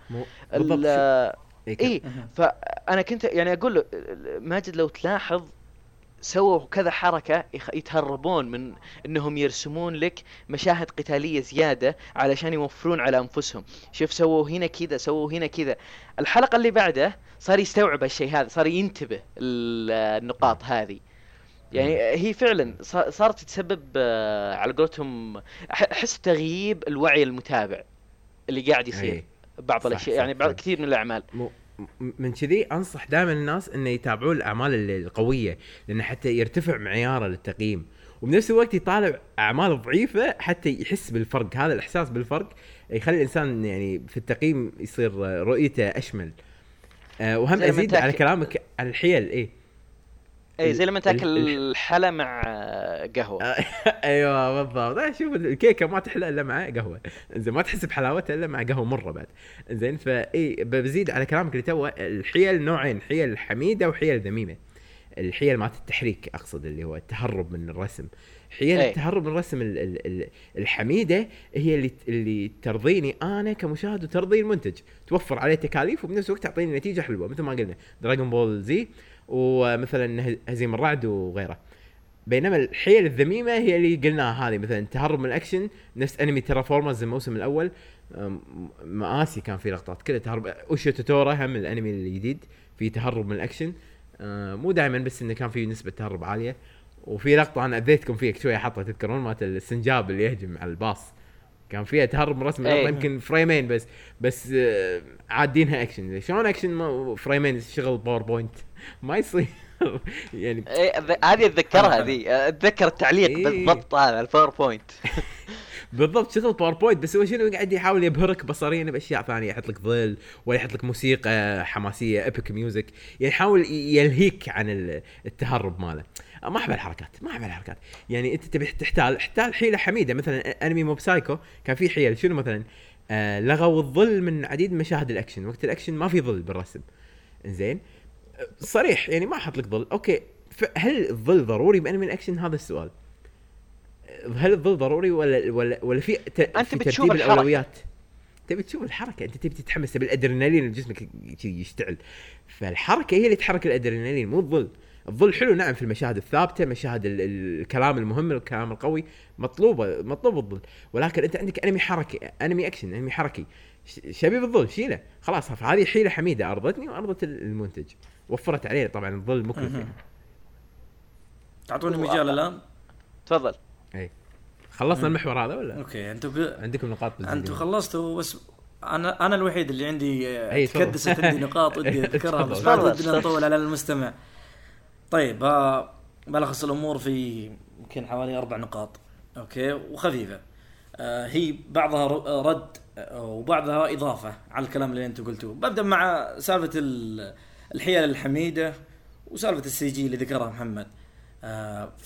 ايه فانا كنت يعني اقول له ماجد لو تلاحظ سووا كذا حركة يتهربون من انهم يرسمون لك مشاهد قتالية زيادة علشان يوفرون على انفسهم. شوف سووا هنا كذا سووا هنا كذا، الحلقة اللي بعده صار يستوعب هالشيء هذا، صار ينتبه النقاط هذه. يعني هي فعلا صارت تسبب على قولتهم احس تغييب الوعي المتابع اللي قاعد يصير بعض الاشياء، يعني بعض كثير من الاعمال. من كذي انصح دائما الناس انه يتابعون الاعمال القويه، لان حتى يرتفع معياره للتقييم، وبنفس الوقت يطالع اعمال ضعيفه حتى يحس بالفرق. هذا الاحساس بالفرق يخلي الانسان يعني في التقييم يصير رؤيته اشمل. أه وهم ازيد على كلامك على الحيل. ايه اي زي لما تاكل الحلا مع قهوه. ايوه بالضبط. لا شوف الكيكه ما تحلى الا مع قهوه، زين ما تحس بحلاوتها الا مع قهوه مره بعد. زين فاي بزيد على كلامك اللي تو، الحيل نوعين، حيل حميده وحيل ذميمه. الحيل مالت التحريك اقصد اللي هو التهرب من الرسم. حيل أي. التهرب من الرسم ال ال الحميده هي اللي اللي ترضيني انا كمشاهد وترضي المنتج، توفر عليه تكاليف وبنفس الوقت تعطيني نتيجه حلوه مثل ما قلنا دراغون بول زي ومثلا هزيم الرعد وغيره. بينما الحيل الذميمه هي اللي قلناها هذه، مثلا تهرب من الاكشن نفس انمي تيرافورمرز الموسم الاول، مآسي كان في لقطات كلها تهرب. اوشو توتورا هم الانمي الجديد في تهرب من الاكشن، مو دائما بس انه كان في نسبه تهرب عاليه. وفي لقطه انا اذيتكم فيها شويه حطها تذكرون مالت السنجاب اللي يهجم على الباص، كان فيها تهرب من رسم اللقطه يمكن فريمين بس بس عادينها اكشن. شلون اكشن فريمين شغل باوربوينت ما يصير يعني. هذه اتذكرها، هذه اتذكر التعليق إيه. بالضبط هذا الباوربوينت بالضبط شغل باوربوينت، بس هو شنو قاعد يحاول يبهرك بصريا باشياء ثانيه، يحط لك ظل ولا يحط لك موسيقى حماسيه ابيك ميوزك، يعني يحاول يلهيك عن التهرب ماله. ما احب الحركات، ما احب الحركات. يعني انت تبي تحتال احتال حيله حميده. مثلا انمي موب سايكو كان في حيل شنو مثلا آه لغوا الظل من عديد مشاهد الاكشن، وقت الاكشن ما في ظل بالرسم زين صريح، يعني ما احط لك ظل. اوكي هل الظل ضروري بانمي الاكشن؟ هذا السؤال. هل الظل ضروري ولا ولا ولا في, ت... في ترتيب الاولويات؟ تبي تشوف الحركه، انت تبي تتحمس بالادرينالين جسمك يشتعل، فالحركه هي اللي تحرك الادرينالين مو الظل. الظل حلو نعم في المشاهد الثابته، مشاهد ال... الكلام المهم الكلام القوي مطلوبه مطلوب الظل، ولكن انت عندك انمي حركي انمي اكشن انمي حركي شبيه بالظل شيله خلاص. هذه حيله حميده ارضتني وارضت المنتج، وفرت عليه طبعا الظل مكلف يعني. تعطوني مجال الان تفضل. اي خلصنا المحور هذا ولا اوكي انتم ب... عندكم نقاط بزيادة؟ انتم خلصتوا بس انا انا الوحيد اللي عندي تكدست عندي نقاط ودي اذكرها بس ما ودنا نطول على المستمع. طيب بلخص الامور في يمكن حوالي اربع نقاط اوكي وخفيفه. آه هي بعضها رد وبعضها اضافه على الكلام اللي انتم قلتوه. ببدا مع سالفه الحيل الحميده وسالفه السي جي اللي ذكرها محمد. آه ف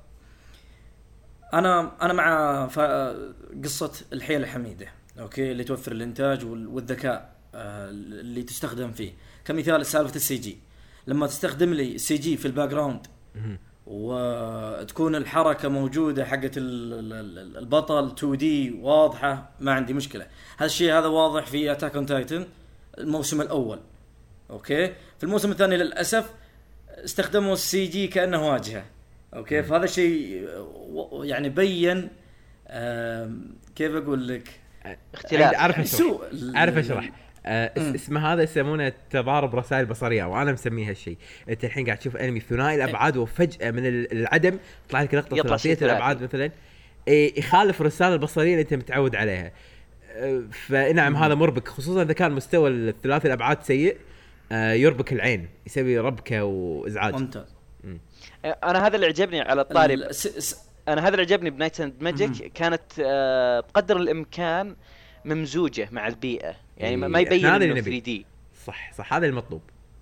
انا انا مع قصه الحيل الحميده اوكي اللي توفر الانتاج والذكاء اللي تستخدم فيه. كمثال سالفه السي جي، لما تستخدم لي السي جي في الباك جراوند وتكون الحركه موجوده حقه البطل تو دي واضحه ما عندي مشكله. هذا الشيء هذا واضح في اتاك اون تايتن الموسم الاول اوكي. في الموسم الثاني للاسف استخدموا السي جي كانه واجهه اوكي. فهذا الشيء يعني بين كيف اقول لك اختلاف. عارف اشرح عارف اشرح آه اسمه هذا يسمونه تضارب رسائل بصريه، وانا مسميه هالشيء. انت الحين قاعد تشوف انمي ثنائي الابعاد وفجاه من العدم يطلع لك لقطه ثلاثيه الابعاد مثلا يخالف الرساله البصريه اللي انت متعود عليها. آه فنعم هذا مربك، خصوصا اذا كان مستوى الثلاثي الابعاد سيء. آه يربك العين، يسوي ربكه وازعاج. ممتاز. انا هذا اللي عجبني على الطاري. انا هذا اللي عجبني بنايت اند ماجيك، كانت آه بقدر الامكان ممزوجه مع البيئه، يعني إيه ما يبين انه ثري دي. صح صح هذا المطلوب.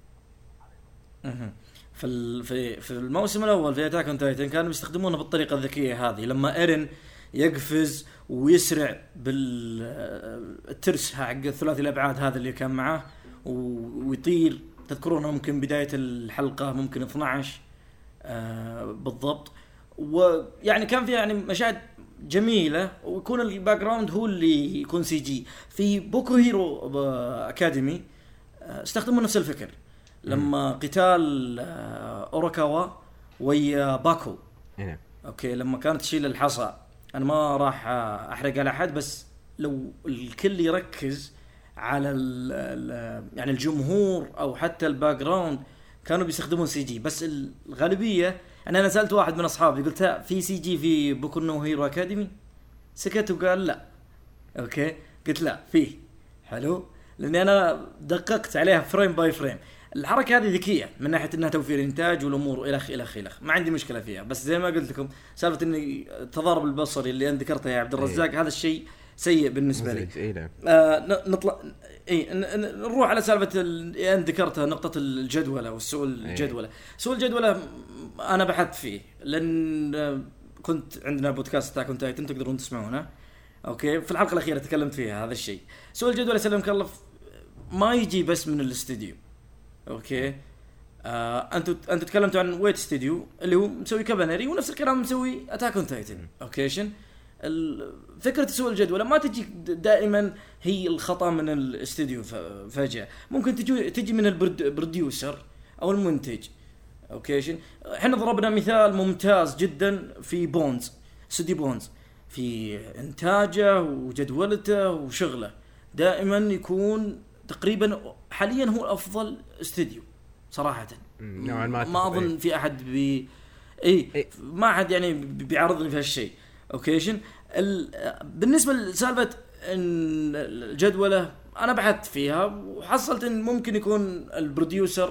في في في الموسم الاول في اتاك اون تايتن كانوا يستخدمونه بالطريقه الذكيه هذه، لما ايرين يقفز ويسرع بالترس حق الثلاثي الابعاد هذا اللي كان معه ويطير. تذكرونه ممكن بدايه الحلقه ممكن اثنعش آه بالضبط. ويعني كان في يعني مشاهد جميله ويكون الباك جراوند هو اللي يكون سي جي. في بوكو هيرو اكاديمي استخدموا نفس الفكر لما قتال اوروكاوا ويا باكو نعم اوكي لما كانت تشيل الحصى. انا ما راح احرق على احد، بس لو الكل يركز على ال ال يعني الجمهور او حتى الباك جراوند كانوا بيستخدمون سي جي، بس الغالبيه يعني انا سالت واحد من اصحابي قلت في سي جي في بوكو نو هيرو اكاديمي؟ سكت وقال لا. اوكي قلت لا فيه. حلو، لاني انا دققت عليها فريم باي فريم. الحركه هذه ذكيه من ناحيه انها توفير انتاج والامور الى اخ الى اخ الى اخ، ما عندي مشكله فيها. بس زي ما قلت لكم سالفه اني التضارب البصري اللي انا ذكرته يا عبد الرزاق، هذا الشيء سيء بالنسبه لي. إيه نعم. آه نطلع اي نروح على سالفه اللي ذكرتها، نقطه الجدوله والسوء الجدوله. سوء الجدوله انا بحثت فيه لان كنت عندنا بودكاست تاع كنت تايتن تقدرون تسمعونه. اوكي في الحلقه الاخيره تكلمت فيها هذا الشيء. سوء الجدوله سلمك الله ما يجي بس من الاستديو. اوكي آه انتوا انتوا تكلمتوا عن ويت استوديو اللي هو مسوي كابانري، ونفس الكلام مسوي اتاك اون تايتن. اوكيشن فكره سوء الجدوله ما تجي دائما هي الخطا من الاستوديو فجاه، ممكن تجي تجي من البروديوسر او المنتج. اوكيشن احنا ضربنا مثال ممتاز جدا في بونز، استوديو بونز في انتاجه وجدولته وشغله دائما يكون تقريبا حاليا هو افضل استوديو صراحه. ما, ما اظن في احد بي اي إيه. ما احد يعني بيعارضني في هالشيء. اوكيشن بالنسبه لسالفه الجدوله انا بحثت فيها وحصلت ان ممكن يكون البروديوسر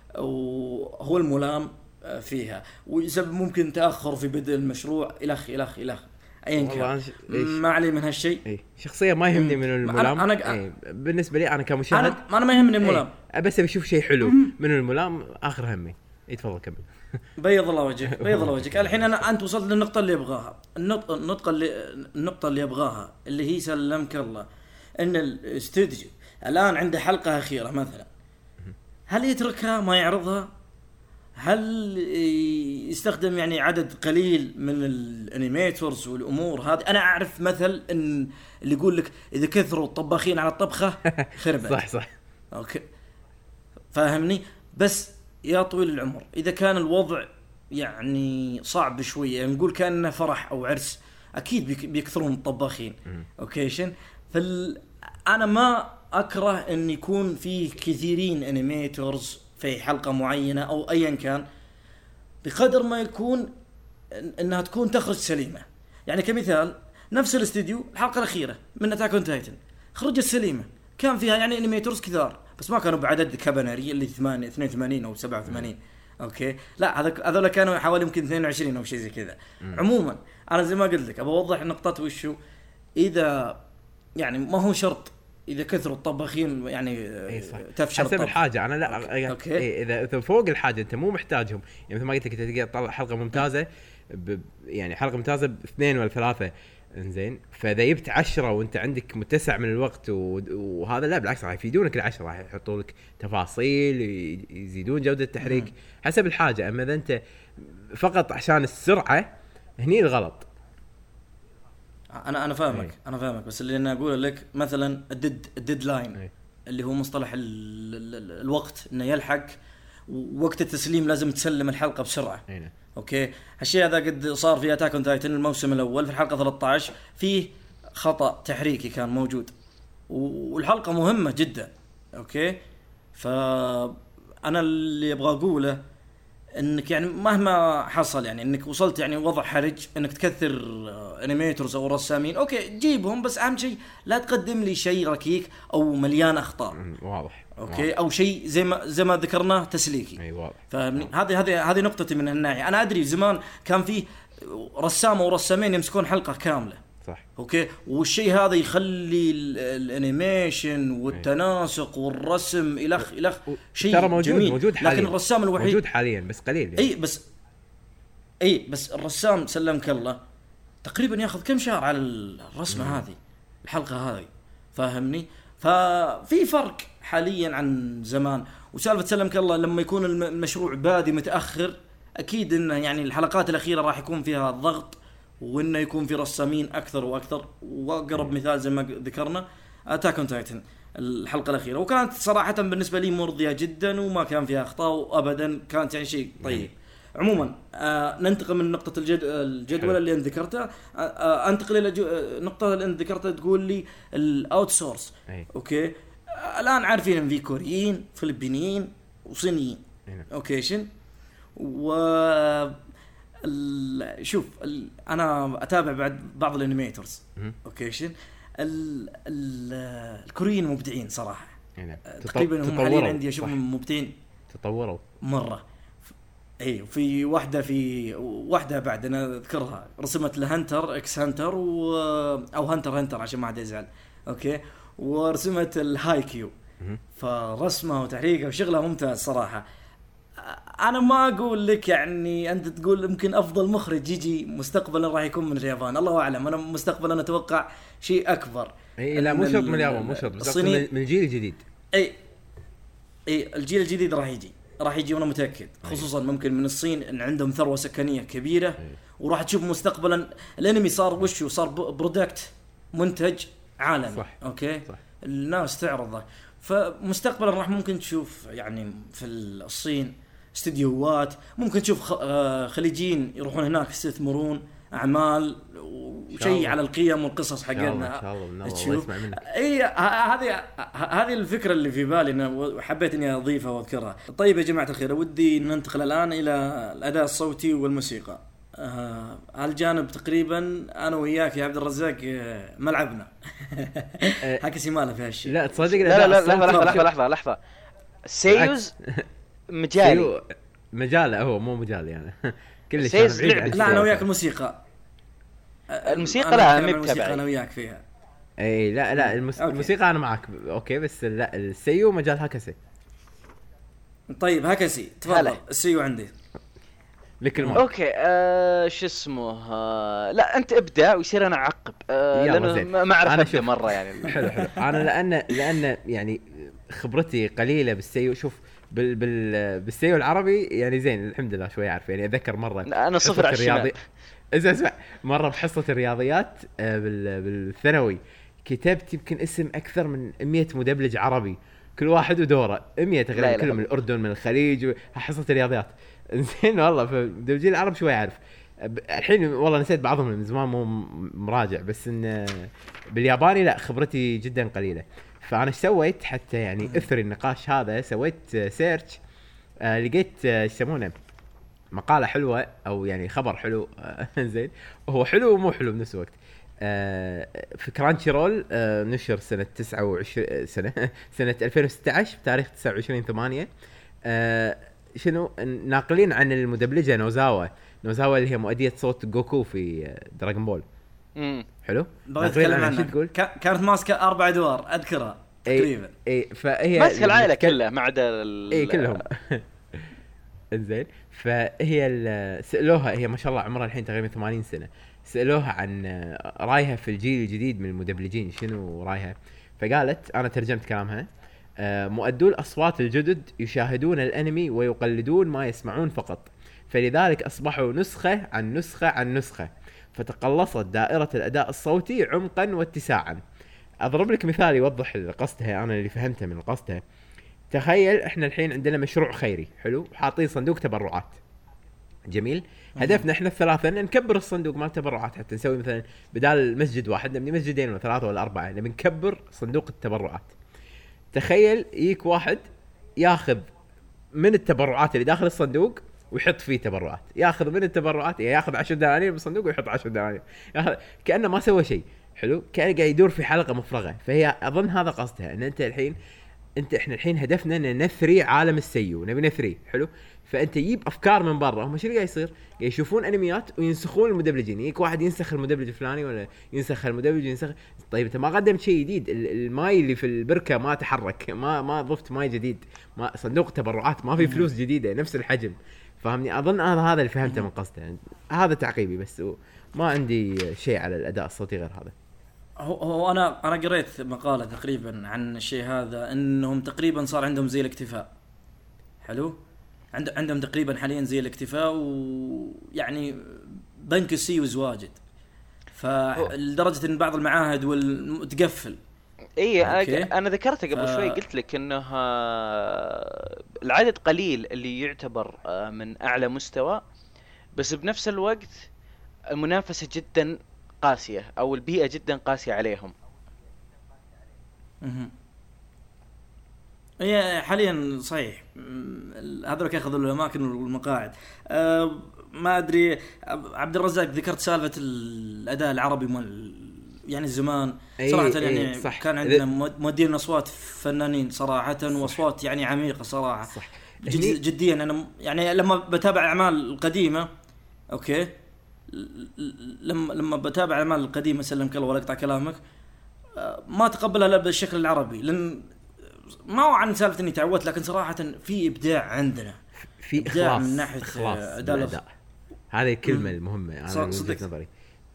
وهو الملام فيها، ويسبب ممكن تاخر في بدء المشروع الخ الخ الخ ايا كان. ما علي من هالشيء. اي شخصيه ما يهمني من الملام. أنا أنا أي بالنسبه لي انا كمشاهد انا, أنا ما يهمني الملام، بس ابي شيء حلو من الملام اخر همي. يتفضل كمل. بيض الله وجهك بيض الله وجهك. الحين انا انت وصلت للنقطه اللي ابغاها، النقطه النقطه اللي النقطه اللي ابغاها اللي هي سلمك الله ان الاستوديو الان عنده حلقه اخيره مثلا، هل يتركها ما يعرضها؟ هل يستخدم يعني عدد قليل من الانيميتورز والامور هذه؟ انا اعرف مثل ان اللي يقول لك اذا كثروا الطباخين على الطبخه خربت. صح صح اوكي فاهمني. بس يا طويل العمر اذا كان الوضع يعني صعب شويه، نقول كانه فرح او عرس، اكيد بيكثرون الطباخين. اوكيشن فال انا ما اكره ان يكون فيه كثيرين انيميتورز في حلقه معينه او ايا كان، بقدر ما يكون انها تكون تخرج سليمه. يعني كمثال نفس الاستديو الحلقه الاخيره من اتاك اون تايتن خرجت سليمه، كان فيها يعني انيميتورز كثار بس ما كانوا بعدد كابانري اللي ثمانية اثنين وثمانين او سبعة وثمانين. اوكي لا هذا هذول كانوا حوالي يمكن اثنين وعشرين او شيء زي كذا. عموما انا زي ما قلت لك ابى اوضح نقطه وشو، اذا يعني ما هو شرط اذا كثروا الطباخين يعني تفشل حسب الحاجه. انا لا أوكي. أوكي. إيه اذا فوق الحاجه انت مو محتاجهم، يعني مثل ما قلت لك انت تطلع حلقه ممتازه ب... يعني حلقه ممتازه باثنين ولا ثلاثه انزين، فاذا جبت عشرة وانت عندك متسع من الوقت و... وهذا لا بالعكس راح يفيدونك العشرة، راح يحطوا لك تفاصيل يزيدون جوده التحريك حسب الحاجه. اما اذا انت فقط عشان السرعه هني الغلط. انا انا فاهمك أي. انا فاهمك بس اللي انا اقوله لك مثلا الديد الديدلاين أي. اللي هو مصطلح ال... ال... الوقت انه يلحق وقت التسليم لازم تسلم الحلقه بسرعه. أي. اوكي هالشيء هذا قد صار في اتاك اون تايتن الموسم الاول في الحلقه ثلاثة عشر فيه خطا تحريكي كان موجود والحلقه مهمه جدا. اوكي فانا اللي ابغى اقوله انك يعني مهما حصل يعني انك وصلت يعني وضع حرج انك تكثر انيميتورز او رسامين، اوكي جيبهم بس اهم شيء لا تقدم لي شيء ركيك او مليان اخطاء. واضح. اوكي واضح. او شيء زي ما زي ما ذكرناه تسليكي. اي واضح. فاهمني. هذه هذه هذه نقطتي من الناحيه. انا ادري زمان كان في رسام ورسامين يمسكون حلقه كامله صح. اوكي والشيء هذا يخلي الانيميشن والتناسق والرسم الخ الخ شيء موجود جميل. موجود حاليا. لكن الرسام الوحيد موجود حاليا بس قليل يعني. اي بس اي بس الرسام سلمك الله تقريبا ياخذ كم شهر على الرسمه مم. هذه الحلقه هذه فاهمني. ففي فرق حاليا عن زمان. وسالفه سلمك الله لما يكون المشروع بادي متاخر اكيد انه يعني الحلقات الاخيره راح يكون فيها ضغط وانه يكون في رسامين اكثر واكثر. واقرب مثال زي ما ذكرنا اتاك اون تايتن الحلقه الاخيره وكانت صراحه بالنسبه لي مرضيه جدا وما كان فيها اخطاء ابدا، كانت يعني شيء طيب. عموما آه ننتقل من نقطه الجد... الجدول اللي انت ذكرتها آه آه انتقل الى جو... نقطه اللي انت ذكرتها تقول لي الاوت سورس. اوكي آه الان عارفين ان في كوريين فلبينيين وصينيين. اوكيشن و شوف انا اتابع بعد بعض الانيميتورز. اوكيشن الكوريين مبدعين صراحه. يعني تقريبا هم حاليا عندي اشوفهم مبدعين تطوروا مره. اي وفي واحده في واحده بعد انا اذكرها رسمت لهنتر اكس هنتر و... او هنتر هنتر عشان ما حد يزعل اوكي ورسمت الهايكيو فرسمها وتحريكها وشغلها ممتاز صراحه. انا ما اقول لك يعني انت تقول يمكن افضل مخرج يجي مستقبلا راح يكون من اليابان الله اعلم انا مستقبلا اتوقع شيء اكبر. اي لا مو شرط من اليابان مو شرط بس من الجيل الجديد. اي اي الجيل الجديد راح يجي راح يجي وانا متاكد خصوصا ممكن من الصين ان عندهم ثروه سكانيه كبيره وراح تشوف مستقبلا الانمي صار وشه صار برودكت منتج عالمي صح. اوكي صح. الناس تعرضه فمستقبلا راح ممكن تشوف يعني في الصين استديوهات ممكن تشوف خليجيين يروحون هناك يستثمرون اعمال وشيء على القيم والقصص حقنا. ان شاء الله تشوف اي هذه هذه الفكره اللي في بالي انا حبيت اني اضيفها واذكرها. طيب يا جماعه الخير ودي ننتقل الان الى الاداء الصوتي والموسيقى. آه هالجانب تقريبا انا وياك يا عبد الرزاق ملعبنا حكسي ماله في هالشيء. لا تصدق لا لا لا لحظه لحظه لحظه لحظه سيوز مجالي مجاله هو مو مجالي يعني كلش لا انا وياك الموسيقى الموسيقى لا الموسيقى انا وياك فيها. اي لا لا المس... الموسيقى انا معك اوكي بس لا السيو مجال هاكسي. طيب هاكسي تفضل السيو عندي لك الماء. اوكي آه شو اسمه آه لا انت ابدا ويصير انا اعقب آه لانه ما اعرف ابدا مره يعني. حلو حلو انا لان لان يعني خبرتي قليله بالسيو. شوف بال بال بالسيو العربي يعني زين الحمد لله شوي اعرف يعني اتذكر مره انا صفر على الشمال اذا اسمع مره بحصه الرياضيات بال بالثانوي كتبت يمكن اسم اكثر من مية مدبلج عربي كل واحد ودوره مية تقريبا كلهم من الاردن من الخليج حصه الرياضيات زين والله فدبلجين العرب شوي اعرف الحين والله نسيت بعضهم من زمان مو مراجع بس ان بالياباني لا خبرتي جدا قليله. فانا ايش سويت حتى يعني اثر النقاش هذا سويت سيرش آه لقيت ايش يسمونه مقاله حلوه او يعني خبر حلو آه زين وهو حلو ومو حلو بنفس الوقت آه في كرانشي رول آه نشر سنه تسعة وعشرين سنه سنه ألفين وستة عشر بتاريخ تسعة وعشرين ثمانية آه شنو ناقلين عن المدبلجه نوزاوا نوزاوا اللي هي مؤديه صوت جوكو في دراغون بول. امم حلو ناقلين عنها تقول كانت ماسكه اربع ادوار اذكرها تقريبا. اي فهي ماسكه العائله كلها ما عدا اي كلهم انزين فهي سالوها هي ما شاء الله عمرها الحين تقريبا ثمانين سنه سالوها عن رايها في الجيل الجديد من المدبلجين شنو رايها فقالت انا ترجمت كلامها مؤدو الأصوات الجدد يشاهدون الأنمي ويقلدون ما يسمعون فقط فلذلك أصبحوا نسخة عن نسخة عن نسخة فتقلصت دائرة الأداء الصوتي عمقا واتساعا. أضرب لك مثال يوضح قصدها أنا اللي فهمته من قصدها. تخيل إحنا الحين عندنا مشروع خيري حلو حاطين صندوق تبرعات جميل هدفنا إحنا الثلاثة أن نكبر الصندوق مال التبرعات حتى نسوي مثلا بدال مسجد واحد نبني مسجدين ولا ثلاثة ولا أربعة نبي نكبر صندوق التبرعات. تخيل يجيك واحد ياخذ من التبرعات اللي داخل الصندوق ويحط فيه تبرعات ياخذ من التبرعات ياخذ عشر دنانير بالصندوق ويحط عشر دنانير كأنه ما سوى شيء حلو كأنه قاعد يدور في حلقة مفرغة. فهي أظن هذا قصدها ان انت الحين انت احنا الحين هدفنا ان نثري عالم السيو نبي نثري حلو فانت يجيب افكار من برا هم شنو قاعد يصير قاعد يشوفون انميات وينسخون المدبلجين يجيك واحد ينسخ المدبلج الفلاني ولا ينسخ المدبلج ينسخ طيب انت ما قدمت شيء جديد الماي اللي في البركه ما تحرك ما ما ضفت ماي جديد ما صندوق تبرعات ما في فلوس جديده نفس الحجم فهمني. اظن هذا هذا اللي فهمته من قصده هذا تعقيبي بس ما عندي شيء على الاداء الصوتي غير هذا. هو, هو انا انا قريت مقاله تقريبا عن الشيء هذا انهم تقريبا صار عندهم زي الاكتفاء حلو عند عندهم تقريبا حاليا زي الاكتفاء ويعني بنك السيوز واجد فلدرجه ان بعض المعاهد والتقفل. اي انا ذكرت قبل ف... شوي قلت لك انه العدد قليل اللي يعتبر من اعلى مستوى بس بنفس الوقت المنافسه جدا قاسيه او البيئه جدا قاسيه عليهم. اها هي حاليا صحيح هذول ياخذوا الاماكن والمقاعد. أه ما ادري عبد الرزاق ذكرت سالفه الاداء العربي مال يعني زمان أي صراحه أي يعني صح. كان عندنا مودين اصوات فنانين صراحه واصوات يعني عميقه صراحه صح. جد جديا انا يعني لما بتابع اعمال القديمه اوكي لما لما بتابع اعمال القديمه سلمك الله ولا اقطع كلامك ما تقبلها لا بالشكل العربي لان ما هو عن سالفه اني تعودت لكن صراحه في ابداع عندنا في اخلاص من ناحيه اداء. هذه الكلمه المهمه انا من وجهه نظري.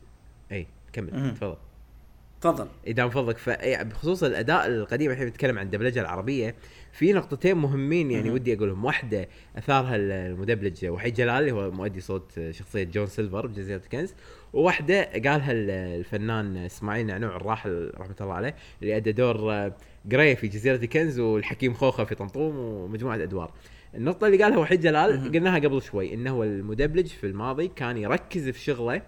اي كمل تفضل تفضل اذا من فضلك. فبخصوص الاداء القديم الحين نتكلم عن الدبلجه العربيه في نقطتين مهمين يعني ودي اقولهم. واحده اثارها المدبلج وحيد جلال اللي هو مؤدي صوت شخصيه جون سيلفر بجزيره الكنز، وواحده قالها الفنان اسماعيل نعنوع الراحل رحمه الله عليه اللي ادى دور جراي في جزيره الكنز والحكيم خوخه في طنطوم ومجموعه ادوار. النقطه اللي قالها وحيد جلال قلناها قبل شوي انه المدبلج في الماضي كان يركز في شغله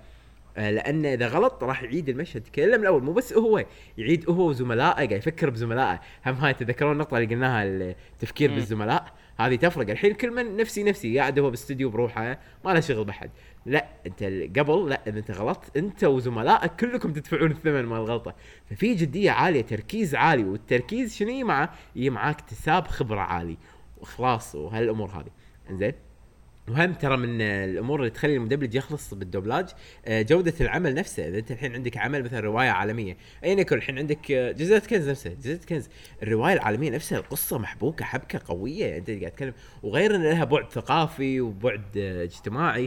لأن إذا غلط راح يعيد المشهد كله من الأول. مو بس هو يعيد هو وزملائه قاعد يفكر بزملائه. هم هاي تذكرون النقطة اللي قلناها التفكير بالزملاء هذه تفرق. الحين كل من نفسي نفسي قاعد هو باستديو بروحه ما له شغل بحد. لا أنت قبل لا إذا أنت غلطت أنت وزملائك كلكم تدفعون الثمن مال الغلطة. ففي جدية عالية تركيز عالي والتركيز شنو معه يجي معاك اكتساب خبرة عالي وإخلاص وهالأمور هذه. إنزين وهم ترى من الامور اللي تخلي المدبلج يخلص بالدوبلاج جوده العمل نفسه. اذا انت الحين عندك عمل مثلا روايه عالميه ايا يكن الحين عندك جزيره كنز نفسها جزيره كنز الروايه العالميه نفسها القصه محبوكه حبكه قويه انت قاعد تتكلم وغير ان لها بعد ثقافي وبعد اجتماعي.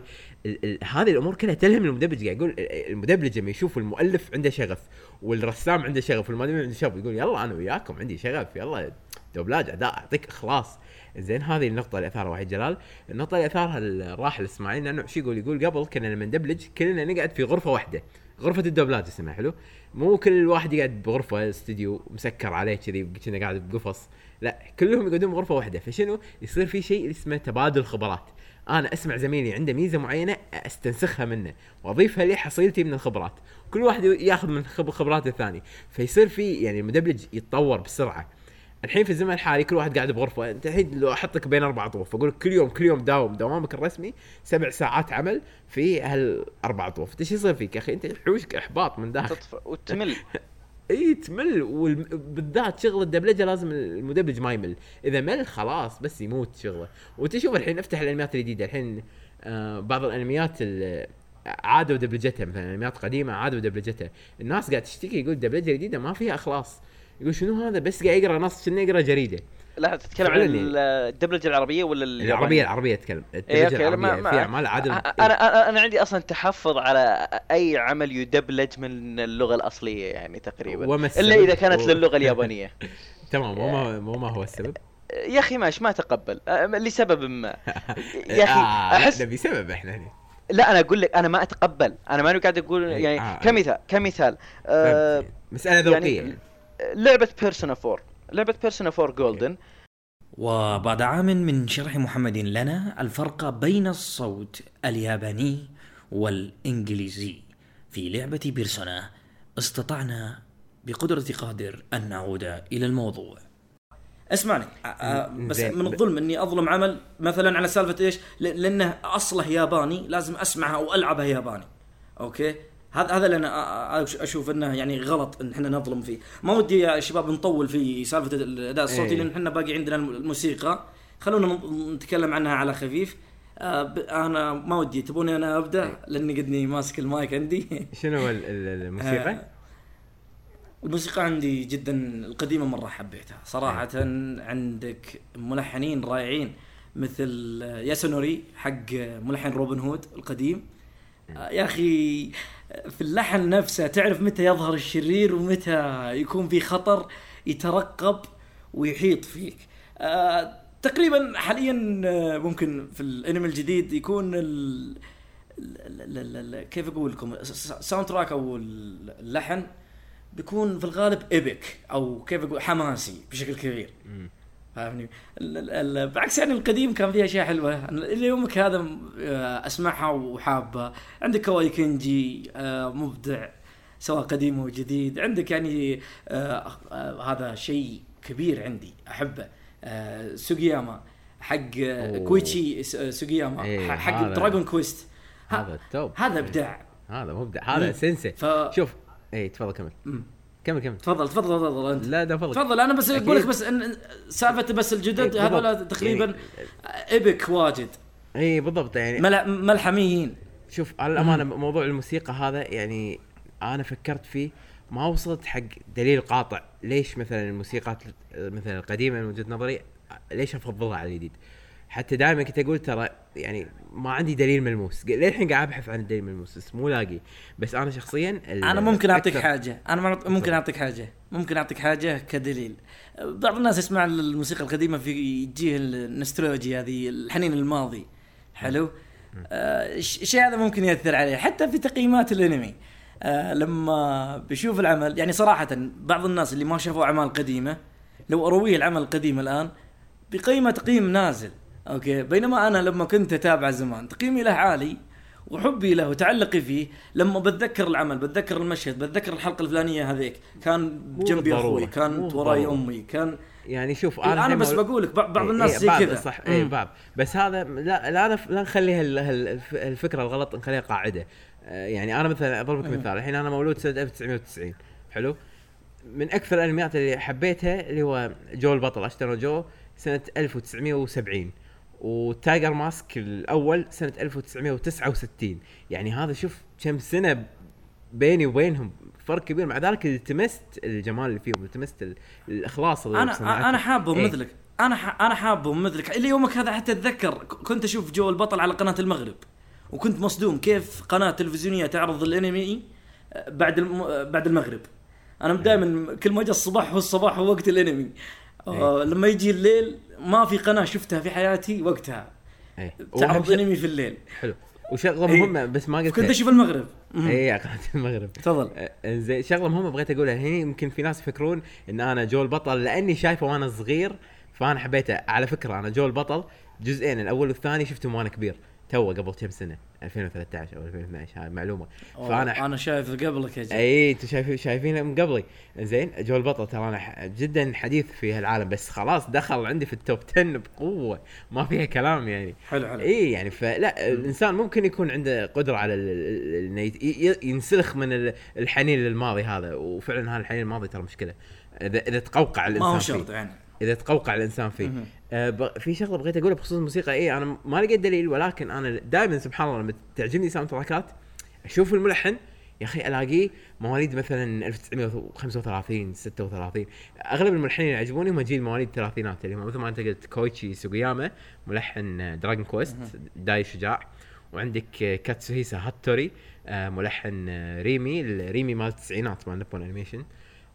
هذه الامور كلها تلهم المدبلج. قاعد يقول المدبلج لما يشوف المؤلف عنده شغف والرسام عنده شغف والمؤلف عنده شغف يقول يلا انا وياكم عندي شغف يلا دوبلاج اداء اعطيك اخلاص. زين هذه النقطه اللي اثارها وحيد جلال. النقطه اللي اثارها الراحل اسماعيل لانه شو يقول يقول قبل كنا لما ندبلج كلنا نقعد في غرفه واحده غرفه الدوبلاج اسمها حلو. مو كل واحد يقعد بغرفه استوديو مسكر عليه كذي كنا قاعد بقفص لا كلهم يقعدون بغرفه واحده. فشنو يصير في شيء اسمه تبادل خبرات. انا اسمع زميلي عنده ميزه معينه استنسخها منه واضيفها لي حصيلتي من الخبرات كل واحد ياخذ من خبرات الثاني فيصير في يعني المدبلج يتطور بسرعه. الحين في الزمن الحالي كل واحد قاعد بغرفه. انت الحين لو احطك بين اربع طوف اقول كل يوم كل يوم داوم دوامك الرسمي سبع ساعات عمل في هالاربع طوف انت شو يصير فيك يا اخي انت حوشك احباط من داخل وتمل. اي تمل. وبالذات شغل الدبلجه لازم المدبلج ما يمل. اذا مل خلاص بس يموت شغله. وتشوف الحين افتح الانميات الجديده الحين آه بعض الانميات عادوا دبلجتها مثلا انميات قديمه عادوا دبلجتها الناس قاعد تشتكي يقول الدبلجه الجديده ما فيها اخلاص. يقول شنو هذا بس قاعد يقرا نص شنو يقرا جريده. لا تتكلم عن الدبلجه العربيه ولا العربيه العربيه اتكلم الدبلجه العربيه في اعمال عادل. انا انا عندي اصلا تحفظ على اي عمل يدبلج من اللغه الاصليه يعني تقريبا الا اذا كانت و... للغه اليابانيه. تمام وما وما هو السبب يا اخي ماشي ما تقبل لسبب ما يا اخي احس نبي سبب احنا هنا. لا انا اقول لك انا ما اتقبل انا ما قاعد اقول يعني آه كمثال كمثال آه مساله ذوقيه يعني لعبة بيرسونا فور لعبة بيرسونا فور جولدن. وبعد عام من شرح محمد لنا الفرق بين الصوت الياباني والإنجليزي في لعبة بيرسونا استطعنا بقدرة قادر أن نعود إلى الموضوع. اسمعني بس من الظلم أني أظلم عمل مثلا على سالفة إيش لأنه أصله ياباني لازم أسمعها أو ألعبها ياباني. أوكي هذا هذا اللي انا اشوف انه يعني غلط ان احنا نظلم فيه. ما ودي يا شباب نطول في سالفه الاداء الصوتي ايه. لان احنا باقي عندنا الموسيقى خلونا نتكلم عنها على خفيف. انا ما ودي تبوني انا ابدا ايه. لاني قدني ماسك المايك عندي. شنو الموسيقى؟ آه الموسيقى عندي جدا القديمه مره حبيتها صراحه. ايه. عندك ملحنين رائعين مثل ياسونوري حق ملحن روبن هود القديم. يا أخي في اللحن نفسه تعرف متى يظهر الشرير ومتى يكون في خطر يترقب ويحيط فيك. آه تقريبا حاليا ممكن في الانمي الجديد يكون ال ال كيف أقول لكم ساوند تراك أو اللحن بيكون في الغالب إيبك أو كيف أقول حماسي بشكل كبير. فاهمني بعكس يعني القديم كان فيها اشياء حلوه. اليومك هذا اسمعها وحابه. عندك كواي كنجي مبدع سواء قديم او جديد. عندك يعني هذا شيء كبير عندي احبه سوغياما حق كويتشي سوغياما حق دراغون كويست. هذا التوب هذا ابداع هذا مبدع هذا سنسي. ف... شوف اي تفضل كمل مم. كمل كمل تفضل تفضل تفضل انت. لا ده فضل تفضل. انا بس اقول لك بس ان سالفه بس الجدد إيه هذول تقريبا يعني ايبك واجد. اي بالضبط يعني مل... ملحميين. شوف على الامانه موضوع الموسيقى هذا يعني انا فكرت فيه ما وصلت حق دليل قاطع ليش مثلا الموسيقات مثلا القديمه من وجهه نظري ليش افضلها على الجديد. حتى دائما كنت اقول ترى يعني ما عندي دليل ملموس للحين قاعد ابحث عن الدليل الملموس بس مو لاقي. بس انا شخصيا انا ممكن اعطيك حاجه انا ممكن اعطيك حاجه ممكن اعطيك حاجه كدليل. بعض الناس يسمع الموسيقى القديمه في يجيه النوستالجيا هذه الحنين الماضي حلو. الشيء آه هذا ممكن يأثر عليه حتى في تقييمات الانمي. آه لما بيشوف العمل يعني صراحه بعض الناس اللي ما شافوا اعمال قديمه لو ارويه العمل القديم الان بقيمه تقييم نازل اوكي. بينما انا لما كنت اتابع زمان تقييمي له عالي وحبي له وتعلقي فيه. لما بتذكر العمل بتذكر المشهد بتذكر الحلقه الفلانيه هذيك كان جنبي اخوي كانت وراي امي كان يعني شوف انا, أنا بس مول... بقولك بعض إيه الناس زي كذا صح اي بعض. بس هذا لا لا أنا لا نخليها الفكره الغلط نخليها قاعده. يعني انا مثلا اضرب لك مثال الحين انا مولود سنه ألف وتسعمية وتسعين حلو. من اكثر الانميات اللي حبيتها اللي هو جو البطل اشترى جو سنه ألف وتسعمية وسبعين وتايجر ماسك الأول سنة ألف وتسعمية وتسعة وستين. يعني هذا شوف كم سنة بيني وبينهم فرق كبير. مع ذلك التمست الجمال اللي فيهم التمست الإخلاص اللي أنا أنا حابهم ايه. مثلك أنا ح... أنا حابهم مثلك اللي يومك هذا حتى أتذكر كنت أشوف جو البطل على قناة المغرب وكنت مصدوم كيف قناة تلفزيونية تعرض الأنمي بعد الم... بعد المغرب. أنا دائما كل ما جاء الصباح هو الصباح هو وقت الأنمي. آه لما يجي الليل ما في قناة شفتها في حياتي وقتها تعرض انمي في الليل حلو. وشغله مهمه ايه. بس ما قلت كنت اشوف المغرب اي قناه المغرب تفضل. زين شغله مهمه بغيت اقولها هنا. يمكن في ناس يفكرون ان انا جو البطل لاني شايفه وانا صغير فانا حبيته. على فكره انا جو البطل جزئين الاول والثاني شفتهم وانا كبير تو قبل كم سنه ألفين وثلاثة عشر او ألفين واثني عشر هاي معلومه. فانا انا شايف قبلك يا جماعه. اي انتوا شايفين شايفينه من قبلي. زين جو البطل ترى انا جدا حديث في هالعالم بس خلاص دخل عندي في التوب عشرة بقوه ما فيها كلام يعني. حلو حلو. اي يعني فلا الانسان ممكن يكون عنده قدره على انه ينسلخ من الحنين للماضي هذا. وفعلا هذا الحنين الماضي ترى مشكله اذا اذا تقوقع الانسان ما هو شرط يعني اذا تقوقع الانسان فيه. آه في شغله بغيت اقولها بخصوص الموسيقى. ايه انا ما لقيت دليل ولكن انا دائما سبحان الله لما تعجبني ساوند تراكات اشوف الملحن يا اخي الاقيه مواليد مثلا ألف وتسعمية وخمسة وثلاثين ستة وثلاثين. اغلب الملحنين اللي يعجبوني هم جيل مواليد الثلاثينات اللي هم مثل ما انت قلت كويتشي سوغياما ملحن دراجون كويست داي شجاع. وعندك كاتسوهيسا هاتوري آه ملحن ريمي ريمي مال التسعينات مال نيبون انيميشن.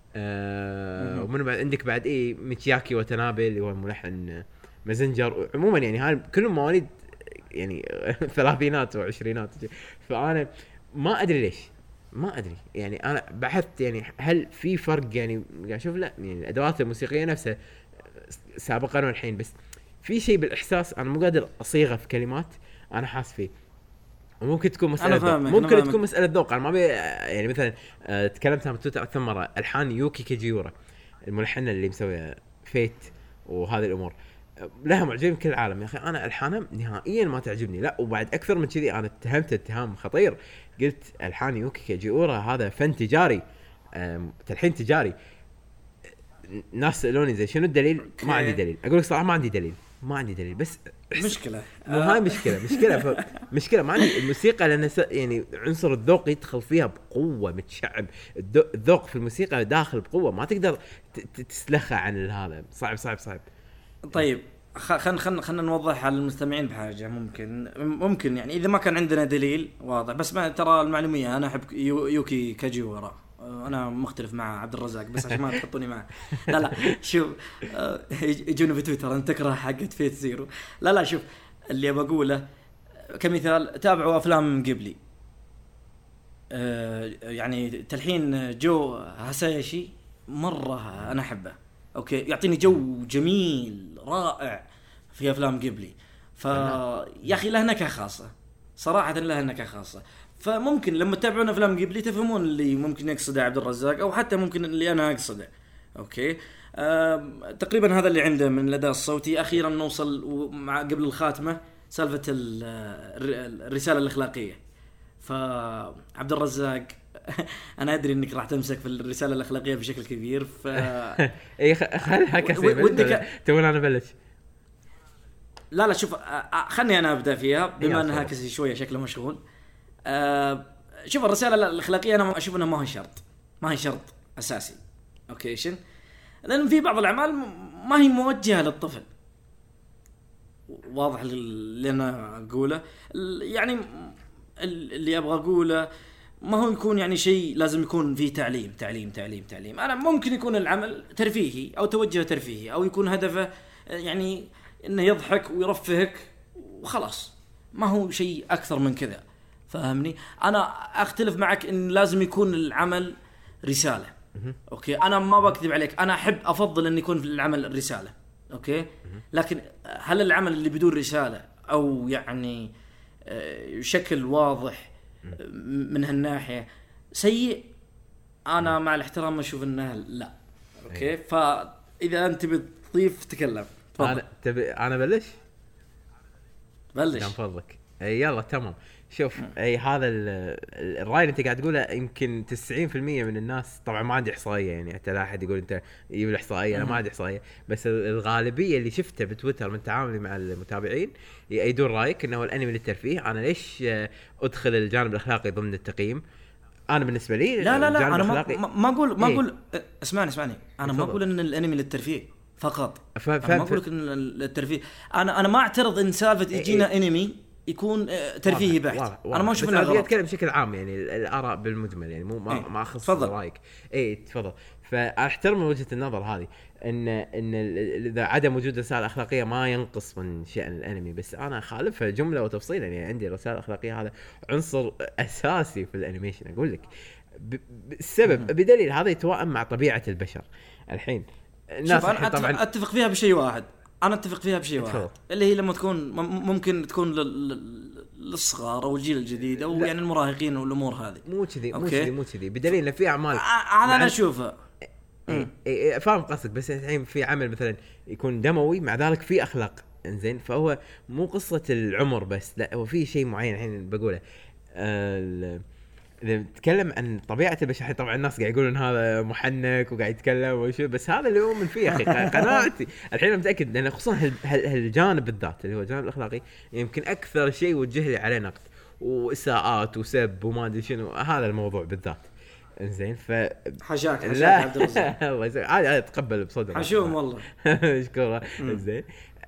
آه ومن بعد عندك بعد ايه ميتياكي وتنابي اللي هو ملحن مازنجر. عموما يعني هاي كلهم مواليد يعني ثلاثينات وعشرينات. فانا ما ادري ليش ما ادري يعني انا بحثت يعني هل في فرق يعني قاعد اشوف لا يعني الادوات الموسيقيه نفسها سابقا والحين بس في شيء بالاحساس انا مو قادر اصيغه في كلمات انا حاس فيه. وممكن تكون مسألة ذوق ممكن تكون مسألة ذوق. أنا ما بي يعني مثلا أه تكلمت عن تويتر أكثر مرة ألحان يوكي كاجيورا الملحن اللي مسوي فيت وهذه الأمور لها معجبين كل العالم. يا أخي أنا ألحانه نهائيا ما تعجبني لا. وبعد أكثر من كذي أنا اتهمت اتهام خطير قلت ألحان يوكي كاجيورا هذا فن تجاري تلحين تجاري. ناس سألوني زي شنو الدليل ما عندي دليل. أقول صراحة ما عندي دليل ما عندي دليل بس مشكلة مو هاي مشكلة مشكلة ف... مشكلة ما عندي الموسيقى لأن س... يعني عنصر الذوق يدخل فيها بقوة متشعب. الذوق في الموسيقى داخل بقوة ما تقدر ت... تسلخها عن هذا صعب صعب صعب. طيب خلنا خلنا خلنا نوضح على المستمعين بحاجة ممكن ممكن يعني إذا ما كان عندنا دليل واضح بس ما ترى المعلومية أنا أحب يو... يوكي كاجيورا. أنا مختلف مع عبد الرزاق بس عشان ما تحطوني معه. لا لا شوف يجون في تويتر أنت تكره حقت فيت زيرو. لا لا شوف اللي بقوله كمثال تابعوا أفلام قبلي يعني تلحين جو هاسايشي مرة أنا أحبه أوكي يعطيني جو جميل رائع في أفلام قبلي. فيا أخي له نكهة خاصة صراحة له نكهة خاصة. فممكن لما تتابعون افلام قبلي تفهمون اللي ممكن يقصده عبد الرزاق او حتى ممكن اللي انا اقصده. اوكي أه تقريبا هذا اللي عنده من الاداء الصوتي. اخيرا نوصل مع قبل الخاتمه سالفه الرساله الاخلاقيه. فعبد الرزاق انا ادري انك راح تمسك في الرساله الاخلاقيه بشكل كبير ف اي خلها كسي ودك تو انا بلش. لا لا شوف خلني انا ابدا فيها بما انها أصلاً. كسي شويه شكله مشغول. أه شوف الرساله الاخلاقيه انا اشوف انها ما هي شرط ما هي شرط اساسي. اوكي شن لان في بعض الاعمال ما هي موجهه للطفل. واضح اللي انا اقوله يعني اللي ابغى اقوله ما هو يكون يعني شيء لازم يكون فيه تعليم تعليم تعليم تعليم. انا ممكن يكون العمل ترفيهي او توجه ترفيهي او يكون هدفه يعني انه يضحك ويرفهك وخلاص ما هو شيء اكثر من كذا. فاهمني؟ انا اختلف معك ان لازم يكون العمل رسالة. اوكي انا ما بكذب عليك انا احب افضل ان يكون في العمل رسالة. اوكي لكن هل العمل اللي بدون رسالة او يعني شكل واضح من هالناحية سيء؟ انا مع الاحترام اشوف انه لا. اوكي فاذا انت بتضيف تكلم. انا تبي انا بلش بلش من فضلك. اي يلا تمام. شوف اي هذا الراي اللي انت قاعد تقوله يمكن تسعين بالمية من الناس طبعا ما عندي احصائيه يعني حتى لا احد يقول انت يجيب الاحصائيه انا ما عندي احصائيه بس الغالبيه اللي شفته بتويتر من تعاملي مع المتابعين يأيدون رايك انه الانمي للترفيه. انا ليش ادخل الجانب الاخلاقي ضمن التقييم؟ انا بالنسبه لي لا لا لا انا ما ما اقول ما اقول إيه؟ اسمعني اسمعني انا ما اقول ان الانمي للترفيه فقط. ف... انا ما اقول لك ان الترفيه انا انا ما اعترض ان سالفه يجينا إيه؟ انمي يكون ترفيهي بحت. انا ما اشوف انه غلط. اتكلم بشكل عام يعني الاراء بالمجمل يعني مو ما, إيه؟ ما اخص رايك. اي تفضل. فاحترم وجهه النظر هذه ان ان اذا عدم وجود رساله اخلاقيه ما ينقص من شأن الانمي بس انا اخالفها جمله وتفصيلا. يعني عندي الرساله الاخلاقيه هذا عنصر اساسي في الانيميشن. اقول لك السبب بدليل هذا يتوائم مع طبيعه البشر. الحين الناس أنا طبعا اتفق فيها بشيء واحد انا اتفق فيها بشيء واحد اللي هي لما تكون ممكن تكون للصغار او الجيل الجديد او يعني المراهقين والامور هذه. مو كذي مو كذي مو كذي بدليل ان في اعمال انا انا اشوفها إيه إيه فاهم قصدك بس الحين في عمل مثلا يكون دموي مع ذلك في اخلاق انزين فهو مو قصه العمر بس لا هو في شيء معين الحين بقوله. آه إذا نتكلم عن طبيعة البشر طبعا الناس قاعد يقولون هذا محنك وقاعد يتكلم وشو بس هذا اللي أؤمن فيه أخي قناعتي. الحين متأكد لأن خصوصا هالجانب بالذات اللي هو الجانب الأخلاقي يمكن أكثر شيء وجه لي عليه نقد وإساءات وسب وما أدري شنو هذا الموضوع بالذات. إنزين ف حشاك حشاك عبد الرزاق الله يسلمك عادي عادي تقبل بصدر حشوم والله اشكره. إنزين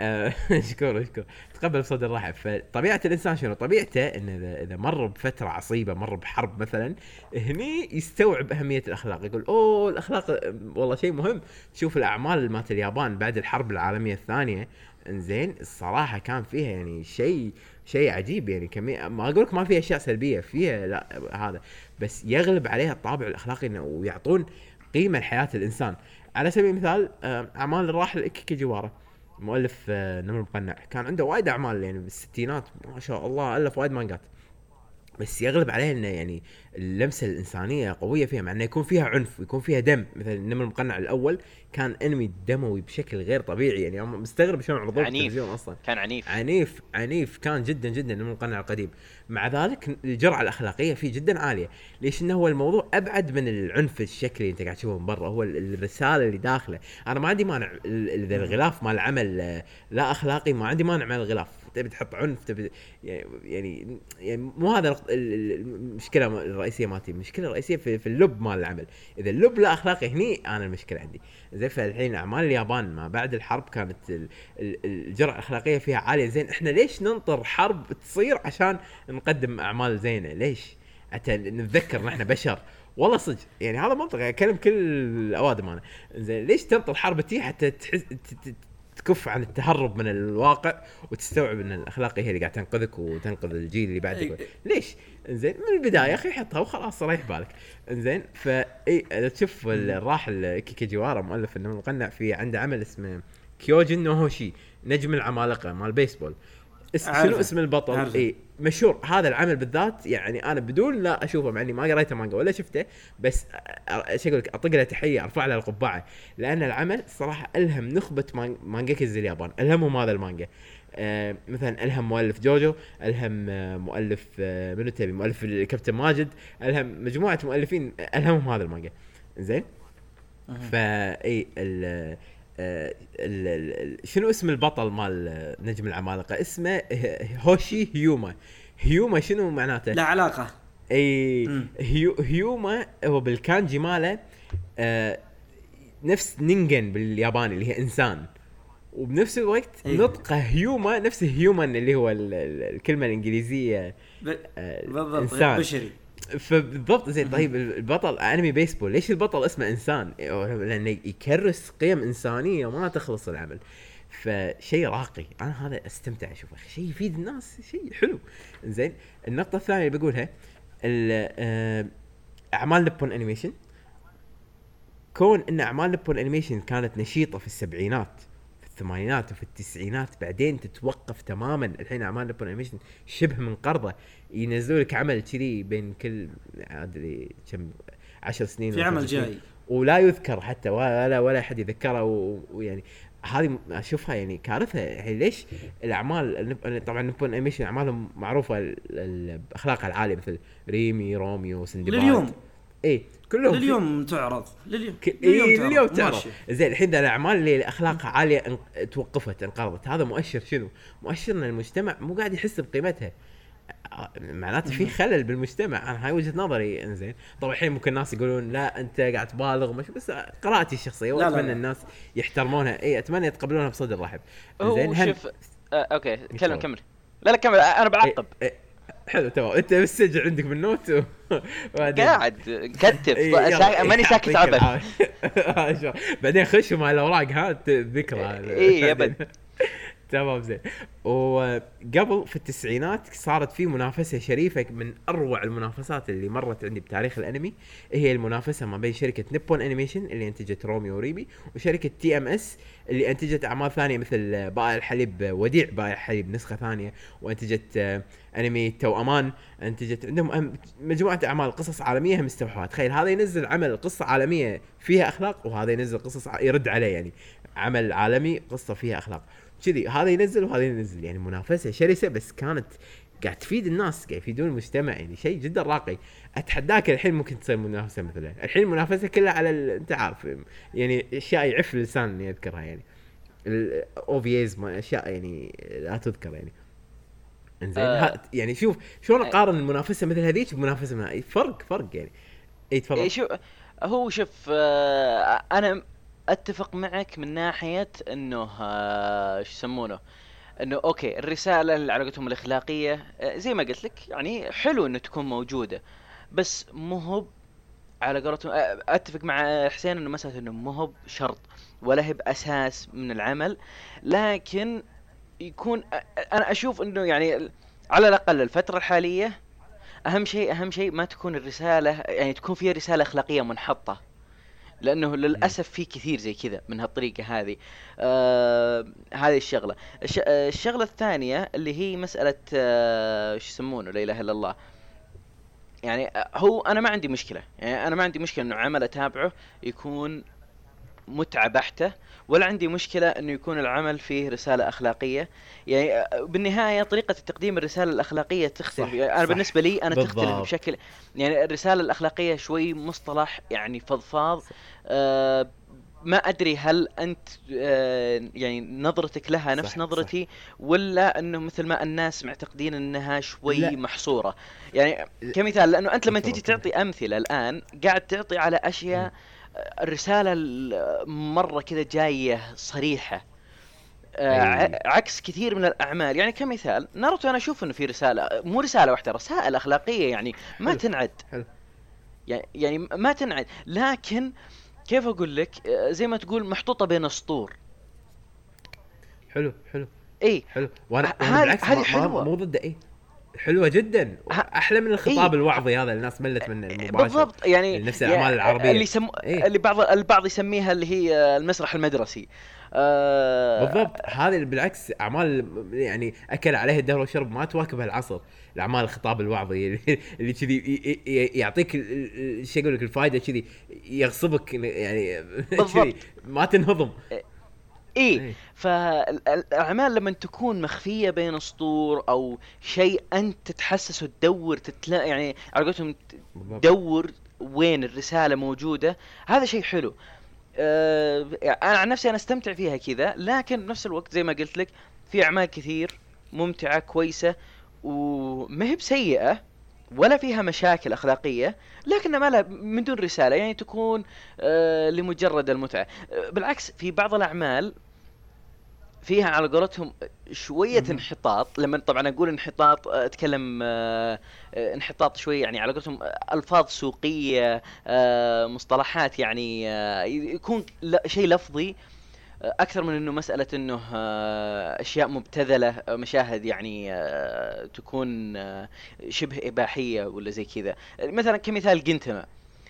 اشكر اشكر تقبل بصدر رحب. فطبيعه الانسان شنو طبيعته انه اذا اذا مر بفتره عصيبه مر بحرب مثلا هني يستوعب اهميه الاخلاق. يقول اوه الاخلاق والله شيء مهم. تشوف الاعمال مالت اليابان بعد الحرب العالميه الثانيه انزين الصراحه كان فيها يعني شيء شيء عجيب يعني كمية ما اقول لك ما فيها اشياء سلبيه فيها لا هذا بس يغلب عليها الطابع الاخلاقي انه ويعطون قيمه لحياه الانسان. على سبيل المثال اعمال الراحل إيكيجيوارا مؤلف نمر المقنع كان عنده وايد اعمال يعني بالستينات ما شاء الله الف وايد مانجات بس يغلب عليه انه يعني اللمسه الانسانيه قويه فيها مع انه يكون فيها عنف ويكون فيها دم. مثلا النمر المقنع الاول كان انمي دموي بشكل غير طبيعي يعني مستغرب شلون عرضوه في التلفزيون اصلا. كان عنيف عنيف عنيف كان جدا جدا النمر المقنع القديم. مع ذلك الجرعه الاخلاقيه فيه جدا عاليه. ليش؟ انه هو الموضوع ابعد من العنف الشكلي انت قاعد تشوفه من برا هو الرساله اللي داخله. انا ما عندي مانع اذا الغلاف مال العمل لا اخلاقي ما عندي مانع مع الغلاف تبي تحط عنف تبي يعني يعني مو هذا المشكله الرئيسيه مالتي. المشكله الرئيسيه في, في اللب مال العمل. اذا اللب لا اخلاقي هني انا المشكله عندي. زين فالحين اعمال اليابان ما بعد الحرب كانت الجرعه الاخلاقيه فيها عاليه. زين احنا ليش ننطر حرب تصير عشان نقدم اعمال زينه؟ ليش حتى نتذكر نحن بشر والله صدق يعني هذا منطقي اكلم كل الاوادم انا. زين ليش تنطر حرب تي حتى تحس تكف عن التهرب من الواقع وتستوعب ان الاخلاقيه هي اللي قاعد تنقذك وتنقذ الجيل اللي بعدك؟ ليش؟ انزين من البدايه اخي حطها وخلاص ريح بالك. انزين فاي اذا تشوف الراحل إيكيجيوارا مؤلف النمر المقنع في عنده عمل اسمه كيوجين نوهوشي نجم العمالقه مال بيسبول. شنو اسم البطل؟ اي مشهور هذا العمل بالذات يعني انا بدون لا اشوفه مع اني ما قريته مانجا ولا شفته بس ايش اقول لك اطق له تحيه ارفع له القبعه لان العمل صراحه الهم نخبه مانجاكيز اليابان الهمهم هذا المانجا. آه مثلا الهم مؤلف جوجو، الهم آه مؤلف آه منو تبي مؤلف الكابتن ماجد، الهم مجموعه مؤلفين الهمهم هذا المانجا زين. فاي ال ال شنو اسم البطل مال نجم العمالقه؟ اسمه هوشي هيوما. هيوما شنو معناته؟ لا علاقه. اي هيو هيوما هو بالكانجي ماله آه نفس نينجن بالياباني اللي هي انسان، وبنفس الوقت أيه. نطقه هيوما نفس هيومن اللي هو ال ال الكلمه الانجليزيه ب... آه بالضبط إنسان. بشري. فبالضبط زين. طيب البطل انمي بيسبول ليش البطل اسمه انسان؟ لانه يكرس قيم انسانيه ما تخلص العمل. فشيء راقي، انا هذا استمتع اشوفه، شيء يفيد الناس، شيء حلو. زين. النقطه الثانيه اللي بقولها اعمال نيبون انيميشن، كون ان اعمال نيبون انيميشن كانت نشيطه في السبعينات في الثمانينات وفي التسعينات، بعدين تتوقف تماما. الحين اعمال نيبون انيميشن شبه منقرضه، ينزلوا لك عمل كذي بين كل ادري كم عشر سنين في عمل جاي ولا يذكر حتى ولا ولا احد يذكره، ويعني هذه اشوفها يعني كارثه. يعني ليش الاعمال طبعا نيبون انيميشن اعمالهم معروفه باخلاقها العاليه مثل ريمي روميو سندباد لليوم ايه كلهم لليوم تعرض لليوم ك... لليوم, لليوم تعرض زين. الحين ذا الاعمال اللي اخلاقها عاليه ان... توقفت انقرضت، هذا مؤشر شنو؟ مؤشر ان المجتمع مو قاعد يحس بقيمتها، معناته في خلل بالمجتمع. انا هاي وجهه نظري. انزين طبعا الحين ممكن الناس يقولون لا انت قاعد تبالغ مش، بس قراءتي الشخصيه واتمنى الناس يحترمونها، اي اتمنى يتقبلونها بصدر رحب. زين هل... شوف آه، اوكي كلم كمل. لا لا كمل انا بعقب. إيه إيه. حلو تمام. انت بتسجل عندك بالنوت و... قاعد كتب إيه ماني ساكت ابد. بعدين خشوا مع الاوراق ها ذكرى اي ابد. تمام زين. وقبل في التسعينات صارت في منافسه شريفه من اروع المنافسات اللي مرت عندي بتاريخ الانمي، هي المنافسه ما بين شركه نيبون انيميشن اللي انتجت روميو وريمي وشركه تي ام اس اللي انتجت اعمال ثانيه مثل بائع الحليب وديع بائع الحليب نسخه ثانيه، وانتجت انمي توأمان، انتجت عندهم مجموعه اعمال قصص عالميه مستوحاه. تخيل هذا ينزل عمل قصه عالميه فيها اخلاق، وهذا ينزل قصص يرد عليه، يعني عمل عالمي قصه فيها اخلاق كذي، هذا ينزل وهذا ينزل، يعني منافسه شرسه بس كانت قاعد تفيد الناس، قاعد يفيدون المجتمع، يعني شيء جدا راقي. اتحداك الحين ممكن تصير منافسه مثلا الحين المنافسه كلها على ال... انت عارف يعني اشياء يعف اللسان اني اذكرها، يعني الاوفيز ما اشياء يعني لا تذكر يعني. انزين آه. يعني شوف شلون اقارن المنافسه مثل هذيك بمنافسه ما فرق فرق يعني. اي تفضل. إيه شو هو شوف آه انا اتفق معك من ناحيه انه ايش يسمونه انه اوكي الرساله اللي على قولتهم الاخلاقيه زي ما قلت لك يعني حلو انه تكون موجوده، بس مو هو على قولتهم. اتفق مع حسين انه مساله انه مو هو شرط ولا هي باساس من العمل، لكن يكون انا اشوف انه يعني على الاقل الفتره الحاليه اهم شيء اهم شيء ما تكون الرساله يعني تكون فيها رساله اخلاقيه منحطه، لانه للاسف في كثير زي كذا من هالطريقه هذه. آه هذه الشغله. الش... الشغله الثانيه اللي هي مساله آه ايش يسمونه لا اله الا الله. يعني هو انا ما عندي مشكله، يعني انا ما عندي مشكله انه عمل اتابعه يكون متعه بحته، ولا عندي مشكله انه يكون العمل فيه رساله اخلاقيه. يعني بالنهايه طريقه تقديم الرساله الاخلاقيه تختلف. يعني انا صح بالنسبه لي انا بالضبط. تختلف بشكل، يعني الرساله الاخلاقيه شوي مصطلح يعني فضفاض. آه ما ادري هل انت آه يعني نظرتك لها نفس صح نظرتي صح. ولا انه مثل ما الناس معتقدين انها شوي لا. محصوره. يعني كمثال لانه انت لما تيجي تعطي امثله الان قاعد تعطي على اشياء م. الرسالة مرة كذا جاية صريحة آه عكس كثير من الأعمال. يعني كمثال ناروتو أنا أشوف إنه في رسالة، مو رسالة واحدة، رسائل أخلاقية يعني ما حلو. تنعد حلو. يعني يعني ما تنعد، لكن كيف أقول لك زي ما تقول محطوطة بين أسطور. حلو حلو إيه حلو. وأنا بالعكس هذه حلوة مو ضد إيه حلوة جدا، احلى من الخطاب إيه؟ الوعظي هذا الناس ملت منه المباشر بالضبط. يعني نفس الاعمال العربيه اللي سم... إيه؟ اللي بعض البعض يسميها اللي هي المسرح المدرسي آه... بالضبط. هذه بالعكس اعمال يعني اكل عليها الدهر والشرب ما تواكب هالعصر. الاعمال الخطاب الوعظي اللي كذي يعطيك ايش اقول لك الفائده كذي يغصبك يعني كذي ما تنهضم. ايه. فالاعمال لما تكون مخفيه بين سطور او شيء انت تتحسس وتدور تتلا يعني على قولتهم تدور وين الرساله موجوده، هذا شيء حلو. أه انا عن نفسي انا استمتع فيها كذا، لكن بنفس الوقت زي ما قلت لك في اعمال كثير ممتعه كويسه وما هي بسيئه ولا فيها مشاكل اخلاقيه، لكنها ما لها من دون رساله، يعني تكون أه لمجرد المتعه. أه بالعكس في بعض الاعمال فيها على قولتهم شويه انحطاط. لما طبعا اقول انحطاط اتكلم أه انحطاط شويه يعني على قولتهم الفاظ سوقيه، أه مصطلحات يعني أه يكون شيء لفظي اكثر من انه مساله انه اشياء مبتذله، مشاهد يعني تكون شبه اباحيه ولا زي كذا. مثلا كمثال جنتما،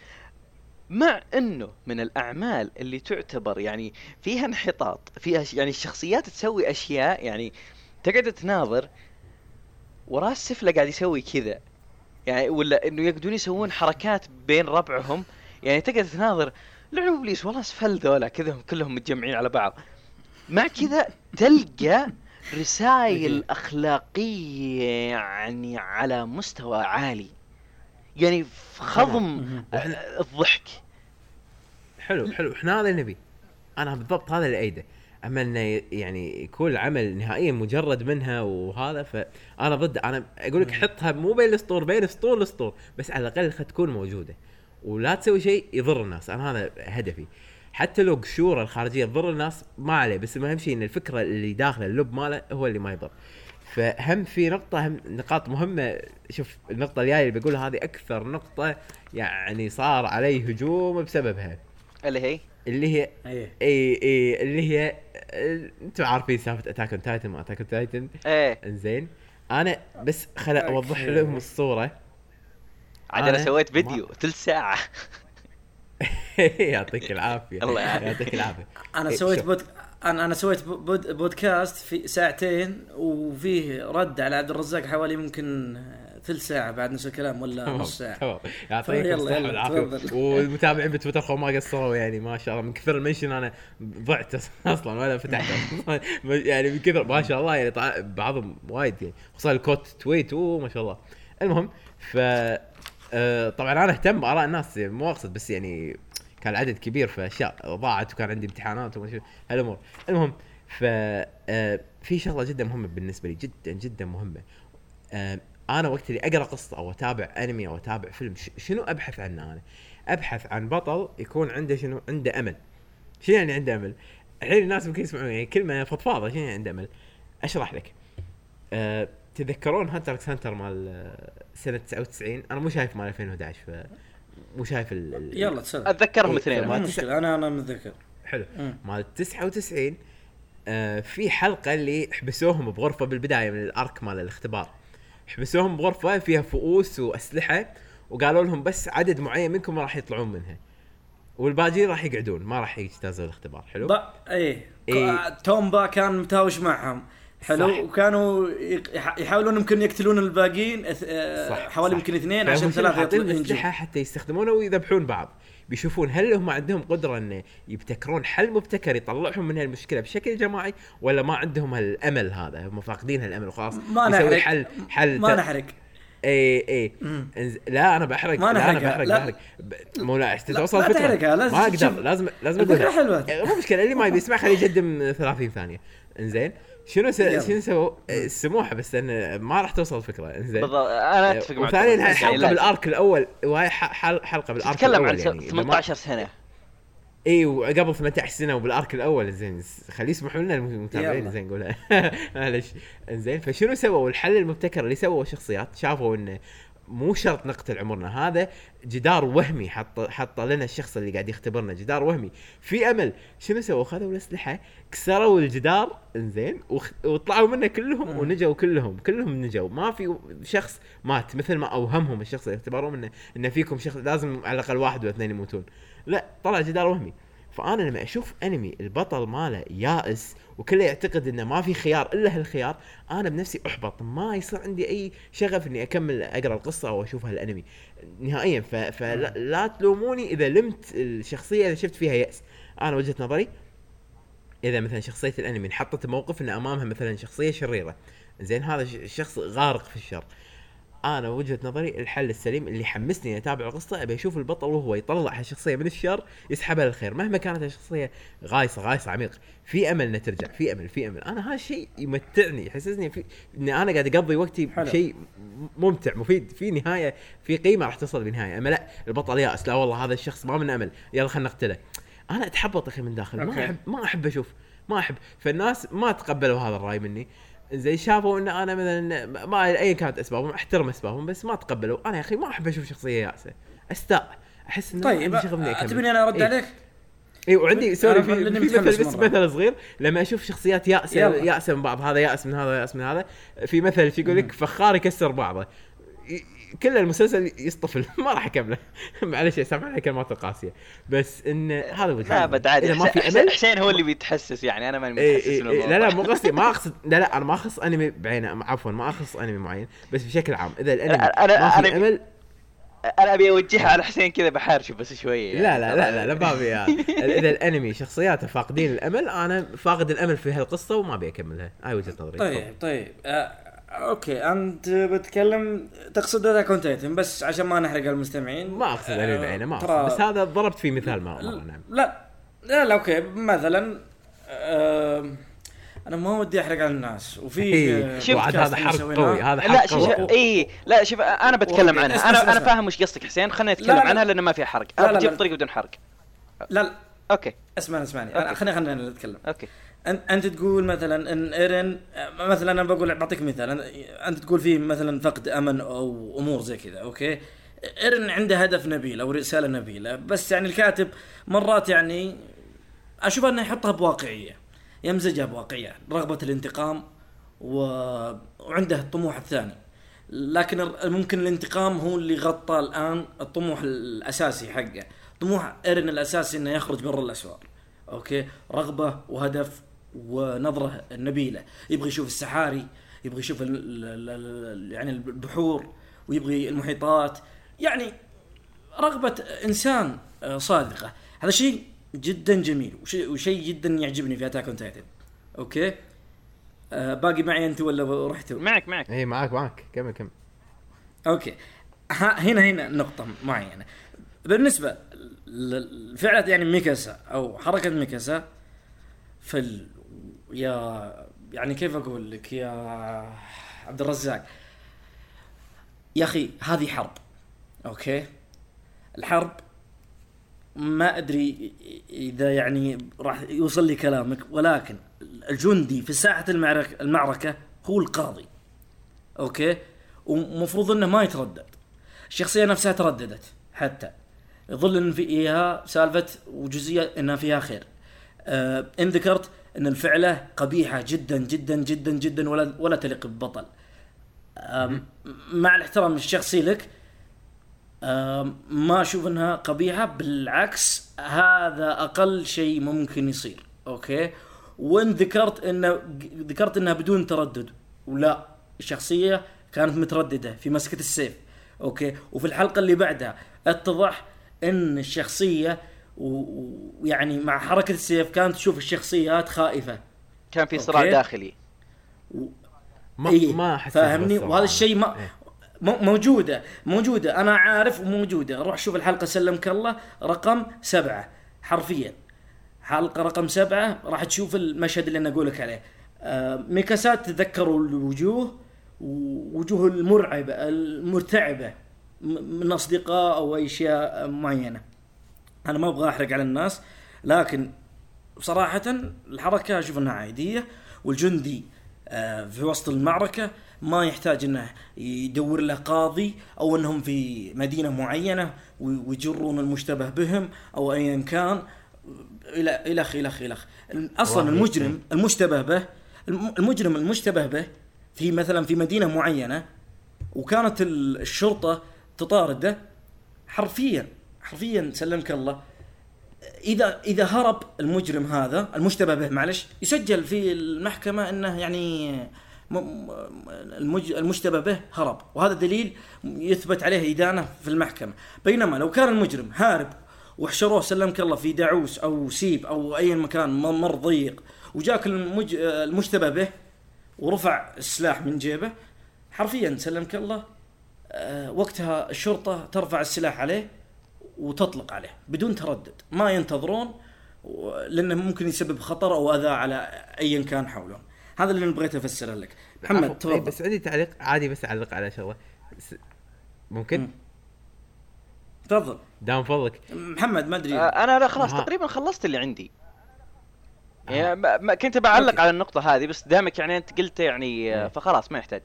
مع انه من الاعمال اللي تعتبر يعني فيها انحطاط، فيها يعني الشخصيات تسوي اشياء يعني تقعد تناظر وراه السفله قاعد يسوي كذا يعني، ولا انه يقدرون يسوون حركات بين ربعهم يعني تقعد تناظر لعنوا ابليس والله اسفل ذولا كذا كلهم متجمعين على بعض. مع كذا تلقى رسائل اخلاقيه يعني على مستوى عالي، يعني خضم الضحك. حلو حلو احنا هذا نبي، انا بالضبط هذا اللي ايده. اما انه يعني يكون العمل نهائيا مجرد منها وهذا، فانا ضد. انا اقول لك حطها مو بين الاسطور، بين اسطور الاسطور، بس على الاقل خليها تكون موجوده ولا تسوي شيء يضر الناس. انا هذا هدفي. حتى لو قشوره الخارجيه تضر الناس ما عليه، بس المهم شيء ان الفكره اللي داخل اللب ماله هو اللي ما يضر. فهم في نقطه هم نقاط مهمه. شوف النقطه الجايه اللي بقولها هذه اكثر نقطه يعني صار علي هجوم بسببها، اللي هي اللي هي اي اي اللي هي انتم عارفين سالفه اتاك اون تايتن ما اتاك اون تايتن ايه انزين. انا بس خل اوضح لهم الصوره. عاد انا سويت فيديو ثلث ساعه يعطيك العافيه الله يعطيك العافيه. انا إيه سويت شوف. بود انا انا سويت بود... بودكاست في ساعتين وفيه رد على عبد الرزاق حوالي ممكن ثلث ساعه بعد نفس الكلام ولا نص ساعه. تمام يعطيك الصحه والعافيه. والمتابعين بتويتر خو ما قصروا يعني ما شاء الله. من كثر المنشن انا ضعت اصلا ولا فتحت يعني من كثر ما شاء الله يعني بعضهم وايد يعني خصوصا الكوت تويت وما شاء الله. المهم ف طبعا انا اهتم باراء الناس مو اقصد، بس يعني كان العدد كبير فاشياء ضاعت وكان عندي امتحانات وما شو هالامور. المهم ف في شغله جدا مهمه بالنسبه لي، جدا جدا مهمه. انا وقت اللي اقرا قصه او اتابع انمي او اتابع فيلم شنو ابحث عنه؟ انا ابحث عن بطل يكون عنده شنو عنده امل. شنو يعني عنده امل؟ الحين الناس ممكن يسمعون يعني كلمه فضفاضه. شنو يعني عنده امل؟ اشرح لك. أه تذكرون هانتر اكس هانتر مال سنه تسعة وتسعين؟ انا مو شايف مال ألفين وإحدى عشر ف مو شايف ال, ال... يلا تسلم اتذكرهم اثنين ما مشكله. انا انا متذكر. حلو. مال تسعة وتسعين آه في حلقه اللي حبسوهم بغرفه بالبدايه من الارك مال الاختبار. حبسوهم بغرفه فيها فؤوس واسلحه وقالوا لهم بس عدد معين منكم راح يطلعون منها والباقيين راح يقعدون ما راح يجتازوا الاختبار. حلو. با ايه, إيه. تومبا كان متهاوش معهم. حلو. صح. وكانوا يحاولون يمكن يقتلون الباقيين حوالي يمكن اثنين عشان ثلاثه يطلعون حتى يستخدمونه ويذبحون بعض. بيشوفون هل هم عندهم قدره ان يبتكرون حل مبتكر يطلعهم من هالمشكله بشكل جماعي ولا ما عندهم هالامل هذا، هم فاقدين هالامل وخلاص يسوي حل حل ما نحرق. اي اي انز... لا انا بحرق. ما لا انا بحرق لا. بحرق ب... مو لا توصل فكره لازم ما اقدر لازم لازم اقول حلوه مو مشكله. اللي ما يبي يسمع خليه يقدم ثلاثين ثانيه. انزين شنو س... شنو سووا السموحه بس ان ما راح توصل الفكره. انزين بالضبط انا اتفق معك. وثانيا هاي حلقه بالارك الاول وهي حلقه بالارك الاول تتكلم عن ثمانية عشر سنه. اي وقبل ثمانية عشر سنه وبالارك الاول. زين خليه يسمحوا لنا المتابعين زين نقولها معلش. انزين فشنو سووا الحل المبتكر اللي سووا الشخصيات؟ شافوا انه مو شرط نقتل عمرنا، هذا جدار وهمي حط حط لنا الشخص اللي قاعد يختبرنا جدار وهمي في امل. شنو سووا؟ خذوا الاسلحه كسروا الجدار انزين وخ... وطلعوا منه كلهم ونجوا كلهم كلهم نجوا. ما في شخص مات مثل ما اوهمهم الشخص اللي اختبروه منه ان فيكم شخص لازم على الاقل واحد ولا اثنين يموتون. لا طلع جدار وهمي. فانا لما اشوف انمي البطل ماله يائس وكله يعتقد انه ما في خيار الا هالخيار انا بنفسي احبط، ما يصير عندي اي شغف اني اكمل اقرا القصه او اشوف هالانمي نهائيا. ف... فلا لا تلوموني اذا لمت الشخصيه اللي شفت فيها يأس. انا وجهه نظري اذا مثلا شخصيه الانمي انحطت موقف ان امامها مثلا شخصيه شريره، زين هذا الشخص غارق في الشر، انا وجهه نظري الحل السليم اللي يحمسني اتابع القصه ابي اشوف البطل وهو يطلع هالشخصيه من الشر يسحبها للخير، مهما كانت الشخصيه غايصه غايصه عميق، في امل انها ترجع، في امل في امل انا هذا الشيء يمتعني، يحسسني في اني انا قاعد اقضي وقتي بشيء ممتع مفيد، في نهايه في قيمه راح تصل بنهايه. اما لا البطل يائس، لا والله هذا الشخص ما من امل يلا خلينا نقتله، انا اتحبط اخي من داخل، ما احب ما احب اشوف ما احب. فالناس ما تقبلوا هذا الراي مني، زي شافوا ان انا مثلا ما اي كانت اسبابهم احترم اسبابهم بس ما تقبلوا. انا يا اخي ما احب اشوف شخصيه يائسه، استاء احس انه طيب تبيني انا ارد إيه؟ عليك؟ اي وعندي سوري في, في مثل بس مرة. مثل صغير لما اشوف شخصيات يائسه يائسه من بعض، هذا يائس من هذا يائس من هذا، في مثل يقول لك فخار يكسر بعضه، كل المسلسل يصطفل ما راح اكمله معلش سامحني كلمات القاسيه، بس ان هذا وجهه لا بد عادي. ما في امل حسين هو اللي بيتحسس يعني انا ما متحسس إيه إيه الموضوع. لا لا مو قصدي ما اقصد لا لا انا ما اخص انمي بعينه، عفوا ما اخص انمي معين، بس بشكل عام اذا الانمي أنا ما في أنا امل انا ابي اوجهها على حسين كذا بحارشه بس شويه يعني. لا لا لا لا لا بابي يعني. اذا الانمي شخصياته فاقدين الامل انا فاقد الامل في هالقصه وما ابي اكملها، هاي وجهه نظري. طيب طيب آه اوكي انت بتكلم تقصد هذا كونتنت بس عشان ما نحرق المستمعين، ما اقصد انمي بعينه ما ترى... أقصد. بس هذا ضربت فيه مثال ما مره. نعم لا لا لا اوكي مثلا آه انا ما ودي احرق على الناس وفي شوف هذا حرق قوي هذا حرق لا شوف اي لا شوف انا بتكلم عنها اسمع انا اسمع انا اسمع. فاهم وش قصدك حسين، خلينا نتكلم لا لا عنها لانه ما فيها حرق، انا بجيب طريقه بدون حرق. لا لا اوكي اسمعني اسمعني انا خلينا خلينا نتكلم. اوكي انت تقول مثلا ان ايرين مثلا انا بقول بعطيك مثال، انت تقول فيه مثلا فقد امن او امور زي كذا اوكي، ايرين عنده هدف نبيل او رساله نبيله، بس يعني الكاتب مرات يعني اشوف انه يحطها بواقعيه، يمزجها بواقعيه، رغبه الانتقام و... وعنده الطموح الثاني، لكن ممكن الانتقام هو اللي غطى الان الطموح الاساسي حقه. طموح ايرين الاساسي انه يخرج برا الاسوار اوكي، رغبه وهدف ونظره نبيله، يبغى يشوف السحاري، يبغى يشوف ال ال يعني البحور، ويبغى المحيطات، يعني رغبه انسان صادقه. هذا شيء جدا جميل وشيء جدا يعجبني في اتاك اون تايتن اوكي. آه باقي معي انت ولا رحتوا؟ معك معك اي معك معك كمل كمل اوكي. هنا هنا نقطه معينه بالنسبه لفعله يعني ميكاسا او حركه ميكاسا في ال... يا يعني كيف اقول لك يا عبد الرزاق يا اخي هذه حرب اوكي. الحرب ما ادري اذا يعني راح يوصل لي كلامك، ولكن الجندي في ساحه المعركه المعركه هو القاضي اوكي، ومفروض انه ما يتردد. الشخصيه نفسها ترددت حتى يظل ان فيها سالفه وجزئيه انها فيها خير. آه ان ذكرت ان الفعله قبيحه جدا جدا جدا جدا ولا ولا تليق ببطل. آه مع الاحترام الشخصي لك آه ما اشوف انها قبيحه، بالعكس هذا اقل شيء ممكن يصير اوكي. وان ذكرت ان ذكرت انها بدون تردد، ولا الشخصيه كانت متردده في مسكه السيف اوكي. وفي الحلقه اللي بعدها اتضح ان الشخصيه ويعني مع حركه السيف كانت تشوف الشخصيات خائفه، كان في صراع داخلي و... ما إيه ما فاهمني. وهذا الشيء ما إيه. موجوده موجوده انا عارف وموجوده. روح شوف الحلقه سلمك الله رقم سبعة حرفيا، حلقه رقم سبعة راح تشوف المشهد اللي انا اقولك عليه. آه ميكاسات تذكروا الوجوه ووجوه المرعبه المرتعبه من اصدقاء او اشياء معينه. انا ما ابغى احرق على الناس، لكن صراحه الحركه اشوف انها عاديه، والجندي في وسط المعركه ما يحتاج انه يدور له قاضي او انهم في مدينه معينه ويجرون المشتبه بهم او ايا كان الى الى الى الى اصلا المجرم المشتبه به المجرم المشتبه به في مثلا في مدينه معينه وكانت الشرطه تطارده، حرفيا حرفيا سلمك الله اذا اذا هرب المجرم هذا المشتبه به معلش يسجل في المحكمه انه يعني المشتبه به هرب، وهذا دليل يثبت عليه إدانة في المحكمة. بينما لو كان المجرم هارب وحشروه سلمك الله في دعوس او سيب او اي مكان ممر ضيق، وجاك المج... المشتبه به ورفع السلاح من جيبه، حرفيا سلمك الله أه وقتها الشرطة ترفع السلاح عليه وتطلق عليه بدون تردد، ما ينتظرون لأنه ممكن يسبب خطر أو أذى على أي كان حولهم. هذا اللي بغيت أفسره لك. محمد تفضل. بس عندي تعليق عادي، بس أعلق على شغلة ممكن. تفضل دام فضلك محمد. ما أدري آه أنا لا خلاص آه. تقريبا خلصت اللي عندي. يعني ما ما كنت بعلق أوكي. على النقطة هذه بس دامك يعني أنت قلت يعني آه فخلاص ما يحتاج.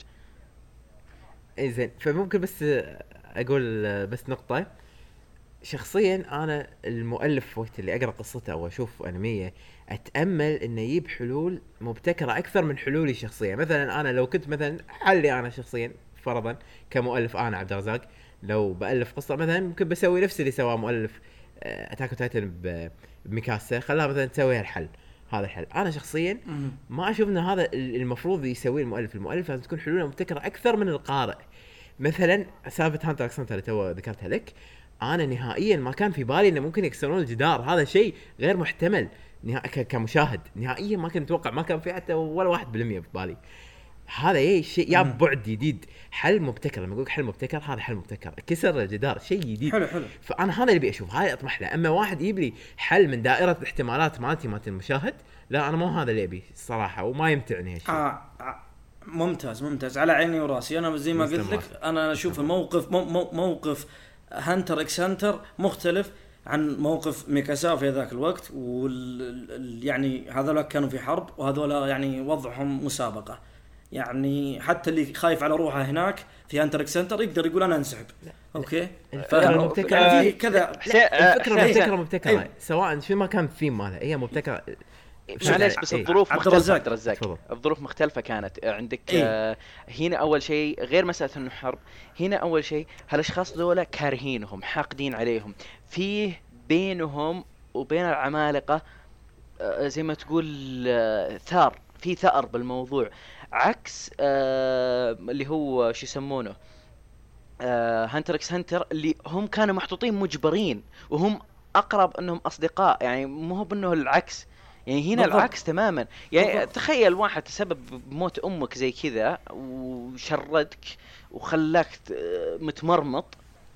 إيه زين، فممكن بس أقول بس نقطة. شخصيا انا المؤلف وقت اللي اقرا قصته او اشوف انميه اتامل انه يجيب حلول مبتكره اكثر من حلولي الشخصيه. مثلا انا لو كنت مثلا حلي انا شخصيا فرضا كمؤلف انا عبد الرزاق لو بالف قصه مثلا ممكن بسوي نفس اللي سواه مؤلف اتاك اون تايتن بميكاسا، خلاها مثلا تسوي هالحل هذا الحل. انا شخصيا ما اشوف ان هذا المفروض يسويه المؤلف. المؤلف لازم تكون حلوله مبتكره اكثر من القارئ. مثلا سالفه هانتر اكس هانتر اللي تو ذكرتها لك، انا نهائيا ما كان في بالي انه ممكن يكسرون الجدار. هذا شيء غير محتمل نهائيا كمشاهد، نهائيا ما كنت اتوقع، ما كان في حتى ولا واحد بالمية في بالي. هذا اي شيء يا بعد جديد، حل مبتكر. لما اقول حل مبتكر هذا حل مبتكر، كسر الجدار شيء جديد حلو حلو. فانا هذا اللي ابي اشوف، هاي اطمح له. اما واحد يجيب لي حل من دائره الاحتمالات مالتي مالت المشاهد، لا انا مو هذا اللي ابي الصراحه، وما يمتعني هالشيء. آه آه ممتاز ممتاز على عيني وراسي. انا زي ما قلت لك انا اشوف الموقف مو مو موقف هانتر اكس هانتر مختلف عن موقف ميكاسا في ذاك الوقت، وال يعني هذول كانوا في حرب وهذول يعني وضعهم مسابقة. يعني حتى اللي خايف على روحه هناك في هانتر اكس هانتر يقدر يقول انا انسحب. اوكي الفكره مبتكره يعني كذا. الفكره مبتكره مبتكره سواء شو ما كان الثيم مالها هي مبتكره. معليش بس الظروف مختلفة. عبد الرزاق الظروف مختلفة كانت عندك. آه هنا أول شيء غير مسألة إنه حرب، هنا أول شيء هالأشخاص ذولا كارهينهم حاقدين عليهم، فيه بينهم وبين العمالقة آه زي ما تقول آه ثار، في ثأر بالموضوع، عكس آه اللي هو شو يسمونه آه هانتر اكس هانتر اللي هم كانوا محطوطين مجبرين وهم أقرب إنهم أصدقاء. يعني مو هو بأنه العكس، يعني هنا بالضبط. العكس تماما. يعني بالضبط. تخيل واحد تسبب بموت أمك زي كذا وشردك وخلاك متمرمط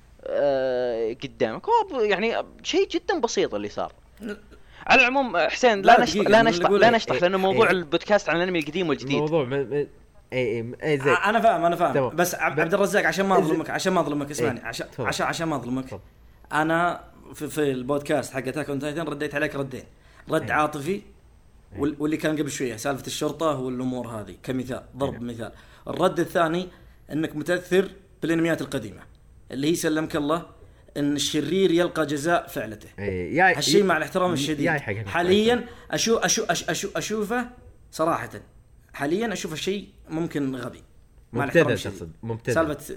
قدامك، يعني شيء جدا بسيط اللي صار. على العموم حسين لا نشطح لا نشطح لا نشطح لأنه موضوع إيه البودكاست عن الأنمي القديم والجديد. موضوع م... م... اي اي زين. انا فاهم انا فاهم طبعا. بس عبد الرزاق عشان ما اظلمك عشان ما اظلمك اسمعني إيه؟ عشان طبعا. عشان عشان ما اظلمك طبعا. انا في, في البودكاست حق اتاك اون تايتن رديت عليك ردين، رد أيه. عاطفي أيه. واللي كان قبل شويه سالفه الشرطه والامور هذه كمثال ضرب أيه. مثال. الرد الثاني انك متاثر بالانميات القديمه اللي هي سلمك الله ان الشرير يلقى جزاء فعلته. أيه. هالشيء مع الاحترام الشديد حاليا اشوف اشوف اشوف اشوفه صراحه حاليا اشوف الشيء ممكن غبي مبتذل. تقصد مبتذل سالفه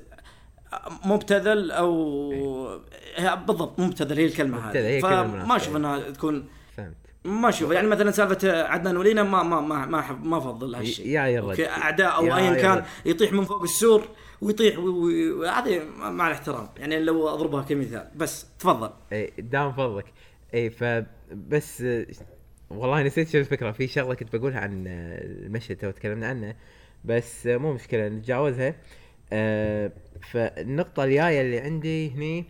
مبتذل او أيه. بالضبط مبتذل هي الكلمه هذه. فما اشوف انها تكون فهمت. ما اشوف يعني مثلا سالفه عدنان ولينا ما ما ما ما ما افضل هالشيء. يا يا اعداء او ايا كان يطيح من فوق السور ويطيح وهذه مع الاحترام يعني لو اضربها كمثال. بس تفضل. اي دام فضلك. اي فبس والله نسيت شو الفكره. في شغله كنت بقولها عن المشهد تو تكلمنا عنه بس مو مشكله نتجاوزها. أه فالنقطه الجايه اللي عندي هني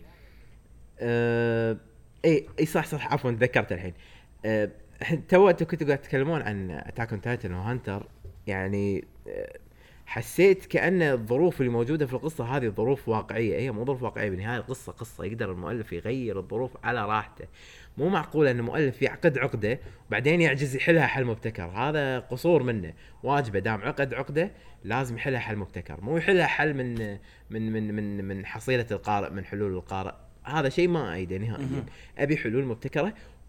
أه اي اي صح صح عفوا تذكرت الحين. أه تو انتوا كنتوا قاعد تتكلمون عن اتاك اون تايتن وهانتر، يعني أه حسيت كأن الظروف اللي موجودة في القصة هذه ظروف واقعية. هي مو ظروف واقعية، بالنهاية القصة قصة يقدر المؤلف يغير الظروف على راحته. مو معقول أن المؤلف يعقد عقدة وبعدين يعجز يحلها حل مبتكر، هذا قصور منه. واجبه دام عقد عقدة لازم يحلها حل مبتكر، مو يحلها حل من من من من من حصيلة القارئ، من حلول القارئ. هذا شيء ما أيده نهائيا. أبي حلول مبتكرة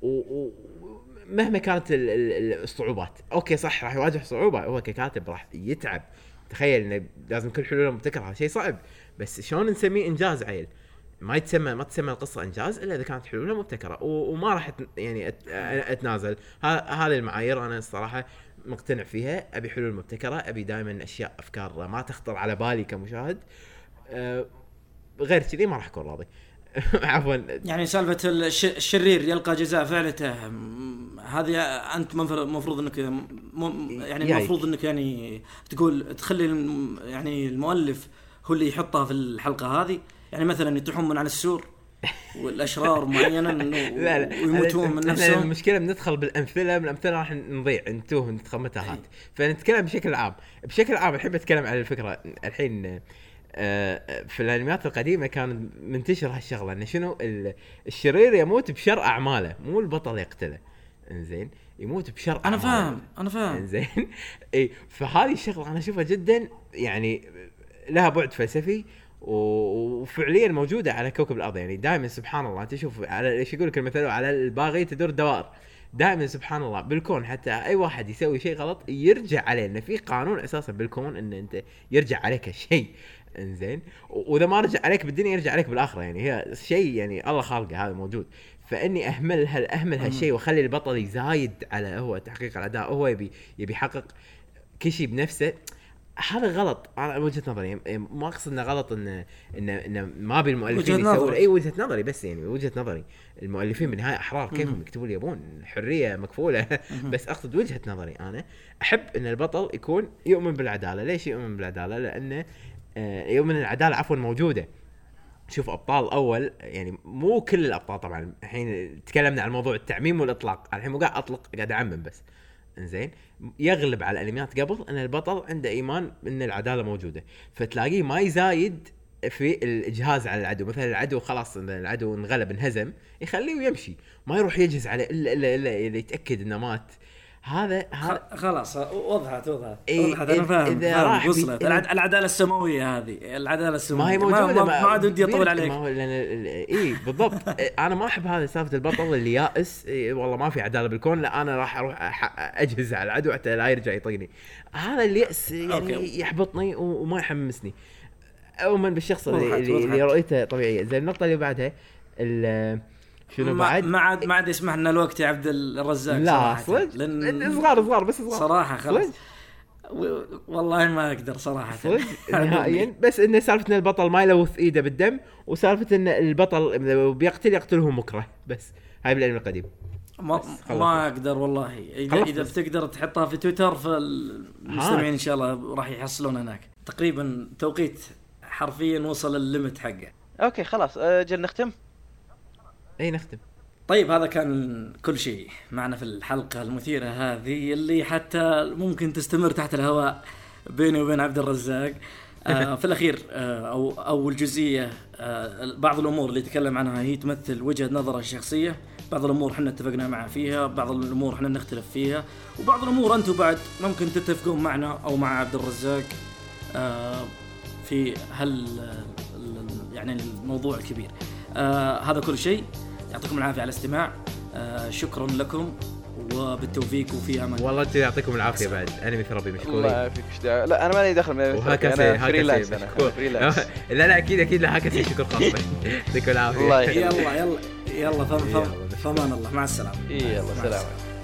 ومهما كانت الصعوبات. أوكي صح راح يواجه صعوبة، هو ككاتب راح يتعب. تخيل انه لازم كل حلول مبتكره، هذا شيء صعب. بس شلون نسميه انجاز عيل؟ ما يتسمى ما تسمى القصه انجاز الا اذا كانت حلولها مبتكره، وما راح يعني اتنازل. هذه المعايير انا الصراحه مقتنع فيها. ابي حلول مبتكره، ابي دائما اشياء افكار ما تخطر على بالي كمشاهد. أه غير كذي ما راح اكون راضي. عفوا يعني سالفه الش... الشرير يلقى جزاء فعلته هذه انت المفروض انك م... يعني المفروض انك يعني تقول تخلي الم... يعني المؤلف هو اللي يحطها في الحلقه هذه، يعني مثلا يطيحون من على السور والاشرار معينا لا لا ويموتون من نفسهم. المشكله بندخل بالامثله، من الامثله راح نضيع نتوه ندخل متاهات، فنتكلم بشكل عام. بشكل عام الحين بتكلم على الفكره الحين. في الانميات القديمه كان منتشر هالشغله انه شنو الشرير يموت بشر اعماله، مو البطل يقتله. انزين يموت بشر انا فاهم انا فاهم انزين اي فهذه الشغله انا اشوفها جدا يعني لها بعد فلسفي وفعليا موجوده على كوكب الارض. يعني دائما سبحان الله تشوف على ايش يقول لك المثل، على الباغي تدور الدوائر. دائما سبحان الله بالكون حتى اي واحد يسوي شيء غلط يرجع عليه، انه في قانون اساسا بالكون ان انت يرجع عليك الشيء. انزين واذا ما رجع عليك بالدنيا يرجع عليك بالاخره، يعني هي شيء يعني الله خالقه هذا موجود. فاني اهمل هل اهمل هالشيء واخلي البطل يزايد على هو تحقيق الاداء، هو يبي يبي يحقق كل شيء بنفسه، هذا غلط. انا وجهه نظري ما اقصد انه غلط ان ان, إن ما بي المؤلفين يسوون اي وجهه نظري، بس يعني وجهه نظري المؤلفين بالنهايه احرار كيفهم يكتبوا اللي يبون، حريه مكفوله. بس اقصد وجهه نظري انا احب ان البطل يكون يؤمن بالعداله. ليش يؤمن بالعداله؟ لانه يؤمن العداله عفوا موجوده. شوف ابطال اول يعني مو كل الابطال طبعا، الحين تكلمنا عن موضوع التعميم والاطلاق، الحين مو قاعد اطلق قاعد اعمم بس. انزين يغلب على الانميات قبل ان البطل عنده ايمان ان العداله موجوده، فتلاقيه ما يزايد في الاجهاز على العدو. مثلا العدو خلاص العدو انغلب انهزم يخليه ويمشي، ما يروح يجهز عليه الا الا الا يتاكد انه مات. هذا خلاص وضحت وضحت إيه وضحت انا فاهم فاهم وصلت العداله السماويه هذه. العداله السماويه ما هي موجوده، ما عاد ودي اطول عليك. ما هو اي بالضبط. انا ما احب هذا سالفه البطل اللي يائس إيه والله ما في عداله بالكون، لا انا راح اروح اجهز على العدو حتى لا يرجع يطقني. هذا اليأس يعني أوكي. يحبطني وما يحمسني. اؤمن بالشخص اللي, اللي رؤيته طبيعيه. زي النقطه اللي بعدها شنو بعد ما عاد ما عاد يسمح لنا الوقت يا عبد الرزاق لا صراحه لان صغار صغار بس صغار صراحه خلاص و... والله ما اقدر صراحه نهائيا. بس ان سالفه ان البطل ما يلوث ايده بالدم، وسالفه ان البطل بيقتل يقتله مكره، بس هاي بالانمي القديم. ما, ما اقدر والله. اذا اذا بتقدر تحطها في تويتر فالمستمعين ان شاء الله راح يحصلون هناك. تقريبا توقيت حرفيا وصل الليمت حقه. اوكي خلاص اجل نختم. اي نختم. طيب هذا كان كل شيء معنا في الحلقة المثيرة هذه اللي حتى ممكن تستمر تحت الهواء بيني وبين عبد الرزاق. آه في الأخير آه أو أول جزئية آه بعض الأمور اللي تكلم عنها هي تمثل وجهة نظره الشخصية. بعض الأمور حنا اتفقنا معه فيها، بعض الأمور حنا نختلف فيها، وبعض الأمور أنتم بعد ممكن تتفقون معنا أو مع عبد الرزاق آه في هل يعني الموضوع الكبير. آه هذا كل شيء. يعطيكم العافية على الاستماع. آه شكرا لكم وبالتوفيق وفي امان. والله انت يعطيكم العافيه بعد. انمي ثربي مشكورين. الله يعافيك. لا انا ما لي دخل من انا فريلانس. انا فريلانس. لا لا اكيد اكيد لا هكذا. شكر خاص يعطيكم العافيه. يلا يلا يلا فمان الله. مع السلامه. يلا سلام.